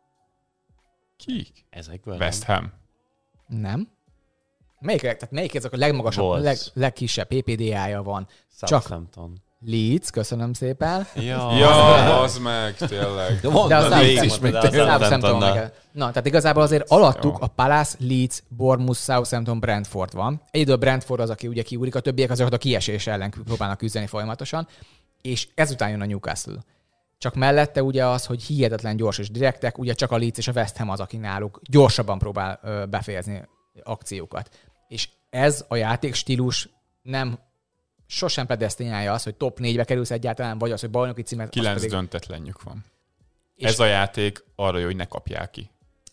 [SPEAKER 1] Kik?
[SPEAKER 4] Ezekből
[SPEAKER 1] West
[SPEAKER 4] nem.
[SPEAKER 1] Ham.
[SPEAKER 3] Nem? Melyik, tehát melyik ezek a legmagasabb,
[SPEAKER 4] Wolves.
[SPEAKER 3] leg, legkisebb pé pé dé á-ja van?
[SPEAKER 4] Southampton.
[SPEAKER 3] Leeds, köszönöm szépen.
[SPEAKER 4] Ja,
[SPEAKER 1] Ja, az meg, tényleg.
[SPEAKER 2] De van
[SPEAKER 3] De az
[SPEAKER 2] a Leeds
[SPEAKER 3] nem-
[SPEAKER 2] is még
[SPEAKER 4] de az
[SPEAKER 2] tényleg.
[SPEAKER 4] nem-
[SPEAKER 3] Southampton
[SPEAKER 4] Southamptonnal.
[SPEAKER 3] meg- Na, tehát igazából azért alattuk
[SPEAKER 1] Jó.
[SPEAKER 3] a Palace, Leeds, Bournemouth, Southampton, Brentford van. Egyedül a Brentford az, aki ugye kiúrik, a többiek azokat a kiesés ellen próbálnak küzdeni folyamatosan, és ezután jön a Newcastle. Csak mellette ugye az, hogy hihetetlen gyors és direktek, ugye csak a Leeds és a West Ham az, aki náluk gyorsabban próbál ö, befejezni akciókat. És ez a játékstílus nem sosem predesztinálja az, hogy top négybe kerülsz egyáltalán, vagy az, hogy bajnoki címet. az
[SPEAKER 1] Kilenc
[SPEAKER 3] pedig-
[SPEAKER 1] döntetlenjük van.
[SPEAKER 3] És-
[SPEAKER 1] Ez a játék arra jó, hogy ne kapják ki.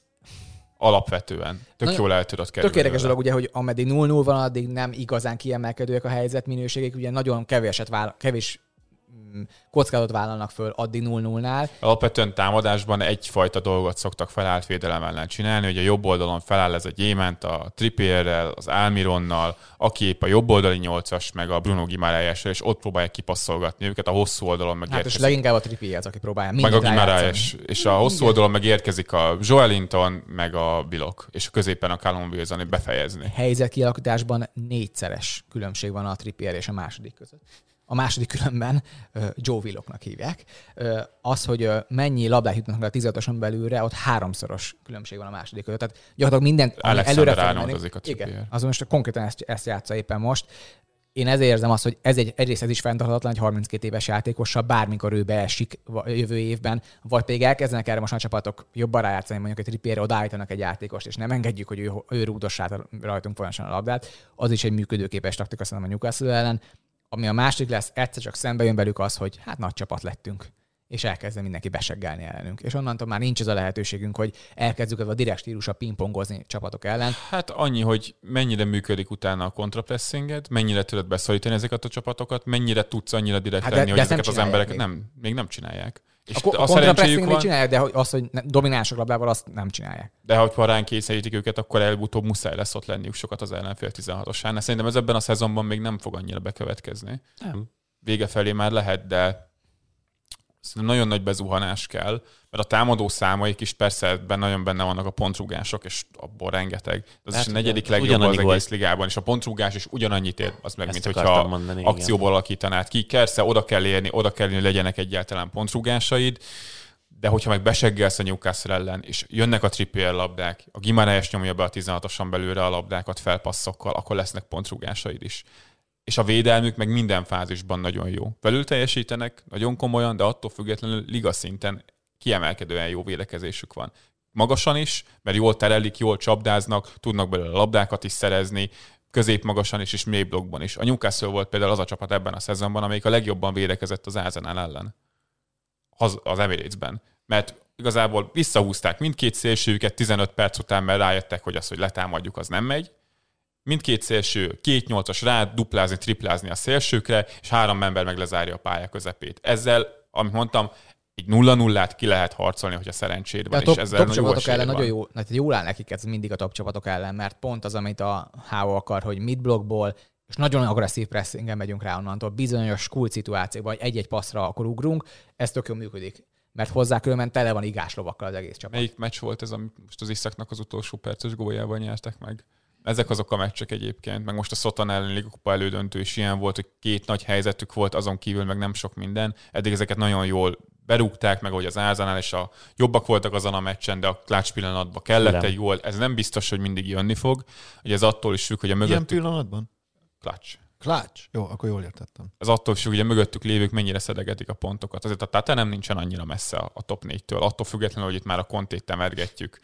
[SPEAKER 1] Alapvetően. Tök
[SPEAKER 3] Nagyon-
[SPEAKER 1] jól el tudod kerülni.
[SPEAKER 3] Tök érdekes
[SPEAKER 1] vele.
[SPEAKER 3] dolog, ugye, hogy ameddig null null van, addig nem igazán kiemelkedőek a helyzet minőségek, ugye nagyon kevéset vállal, kevés mm, kockázatot vállalnak föl addig null nullnál.
[SPEAKER 1] Alapvetően támadásban egyfajta dolgot szoktak felállt védelem ellen csinálni, hogy a jobb oldalon feláll ez a Gyémánt a Trippierrel, az Almironnal, aki épp a jobb oldali nyolcas, meg a Bruno Guimaraes-sel, és ott próbálják kipasszolgatni őket, a hosszú oldalon meg
[SPEAKER 3] Hát és
[SPEAKER 1] érkezik.
[SPEAKER 3] leginkább a Trippier az, aki próbálja
[SPEAKER 1] Meg a
[SPEAKER 3] mindent
[SPEAKER 1] Guimaraes,
[SPEAKER 3] rájátszani.
[SPEAKER 1] és a hosszú oldalon meg érkezik a Joelinton, meg a Bilok, és a középen a Callum Wilson, hogy befejezni.
[SPEAKER 3] Helyzet kialakításban négyszeres különbség van a Trippier és a második között. A második különben uh, Joe Willocknak hívják. Uh, az, hogy uh, mennyi labdát jutnak a tizenhatoson belülre, ott háromszoros különbség van a második között. Tehát gyakorlatilag mindent, ami
[SPEAKER 1] Alexander
[SPEAKER 3] előre
[SPEAKER 1] Arnold
[SPEAKER 3] felmenni-
[SPEAKER 1] azik a Trippier.
[SPEAKER 3] Igen, az most konkrétan ezt, ezt játsza éppen most. Én ezért érzem azt, hogy ez egy, egyrészt ez is fenntarthatatlan, egy harminckét éves játékossal, bármikor ő beesik va- jövő évben, vagy pedig elkezdenek erre most a csapatok jobban rájátszani, mondjuk egy Trippierre odaállítanak egy játékost, és nem engedjük, hogy ő, ő rúdossát rajtunk folyamatosan a labdát. Az is egy működőképes taktika szerintem a Newcastle ellen. Ami a másik lesz, egyszer csak szembe jön velük az, hogy hát nagy csapat lettünk, és elkezd mindenki beseggelni ellenünk. És onnantól már nincs ez a lehetőségünk, hogy elkezdjük a direkt stílusra pingpongozni csapatok ellen.
[SPEAKER 1] Hát annyi, hogy mennyire működik utána a kontrapressinged, mennyire tudod beszorítani ezeket a csapatokat, mennyire tudsz annyira direkt
[SPEAKER 3] Hát
[SPEAKER 1] hát
[SPEAKER 3] de-
[SPEAKER 1] lenni,
[SPEAKER 3] de
[SPEAKER 1] hogy
[SPEAKER 3] ezt nem
[SPEAKER 1] ezeket az
[SPEAKER 3] csinálják
[SPEAKER 1] embereket
[SPEAKER 3] még.
[SPEAKER 1] nem, még nem csinálják. És
[SPEAKER 3] A, ko-
[SPEAKER 1] a
[SPEAKER 3] a
[SPEAKER 1] szerencséjük
[SPEAKER 3] kontrapressing még
[SPEAKER 1] van,
[SPEAKER 3] csinálják, de hogy az, hogy ne- dominánsok labdával, azt nem csinálják.
[SPEAKER 1] de ha ránk kényszerítik őket, akkor előbb-utóbb muszáj lesz ott lenniük sokat az ellenfél tizenhatosán. Szerintem ez ebben a szezonban még nem fog annyira bekövetkezni.
[SPEAKER 4] Nem.
[SPEAKER 1] Vége felé már lehet, de szerintem nagyon nagy bezuhanás kell, mert a támadó számaik is persze ebben nagyon benne vannak a pontrugások, és abból rengeteg. Az
[SPEAKER 4] Hát
[SPEAKER 1] is a negyedik
[SPEAKER 4] ugyan-
[SPEAKER 1] legjobb az
[SPEAKER 4] ugyanannyi
[SPEAKER 1] egész
[SPEAKER 4] volt.
[SPEAKER 1] ligában, és a pontrugás is ugyanannyit ér, az meg,
[SPEAKER 4] Ezt
[SPEAKER 1] mint
[SPEAKER 4] akartam
[SPEAKER 1] hogyha
[SPEAKER 4] mondani, igen.
[SPEAKER 1] akcióból alakítanád ki. Persze oda kell érni, oda kell érni, hogy legyenek egyáltalán pontrugásaid, de hogyha meg beseggelsz a Newcastle ellen, és jönnek a Trippier labdák, a Guimaraes nyomja be a tizenhatoson belőle a labdákat felpasszokkal, akkor lesznek pontrúgásaid is. És a védelmük meg minden fázisban nagyon jó. Velül teljesítenek, nagyon komolyan, de attól függetlenül liga szinten kiemelkedően jó védekezésük van. Magasan is, mert jól terelik, jól csapdáznak, tudnak belőle labdákat is szerezni, középmagasan is, és mély blokkban is. A Newcastle volt például az a csapat ebben a szezonban, amelyik a legjobban védekezett az Arsenal ellen. Az, az Emirates-ben. Mert igazából visszahúzták mindkét szélsőjüket tizenöt perc után, mert rájöttek, hogy az, hogy letámadjuk, az nem megy. Mindkét szélső két nyolcas rá, duplázni, triplázni a szélsőkre, és három ember meg lezárja a pálya közepét. Ezzel, amit mondtam, egy nulla nullát ki lehet harcolni, hogyha szerencséd
[SPEAKER 3] De
[SPEAKER 1] van,
[SPEAKER 3] a top,
[SPEAKER 1] és ezzel
[SPEAKER 3] top
[SPEAKER 1] jó
[SPEAKER 3] csapatok
[SPEAKER 1] esélyed
[SPEAKER 3] ellen
[SPEAKER 1] van.
[SPEAKER 3] nagyon jó, hát jól áll nekik ez mindig a top csapatok ellen, mert pont az, amit a Howe akar, hogy mid-blockból, és nagyon agresszív pressingen megyünk rá onnantól, bizonyos cool szituációkban, vagy egy-egy passzra akkor ugrunk, ez tök jól működik. mert hozzá különben tele van igáslovakkal az egész csapat.
[SPEAKER 1] Melyik meccs volt ez, amit most az Iszaknak az utolsó perces góljával nyertek meg? Ezek azok a meccsek egyébként, meg most a Szotan elleni Liga Kupa elődöntő is ilyen volt, hogy két nagy helyzetük volt, azon kívül meg nem sok minden. Eddig ezeket nagyon jól berúgták, meg ahogy az Árzánál, és a jobbak voltak azon a meccsen, de a klács pillanatban kellett nem. egy gól. Ez nem biztos, hogy mindig jönni fog. Ugye ez attól is függ, hogy a mögöttük...
[SPEAKER 2] Ilyen pillanatban?
[SPEAKER 1] Klács.
[SPEAKER 2] Klács? Jó, akkor jól értettem.
[SPEAKER 1] Ez attól függ, hogy a mögöttük lévők mennyire szedegetik a pontokat. Azért a Tata nem nincsen annyira messze a top négytől. Attól függetlenül, hogy itt már a Contét temergetjük.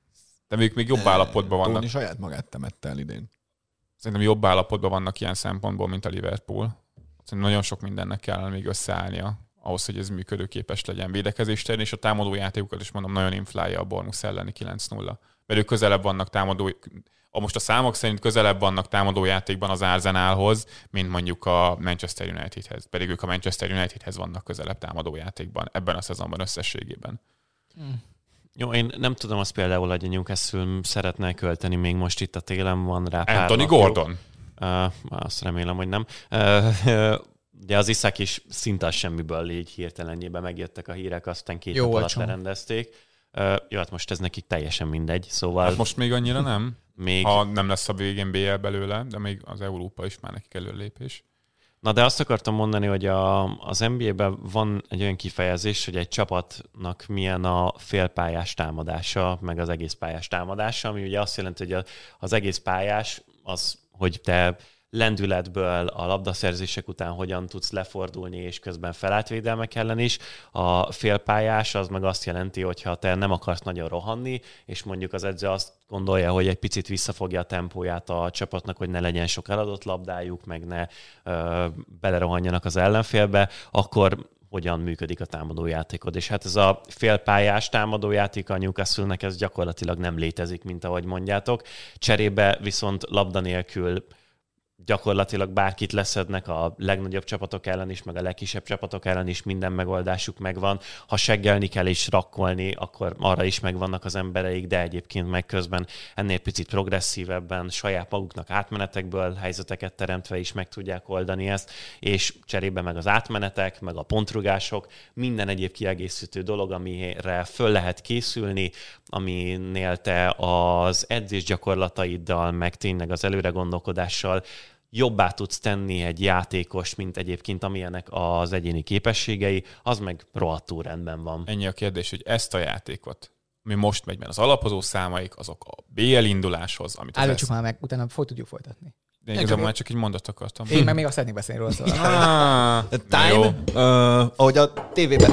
[SPEAKER 1] De még, még jobb állapotban vannak.
[SPEAKER 2] Tóni saját magát temette el idén.
[SPEAKER 1] Szerintem jobb állapotban vannak ilyen szempontból, mint a Liverpool. Szerintem nagyon sok mindennek kellene még összeállnia ahhoz, hogy ez működőképes legyen védekezés terén, és a támadó játékokat is mondom, nagyon inflálja a Bournemouth elleni kilenc nulla. Mert ők közelebb vannak támadó, a most a számok szerint közelebb vannak támadójátékban az Arsenalhoz, mint mondjuk a Manchester Unitedhez. Pedig ők a Manchester Unitedhez vannak közelebb támadójátékban ebben a szezonban összességében.
[SPEAKER 4] Hmm. Jó, én nem tudom azt például, hogy a Newcastle szeretne költeni, még most itt a télen van rá pár
[SPEAKER 1] Anthony Gordon?
[SPEAKER 4] Uh, azt remélem, hogy nem. Uh, de az Iszák is szinte a semmiből így hirtelenjében megjöttek a hírek, aztán két
[SPEAKER 3] jó,
[SPEAKER 4] nap alatt lerendezték. Uh, jó, hát most ez nekik teljesen mindegy, szóval...
[SPEAKER 1] Hát most még annyira nem,
[SPEAKER 4] még...
[SPEAKER 1] ha nem lesz a végén bé el belőle, de még az Európa is már nekik előlépés.
[SPEAKER 4] Na de azt akartam mondani, hogy a, az en bé á-ben van egy olyan kifejezés, hogy egy csapatnak milyen a félpályás támadása, meg az egész pályás támadása, ami ugye azt jelenti, hogy az egész pályás az, hogy te lendületből a labdaszerzések után hogyan tudsz lefordulni, és közben felálltvédelmek ellen is. A félpályás az meg azt jelenti, hogy ha te nem akarsz nagyon rohanni, és mondjuk az edző azt gondolja, hogy egy picit visszafogja a tempóját a csapatnak, hogy ne legyen sok eladott labdájuk, meg ne ö, belerohanjanak az ellenfélbe, akkor hogyan működik a támadójátékod. És hát ez a félpályás támadójáték a Newcastle-nek ez gyakorlatilag nem létezik, mint ahogy mondjátok. Cserébe viszont labda nélkül gyakorlatilag bárkit leszednek a legnagyobb csapatok ellen is, meg a legkisebb csapatok ellen is, minden megoldásuk megvan. Ha seggelni kell és rakkolni, akkor arra is megvannak az embereik, de egyébként meg közben ennél picit progresszívebben, saját maguknak átmenetekből helyzeteket teremtve is meg tudják oldani ezt, és cserébe meg az átmenetek, meg a pontrugások, minden egyéb kiegészítő dolog, amire föl lehet készülni, aminél te az edzés gyakorlataiddal, meg tényleg az előre gondolkodással jobbá tudsz tenni egy játékos, mint egyébként amilyenek az egyéni képességei, az meg rohadtul rendben van.
[SPEAKER 1] Ennyi a kérdés, hogy ezt a játékot, ami most megy, mert az alapozó számaik, azok a bé el induláshoz, amit az
[SPEAKER 3] Állítsuk
[SPEAKER 1] ezt...
[SPEAKER 3] már meg, utána folyt tudjuk folytatni.
[SPEAKER 1] De igazából már csak egy mondat akartam.
[SPEAKER 3] Én meg még azt szeretnék beszélni róla. Szóval.
[SPEAKER 1] Ah,
[SPEAKER 2] Time, uh, ahogy a tévében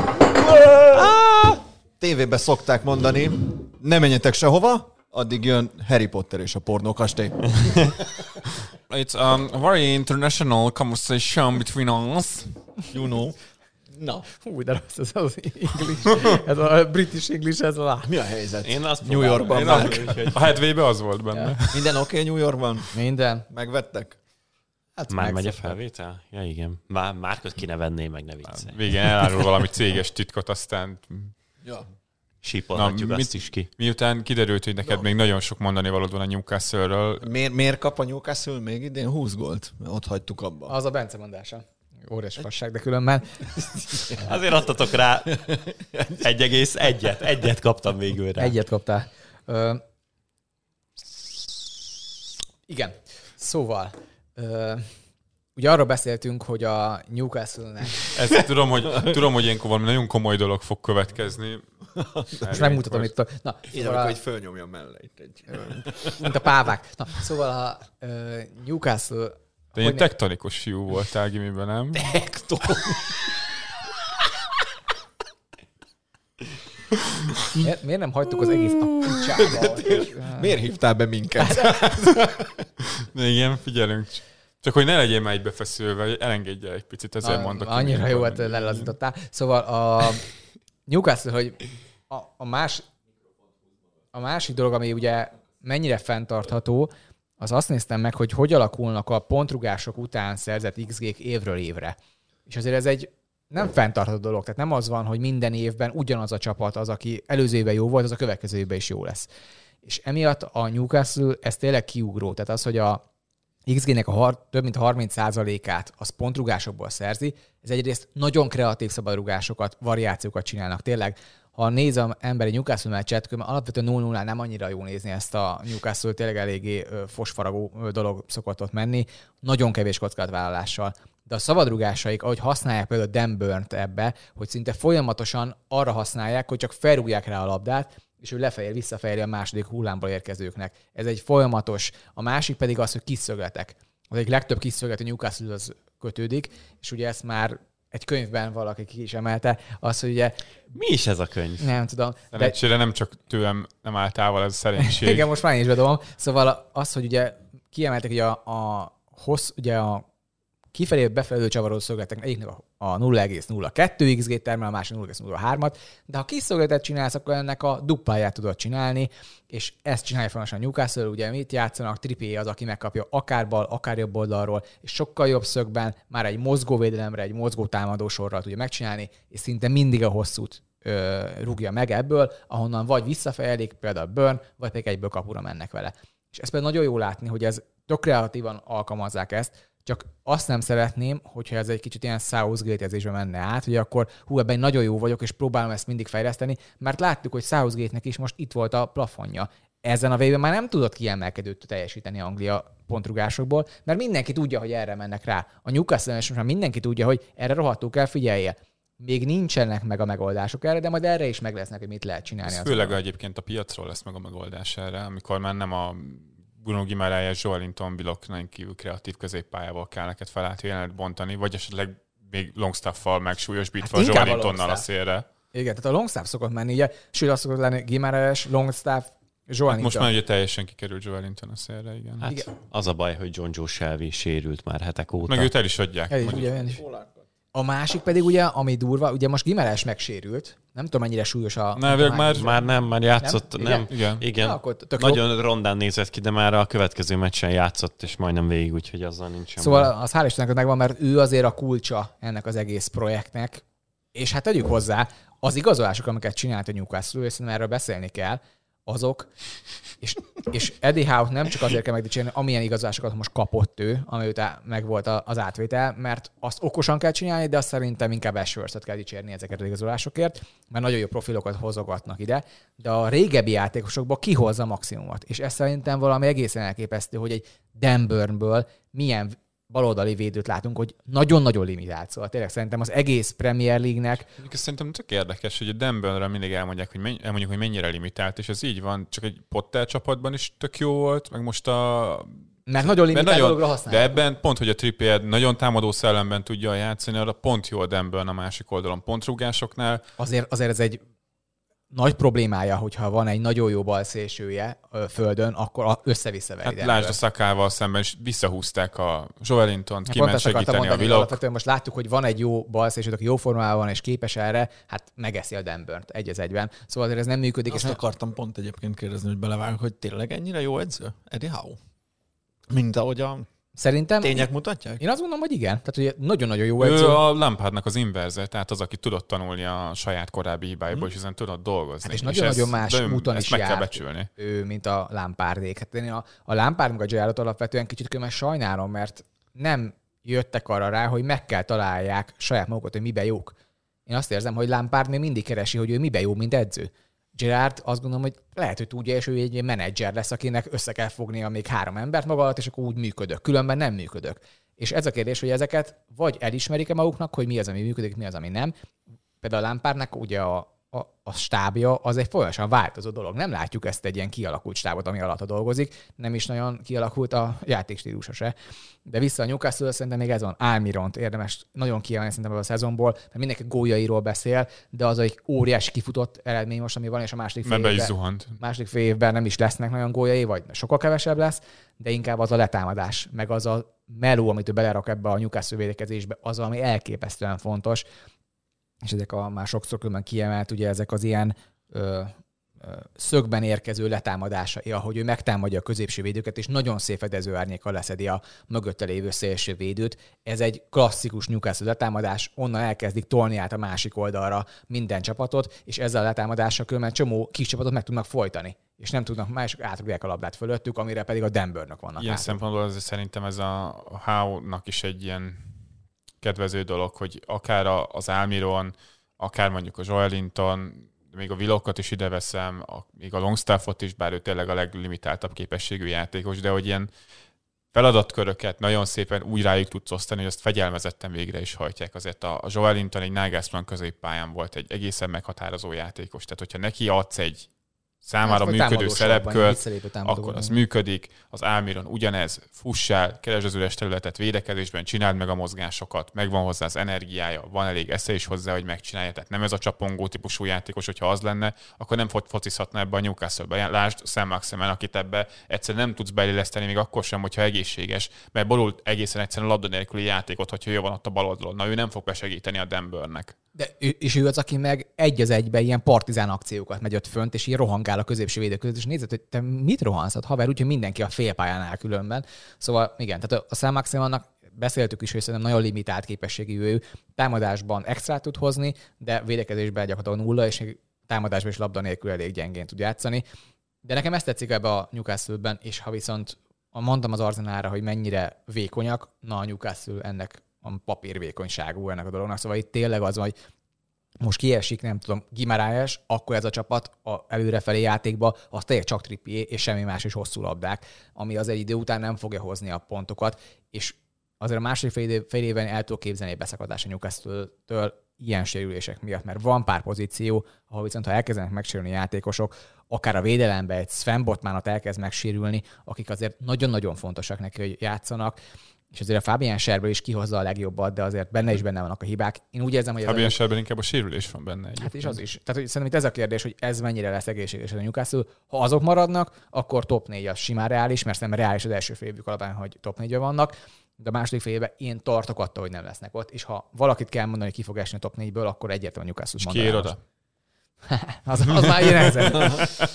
[SPEAKER 2] tévében szokták mondani, ne menjetek sehova, addig jön Harry Potter és a pornókastély.
[SPEAKER 1] It's um, a very international conversation between us.
[SPEAKER 2] You know. Na.
[SPEAKER 3] Hú, de rossz ez az English. Ez a British English, ez a...
[SPEAKER 2] Mi a helyzet?
[SPEAKER 4] Én azt
[SPEAKER 2] New Yorkban
[SPEAKER 1] Én
[SPEAKER 2] már.
[SPEAKER 1] a, a hetvébe az volt benne.
[SPEAKER 3] Ja.
[SPEAKER 2] Minden oké okay, New Yorkban?
[SPEAKER 3] Minden.
[SPEAKER 2] Megvettek?
[SPEAKER 3] Hát
[SPEAKER 4] már megy a
[SPEAKER 3] megszoktam.
[SPEAKER 4] felvétel? Ja, igen. Már Márkot kinevenné, meg ne viccelj.
[SPEAKER 1] Végén elárul valami céges titkot, aztán...
[SPEAKER 2] Ja.
[SPEAKER 4] Sípolhatjuk
[SPEAKER 1] Na,
[SPEAKER 4] azt
[SPEAKER 1] mit-
[SPEAKER 4] is ki.
[SPEAKER 1] Miután kiderült, hogy neked
[SPEAKER 2] No.
[SPEAKER 1] még nagyon sok mondani valód van a Newcastle-ről,
[SPEAKER 2] Miért, miért kap a Newcastle még idén húsz gólt? Ott hagytuk abba.
[SPEAKER 3] Az a Bence mondása. Óriási fasság, de különben...
[SPEAKER 4] Azért adtatok rá egy egész egyet. Egyet kaptam végül rá.
[SPEAKER 3] Egyet kaptál. Ö... Igen. Szóval... Ö... Ugye arról beszéltünk, hogy a Newcastle-nek...
[SPEAKER 1] ezt tudom, hogy, tudom, hogy ilyenkor valami nagyon komoly dolog fog következni.
[SPEAKER 3] Most megmutatom itt a... Na,
[SPEAKER 2] Én
[SPEAKER 3] szóval
[SPEAKER 2] amikor
[SPEAKER 3] a...
[SPEAKER 2] egy fölnyomja mellé itt egy...
[SPEAKER 3] mint a pávák. Na, szóval a ö, Newcastle...
[SPEAKER 1] De ilyen
[SPEAKER 3] hogy
[SPEAKER 1] tektonikus fiú voltál gimiben, nem?
[SPEAKER 2] Tekton.
[SPEAKER 3] Miért, miért nem hagytuk az egész a picsába?
[SPEAKER 2] Miért hívtál be minket?
[SPEAKER 1] De igen, figyelünk. Csak hogy ne legyél már egy befeszülve, elengedje egy picit, ezért
[SPEAKER 3] Na,
[SPEAKER 1] mondok.
[SPEAKER 3] annyira
[SPEAKER 1] hogy
[SPEAKER 3] jó,
[SPEAKER 1] milyen
[SPEAKER 3] hát
[SPEAKER 1] van.
[SPEAKER 3] lelazítottál. Szóval a Newcastle, hogy a, a, más, a másik dolog, ami ugye mennyire fenntartható, az azt néztem meg, hogy hogy alakulnak a pontrugások után szerzett iksz gék évről évre. És azért ez egy nem fenntartható dolog. Tehát nem az van, hogy minden évben ugyanaz a csapat az, aki előző évben jó volt, az a következő évben is jó lesz. És emiatt a Newcastle ez tényleg kiugró. Tehát az, hogy a iksz gé-nek a har- több mint harminc százalékát az pontrugásokból szerzi. Ez egyrészt nagyon kreatív szabadrugásokat, variációkat csinálnak. Tényleg, ha néz az ember egy Newcastle meccset, akkor alapvetően nulla nullán nem annyira jó nézni ezt a Newcastle, tényleg eléggé fosfaragó dolog szokott ott menni, nagyon kevés kockázatvállalással. De a szabadrugásaik, ahogy használják például Dan Burnt ebbe, hogy szinte folyamatosan arra használják, hogy csak felrúgják rá a labdát, és ő lefejér, visszafejéri a második hullámból érkezőknek. Ez egy folyamatos. A másik pedig az, hogy kiszögletek. Az egyik legtöbb kiszöglet a Newcastle az kötődik, és ugye ezt már egy könyvben valaki ki is emelte, az, hogy ugye...
[SPEAKER 4] Mi is ez a könyv?
[SPEAKER 3] Nem tudom.
[SPEAKER 1] Szerencsére de... nem csak tőlem nem áll távol ez a szerencség.
[SPEAKER 3] Igen, most már én is bedobom. Szóval az, hogy ugye kiemeltek, hogy a, a hossz, ugye a kifelé befelé csavaró szögletek, egyiknek a nulla egész nulla kettő iksz gé termel, a másik nulla egész nulla hármat, de ha kis szögletet csinálsz, akkor ennek a dupláját tudod csinálni, és ezt csinálja folyamatosan a Newcastle, ugye mit játszanak, Trippier az, aki megkapja akár bal, akár jobb oldalról, és sokkal jobb szögben, már egy mozgóvédelemre, egy mozgó támadósorral tudja megcsinálni, és szinte mindig a hosszút ö, rúgja meg ebből, ahonnan vagy visszafejelik, például Burn, vagy pedig egyből kapura mennek vele. És ez például nagyon jó látni, hogy ez tök kreatívan alkalmazzák ezt, csak azt nem szeretném, hogyha ez egy kicsit ilyen Southgate-ezésbe menne át, hogy akkor hú, ebben nagyon jó vagyok, és próbálom ezt mindig fejleszteni, mert láttuk, hogy Southgate-nek is most itt volt a plafonja. Ezen a végben már nem tudott kiemelkedőt teljesíteni Anglia pontrugásokból, mert mindenki tudja, hogy erre mennek rá. A Newcastle-en is most már mindenki tudja, hogy erre rohadtul kell, figyelje. Még nincsenek meg a megoldások erre, de majd erre is meg lesznek, hogy mit lehet csinálni.
[SPEAKER 1] Ez főleg egyébként a piacról lesz meg a megoldás erre, amikor már nem a Bruno Guimaraes, Joelinton, Bilok nagyon kívül kreatív középpályával kell neked felállítani, jelenet bontani, vagy esetleg még Longstaff-val megsúlyosbítva hát Joelintonnal a, a szélre.
[SPEAKER 3] Igen, tehát a Longstaff szokott menni, ugye, sőt azt szokott lenni Guimaraes, Longstaff, Joelinton. Hát
[SPEAKER 1] most már ugye teljesen kikerült Joelinton a szélre, igen.
[SPEAKER 4] Hát
[SPEAKER 3] igen.
[SPEAKER 4] Az a baj, hogy John Joe Shelby sérült már hetek óta.
[SPEAKER 1] Meg őt el is adják.
[SPEAKER 3] El is, ugye, is. A másik pedig ugye, ami durva, ugye most Guimaraes megsérült, nem tudom mennyire súlyos a...
[SPEAKER 4] Ne, már, már, már nem, már játszott, nem? nem.
[SPEAKER 3] Igen.
[SPEAKER 4] Igen. Na, nagyon jobb. Rondán nézett ki, de már a következő meccsen játszott, és majdnem végig, úgyhogy azzal nincsen.
[SPEAKER 3] Szóval már. Az hál' Istennek megvan, mert ő azért a kulcsa ennek az egész projektnek, és hát tegyük hozzá, az igazolások, amiket csinált a Newcastle, és szerintem erről beszélni kell, azok, és, és Eddie Howe nem csak azért kell megdicsérni, amilyen igazolásokat most kapott ő, amiután megvolt az átvétel, mert azt okosan kell csinálni, de azt szerintem inkább Ashworth-et kell dicsérni ezeket az igazolásokért, mert nagyon jó profilokat hozogatnak ide, de a régebbi játékosokból kihozza a maximumot. És ez szerintem valami egészen elképesztő, hogy egy Dan Burnből milyen baloldali védőt látunk, hogy nagyon-nagyon limitált. Szóval tényleg szerintem az egész Premier League-nek...
[SPEAKER 1] Szerintem tök érdekes, hogy a Dan Burnre mindig elmondják, hogy, menny- elmondjuk, hogy mennyire limitált, és ez így van, csak egy Potter csapatban is tök jó volt, meg most a...
[SPEAKER 3] Mert nagyon limitált nagyon, dologra használják.
[SPEAKER 1] De ebben pont, hogy a Trippier nagyon támadó szellemben tudja játszani, arra pont jó a Dan Burn a másik oldalon pontrúgásoknál.
[SPEAKER 3] Azért, azért ez egy nagy problémája, hogyha van egy nagyon jó balszélsője földön, akkor össze-vissza veri.
[SPEAKER 1] Hát lásd a Szakával szemben, és visszahúzták a Joelintont,
[SPEAKER 3] hát
[SPEAKER 1] kiment segíteni mondani, a Willock.
[SPEAKER 3] Alapvetően most láttuk, hogy van egy jó balszélsőt, aki jó formában van és képes erre, hát megeszi a Dan Burnt egy az egyben. Szóval azért ez nem működik.
[SPEAKER 2] Azt
[SPEAKER 3] és
[SPEAKER 2] akartam pont egyébként kérdezni, hogy belevágok, hogy tényleg ennyire jó edző? Eddie Howe? Mint ahogy a
[SPEAKER 3] Szerintem
[SPEAKER 2] tények mutatják?
[SPEAKER 3] Én azt gondolom, hogy igen. Tehát ugye nagyon-nagyon jó
[SPEAKER 1] edző.
[SPEAKER 3] Ő
[SPEAKER 1] a Lampardnak az inverze, tehát az, aki tudott tanulni a saját korábbi hibáiból, hmm. és ezen tudott dolgozni.
[SPEAKER 3] Hát és nagyon-nagyon más úton is
[SPEAKER 1] meg
[SPEAKER 3] jár,
[SPEAKER 1] kell becsülni.
[SPEAKER 3] Ő, mint a Lampardék. Hát én a, a Lampard meg a Gerrardot alapvetően kicsit különben sajnálom, mert nem jöttek arra rá, hogy meg kell találják saját magukat, hogy miben jók. Én azt érzem, hogy Lampard még mindig keresi, hogy ő miben jó, mint edző. Gerrard azt gondolom, hogy lehet, hogy tudja, és ő egy menedzser lesz, akinek össze kell fognia még három embert maga alatt, és akkor úgy működök. Különben nem működök. És ez a kérdés, hogy ezeket vagy elismerik-e maguknak, hogy mi az, ami működik, mi az, ami nem. Például a Lampardnak ugye a, a, a stábja az egy folyamatosan változó dolog. Nem látjuk ezt egy ilyen kialakult stábot, ami alatt dolgozik. Nem is nagyon kialakult a játékstílusa se. De vissza a Newcastle, szerintem még ez van. Almiront érdemes nagyon kiemelni szerintem a szezonból, mert mindenki góljairól beszél, de az egy óriási kifutott eredmény most, ami van, és a második fél
[SPEAKER 1] évben,
[SPEAKER 3] is zuhant. második fél évben nem is lesznek nagyon góljai, vagy sokkal kevesebb lesz, de inkább az a letámadás, meg az a meló, amit ő belerak ebbe a Newcastle védekezésbe, az, ami elképesztően fontos. És ezek a már sokszor különben kiemelt, ugye ezek az ilyen ö, ö, szögben érkező letámadásai, ahogy ő megtámadja a középső védőket, és nagyon szép fedező árnyékkal leszedi a mögötte lévő szélső védőt. Ez egy klasszikus Newcastle letámadás, onnan elkezdik tolni át a másik oldalra minden csapatot, és ezzel a letámadással különben csomó kis csapatot meg tudnak folytani. és nem tudnak mások átrugják a labdát fölöttük, amire pedig a Denvernek vannak.
[SPEAKER 1] Ilyen
[SPEAKER 3] átok.
[SPEAKER 1] szempontból az szerintem ez a Howe-nak is egy ilyen kedvező dolog, hogy akár az Almiron, akár mondjuk a Joelinton, még a Willockot is ide veszem, a, még a Longstaffot is, bár ő tényleg a leglimitáltabb képességű játékos, de hogy ilyen feladatköröket nagyon szépen úgy rájuk tudsz osztani, hogy azt fegyelmezetten végre is hajtják. Azért a Joelinton egy Nagelsmann középpályán volt egy egészen meghatározó játékos. Tehát, hogyha neki adsz egy számára
[SPEAKER 3] Hát,
[SPEAKER 1] működő szerepkört,
[SPEAKER 3] támadó
[SPEAKER 1] akkor az
[SPEAKER 3] sorban.
[SPEAKER 1] működik. Az Almiron ugyanez, fussál, keresd az üres területet védekezésben, csináld meg a mozgásokat, megvan hozzá az energiája, van elég esze is hozzá, hogy megcsinálja. Tehát nem ez a csapongó típusú játékos, hogyha az lenne, akkor nem focizhatna ebbe a Newcastle-be. Lásd Sam Maximen, akit ebbe egyszerűen nem tudsz beilleszteni, még akkor sem, hogyha egészséges, mert borult egészen egyszerűen labda nélküli játékot, hogyha ő van ott a bal oldalon. Na ő nem fog besegíteni a Denvernek.
[SPEAKER 3] De ő, és ő az, aki meg egy az egybe ilyen partizán akciókat megy ott fönt, és így rohangál a középső védő között, és nézed, hogy te mit rohansz, haver, úgyhogy mindenki a félpályán áll különben. Szóval igen, tehát a Sam Maximannak beszéltük is, hogy szerintem nagyon limitált képességű ő, támadásban extrát tud hozni, de védekezésben gyakorlatilag nulla, és támadásban is labda nélkül elég gyengén tud játszani. De nekem ezt tetszik ebbe a Newcastle-ben, és ha viszont mondtam az Arsenalra, hogy mennyire vékonyak, na a Newcastle ennek a papírvékonyságú ennek a dolognak. Szóval itt tényleg az, hogy most kiesik, nem tudom, Guimaraes, akkor ez a csapat a előrefelé játékba, az tényleg csak Trippier, és semmi más is hosszú labdák, ami az egy idő után nem fogja hozni a pontokat, és azért a második fél, év, fél évben el tudok képzelni egy beszakadás a Newcastle-től ilyen sérülések miatt, mert van pár pozíció, ahol viszont ha elkezdenek megsérülni játékosok, akár a védelemben egy Sven Botmanot elkezd megsérülni, akik azért nagyon-nagyon fontosak neki, hogy játszanak, és azért a Fabian Scherből is kihozza a legjobbat, de azért benne is benne vannak a hibák. Én úgy érzem, hogy ez
[SPEAKER 1] Fabian
[SPEAKER 3] a...
[SPEAKER 1] Scherben inkább a sérülés van benne.
[SPEAKER 3] Hát és az is. Tehát hogy szerintem itt ez a kérdés, hogy ez mennyire lesz egészséges a Newcastle. Ha azok maradnak, akkor top négy az simán reális, mert szerintem reális az első fél évük alapján, hogy top négyben vannak, de a második fél évben én tartok attól, hogy nem lesznek ott, és ha valakit kell mondani, hogy ki fog esni a top négyből, akkor egyértelműen a Newcastle
[SPEAKER 1] És
[SPEAKER 3] mondaná.
[SPEAKER 1] kér oda?
[SPEAKER 3] az, az már ilyen helyzet.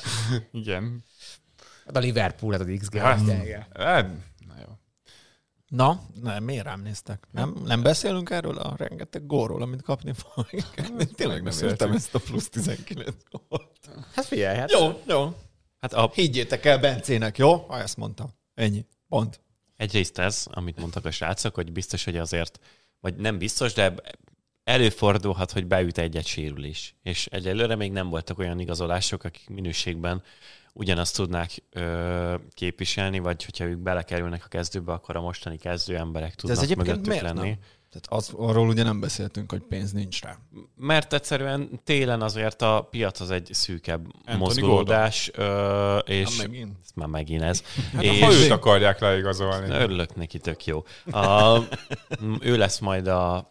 [SPEAKER 1] Igen.
[SPEAKER 3] A Liverpool, ez az iksz gé.
[SPEAKER 1] Hát,
[SPEAKER 3] Hát,
[SPEAKER 1] hát, na jó.
[SPEAKER 2] Na, nem, miért rám néztek? Nem, nem beszélünk erről a rengeteg gólról, amit kapni fog? Tényleg nem értem ezt a plusz tizenkilenc gólt.
[SPEAKER 3] hát figyelj, hát
[SPEAKER 2] Jó, jó.
[SPEAKER 4] Hát a,
[SPEAKER 2] Higgyétek el Bencének, jó? Ha ezt mondtam. Ennyi. Pont.
[SPEAKER 4] egyrészt ez, amit mondtak a srácok, hogy biztos, hogy azért, vagy nem biztos, de előfordulhat, hogy beüt egy-egy sérülés. És egyelőre még nem voltak olyan igazolások, akik minőségben ugyanazt tudnák ö, képviselni, vagy hogyha ők belekerülnek a kezdőbe, akkor a mostani kezdő emberek tudnak
[SPEAKER 2] ez egyébként
[SPEAKER 4] mögöttük
[SPEAKER 2] miért
[SPEAKER 4] lenni.
[SPEAKER 2] nem? Tehát az, arról ugye nem beszéltünk, hogy pénz nincs rá.
[SPEAKER 4] Mert egyszerűen télen azért a piac az egy szűkebb
[SPEAKER 1] Anthony
[SPEAKER 4] mozgolódás, ö, és
[SPEAKER 2] Nem megint.
[SPEAKER 4] ez már megint ez.
[SPEAKER 1] Hát
[SPEAKER 4] és
[SPEAKER 1] ha őt akarják leigazolni.
[SPEAKER 4] örülök neki, tök jó. A, ő lesz majd a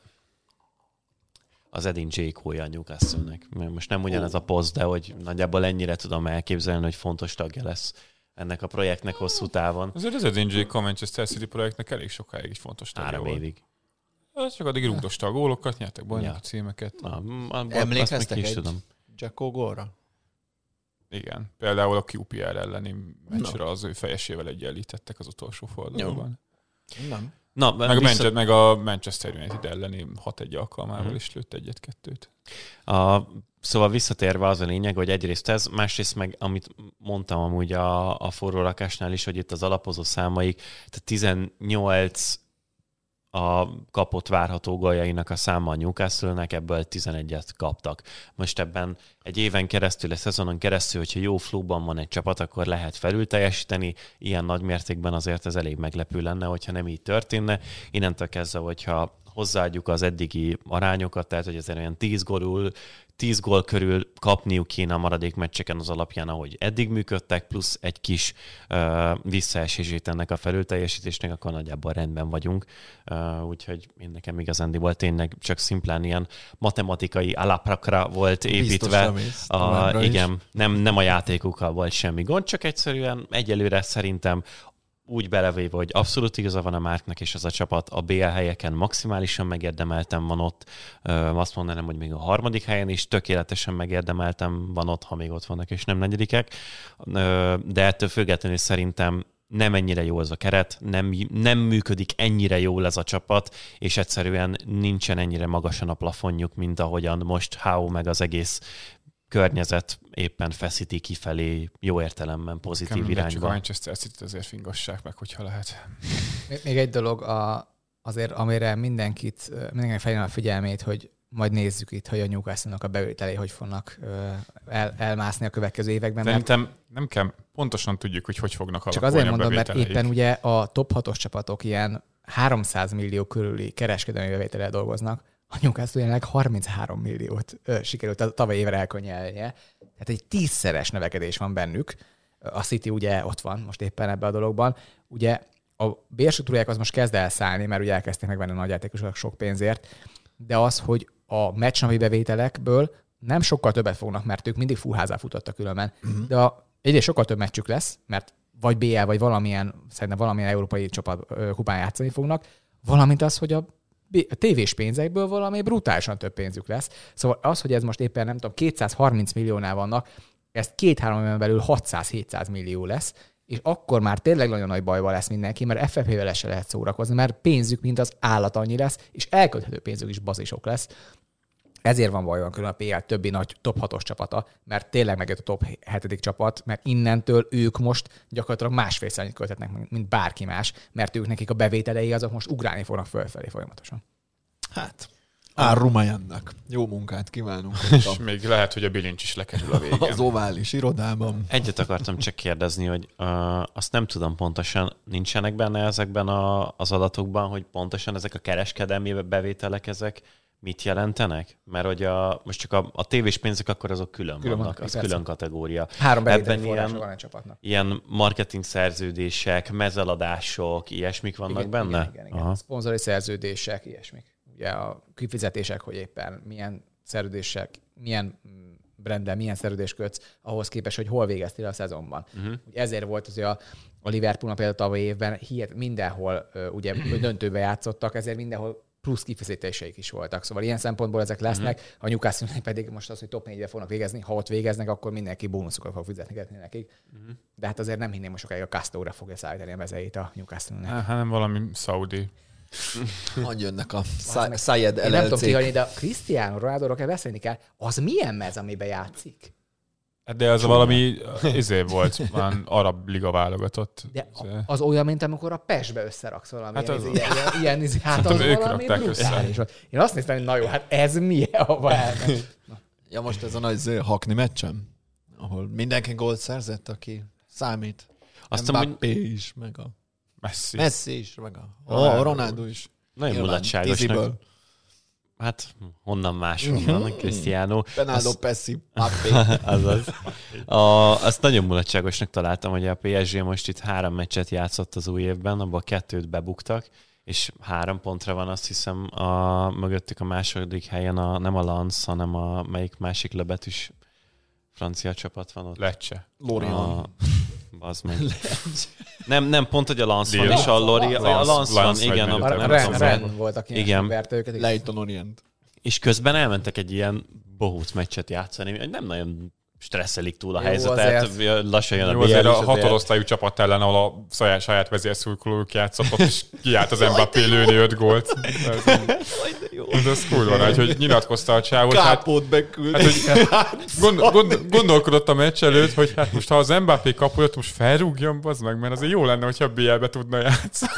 [SPEAKER 4] az Edin Dzsékója a Newcastle-nek. Most nem ugyanez a poszt, de hogy nagyjából ennyire tudom elképzelni, hogy fontos tagja lesz ennek a projektnek hosszú távon.
[SPEAKER 1] Azért az Edin Dzsékó a Manchester City projektnek elég sokáig is fontos tagja
[SPEAKER 4] Három
[SPEAKER 1] volt.
[SPEAKER 4] évig.
[SPEAKER 1] Ez csak addig rúgdosta a gólokat, nyertek bajnoki
[SPEAKER 4] Ja.
[SPEAKER 1] címeket.
[SPEAKER 4] Na, a- a-
[SPEAKER 2] Emlékeztek
[SPEAKER 4] azt még ki is
[SPEAKER 2] egy
[SPEAKER 4] tudom.
[SPEAKER 2] Jacko gólra?
[SPEAKER 1] Igen. Például a kú pé er elleni meccsre az ő fejesével egyenlítettek az utolsó fordulóban.
[SPEAKER 2] Nem.
[SPEAKER 4] Na,
[SPEAKER 1] Meg, a
[SPEAKER 4] vissza-
[SPEAKER 1] Manchester, meg a Manchester United elleni hat egy alkalmával
[SPEAKER 4] Mhm.
[SPEAKER 1] is lőtt egyet-kettőt.
[SPEAKER 4] A, szóval visszatérve az a lényeg, hogy egyrészt ez, másrészt meg, amit mondtam amúgy a, a forró rakásnál is, hogy itt az alapozó számaik, tehát tizennyolc a kapott várható góljainak a száma a Newcastle-nek, ebből tizenegyet kaptak. Most ebben egy éven keresztül, egy szezonon keresztül, hogyha jó flóban van egy csapat, akkor lehet felül teljesíteni. Ilyen nagy mértékben azért ez elég meglepő lenne, hogyha nem így történne. Innentől kezdve, hogyha hozzáadjuk az eddigi arányokat, tehát hogy azért olyan tíz gólul, tíz gól körül kapniuk kéne a maradék meccseken az alapján, ahogy eddig működtek, plusz egy kis uh, visszaesését ennek a felülteljesítésnek, akkor nagyjából rendben vagyunk. Uh, úgyhogy én nekem igazándiból tényleg csak szimplán ilyen matematikai alaprakra volt építve. A, igen, nem, nem a játékukkal volt semmi gond, csak egyszerűen egyelőre szerintem úgy belevéve, hogy abszolút igaza van a Márknak, és az a csapat a bé el helyeken maximálisan megérdemeltem van ott. Ö, azt mondanám, hogy még a harmadik helyen is tökéletesen megérdemeltem van ott, ha még ott vannak, és nem negyedikek. Ö, de ettől függetlenül szerintem nem ennyire jó ez a keret, nem, nem működik ennyire jól ez a csapat, és egyszerűen nincsen ennyire magasan a plafonjuk, mint ahogyan most Howe meg az egész környezet éppen feszíti kifelé jó értelemben, pozitív
[SPEAKER 1] Csak
[SPEAKER 4] irányba.
[SPEAKER 1] a Manchester City azért fingassák meg, hogyha lehet.
[SPEAKER 3] Még, még egy dolog, a, azért amire mindenkit, mindenkinek felhívnám a figyelmét, hogy majd nézzük itt, hogy a Newcastle-nak a bevételei hogy fognak el, elmászni a következő években.
[SPEAKER 1] Szerintem nem kell, pontosan tudjuk, hogy hogy fognak
[SPEAKER 3] Csak
[SPEAKER 1] alakulni
[SPEAKER 3] azért
[SPEAKER 1] a
[SPEAKER 3] mondom, mert
[SPEAKER 1] bevételeik.
[SPEAKER 3] éppen ugye a top hatos csapatok ilyen háromszáz millió körüli kereskedelmi bevétellel dolgoznak, a Newcastle jelenleg harminchárom milliót ö, sikerült a tavaly évre elkonyelnie. Tehát egy tízszeres növekedés van bennük. A City ugye ott van most éppen ebben a dologban. Ugye a bérstruktúráják az most kezd elszállni, mert ugye elkezdték megvenni a nagyjátékosok sok pénzért, de az, hogy a meccsnapi bevételekből nem sokkal többet fognak, mert ők mindig fullházá futottak különben, uh-huh. de a, egyrészt sokkal több meccsük lesz, mert vagy bé el, vagy valamilyen, szerintem valamilyen európai csapat ö, kupán játszani fognak, valamint az, hogy a a tévés pénzekből valami brutálisan több pénzük lesz. Szóval az, hogy ez most éppen nem tudom, kétszázharminc milliónál vannak, ez két-három éven belül hatszáz-hétszáz millió lesz, és akkor már tényleg nagyon nagy bajban lesz mindenki, mert ef ef pé-vel se lehet szórakozni, mert pénzük, mint az állat annyi lesz, és elkölthető pénzük is bazisok lesz. Ezért van bajban külön a pé el többi nagy top hatos csapata, mert tényleg megjött a top hetedik csapat, mert innentől ők most gyakorlatilag másfélszer annyit költetnek, mint bárki más, mert ők nekik a bevételei azok most ugrálni fognak fölfelé folyamatosan.
[SPEAKER 2] Hát, Árrumajannak. Jó munkát kívánunk.
[SPEAKER 1] És még lehet, hogy a bilincs is lekerül a végén.
[SPEAKER 2] Az ovális irodában.
[SPEAKER 4] Egyet akartam csak kérdezni, hogy uh, azt nem tudom pontosan, nincsenek benne ezekben a, az adatokban, hogy pontosan ezek a kereskedelmi bevételek, ezek mit jelentenek? Mert hogy a, most csak a, a tévés pénzek akkor azok külön, külön vannak, az persze. Külön kategória.
[SPEAKER 3] Három bevételi
[SPEAKER 4] Ebben
[SPEAKER 3] forrása
[SPEAKER 4] ilyen,
[SPEAKER 3] van a csapatnak.
[SPEAKER 4] Ilyen marketing szerződések, mezeladások, ilyesmik vannak
[SPEAKER 3] igen,
[SPEAKER 4] benne?
[SPEAKER 3] Igen, igen, igen. Szponzori szerződések, ilyesmik. Ugye a kifizetések, hogy éppen milyen szerződések, milyen branddel, milyen szerződést kötsz, ahhoz képest, hogy hol végeztél a szezonban. Uh-huh. Ugye ezért volt az, hogy a, a Liverpoolnak például tavaly évben hihet, mindenhol ugye döntőbe játszottak, ezért mindenhol plusz kifizetéseik is voltak. Szóval ilyen szempontból ezek lesznek, uh-huh. a Newcastle pedig most az, hogy top négybe fognak végezni, ha ott végeznek, akkor mindenki bónuszokat fog fizetni nekik. Uh-huh. De hát azért nem hinném, most sokáig a Castóra fogja szállítani a mezeit a Newcastle-nek.
[SPEAKER 1] Hanem valami szaudi.
[SPEAKER 2] Hogy jönnek a Sayed el el cé-k.
[SPEAKER 3] Én nem tudom kihagyni, de a Cristiano Ronaldo-ról kell beszélni kell. Az milyen mez, amiben játszik?
[SPEAKER 1] De az valami izé volt, már arab liga válogatott.
[SPEAKER 3] De az olyan, mint amikor a Pestbe összeraksz valami.
[SPEAKER 1] Hát az,
[SPEAKER 3] ilyen, ilyen, ilyen, ilyen, hát az
[SPEAKER 1] ők
[SPEAKER 3] valami
[SPEAKER 1] brutális.
[SPEAKER 3] Én azt néztem, hogy na jó, hát ez milyen, ahova elmegy.
[SPEAKER 2] Ja, most ez a nagy hakni meccsem, ahol mindenki gólt szerzett, aki számít.
[SPEAKER 4] Azt
[SPEAKER 2] Mbappé hogy... is, meg a
[SPEAKER 1] Messi.
[SPEAKER 2] Messi is, meg a Ronaldo, Ronaldo is.
[SPEAKER 4] Nagyon mulatságosnak. Hát honnan máshonnan, Cristiano.
[SPEAKER 2] Ronaldo, az... Pessi, Mbappé.
[SPEAKER 4] Azaz. A, azt nagyon mulatságosnak találtam, hogy a pé es gé most itt három meccset játszott az új évben, abban kettőt bebuktak, és három pontra van, azt hiszem, a, mögöttük a második helyen a, nem a Lens, hanem a melyik másik lebetűs francia csapat van ott.
[SPEAKER 1] Lecce.
[SPEAKER 2] Lorient.
[SPEAKER 4] Az meg. Nem, nem, pont, hogy a Lens van, és a Lorient, a Lens van, igen.
[SPEAKER 1] A
[SPEAKER 3] Ren volt, aki
[SPEAKER 4] igen.
[SPEAKER 3] verte őket.
[SPEAKER 2] Leyton Orient.
[SPEAKER 4] És közben elmentek egy ilyen bohóc meccset játszani, nem nagyon stresszelik túl a
[SPEAKER 3] jó,
[SPEAKER 4] helyzetet, lassan jön a
[SPEAKER 1] jó, azért a hatodosztályú csapat ellen, ahol a saját, saját vezérszurkolók játszott, és kiállt az Mbappé lőni öt gólt. Ez az kurva nagy, hogy nyilatkozta a csávot.
[SPEAKER 2] Kápót beküld.
[SPEAKER 1] Hát, hogy gond, gond, gondolkodott a meccs előtt, hogy hát most ha az Mbappé kapujat, most felrúgjam, bazd meg, mert azért jó lenne, hogyha bé el-be tudna játszani.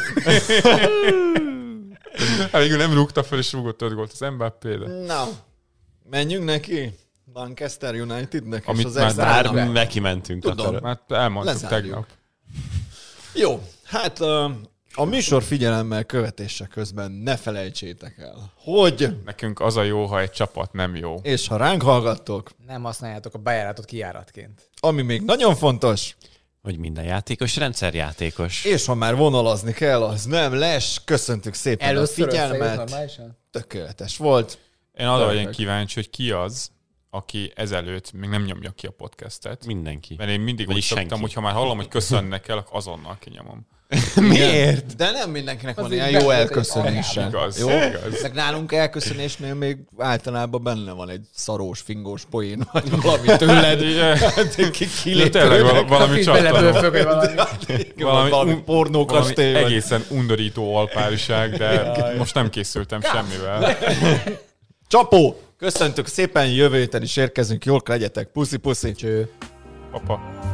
[SPEAKER 1] Hát végül nem rúgta fel, és rúgott öt gólt az Mbappé, de...
[SPEAKER 2] Na, menjünk neki. Manchester Unitednek,
[SPEAKER 1] Amit
[SPEAKER 2] és az
[SPEAKER 1] már
[SPEAKER 2] extra
[SPEAKER 4] neki mentünk.
[SPEAKER 2] Tudom.
[SPEAKER 1] Már elmondtuk
[SPEAKER 2] Lezárjuk.
[SPEAKER 1] tegnap.
[SPEAKER 2] Jó, hát a műsor figyelemmel követése közben ne felejtsétek el, hogy...
[SPEAKER 1] Nekünk az a jó, ha egy csapat nem jó.
[SPEAKER 2] És ha ránk hallgattok...
[SPEAKER 3] Nem használjátok a bejáratot kijáratként.
[SPEAKER 2] Ami még nagyon fontos...
[SPEAKER 4] Hogy minden játékos rendszerjátékos.
[SPEAKER 2] És ha már vonalazni kell, az nem les. Köszöntük szépen
[SPEAKER 3] Először
[SPEAKER 2] a figyelmet. Tökéletes volt.
[SPEAKER 1] Én arra vagyok kíváncsi, hogy ki az, aki ezelőtt még nem nyomja ki a podcastet.
[SPEAKER 4] Mindenki.
[SPEAKER 1] Mert én mindig
[SPEAKER 4] Vagy
[SPEAKER 1] úgy
[SPEAKER 4] senki.
[SPEAKER 1] szoktam, hogy ha már hallom, hogy köszönnek el, akkor azonnal kinyomom.
[SPEAKER 2] Miért? De nem mindenkinek van ilyen jó elköszönése.
[SPEAKER 1] Igaz,
[SPEAKER 2] jó?
[SPEAKER 1] igaz.
[SPEAKER 2] Meg nálunk elköszönésnél még általában benne van egy szarós, fingós poén, vagy valami tőled.
[SPEAKER 1] De tényleg val- valami csattanó.
[SPEAKER 3] valami.
[SPEAKER 2] Valami, valami pornókastély.
[SPEAKER 1] Valami egészen undorító alpáriság, de most nem készültem semmivel.
[SPEAKER 2] Csapó! Köszöntök szépen, jövő héten is érkezünk, jól legyetek, puszi-puszi.
[SPEAKER 3] Cső.
[SPEAKER 1] Papa.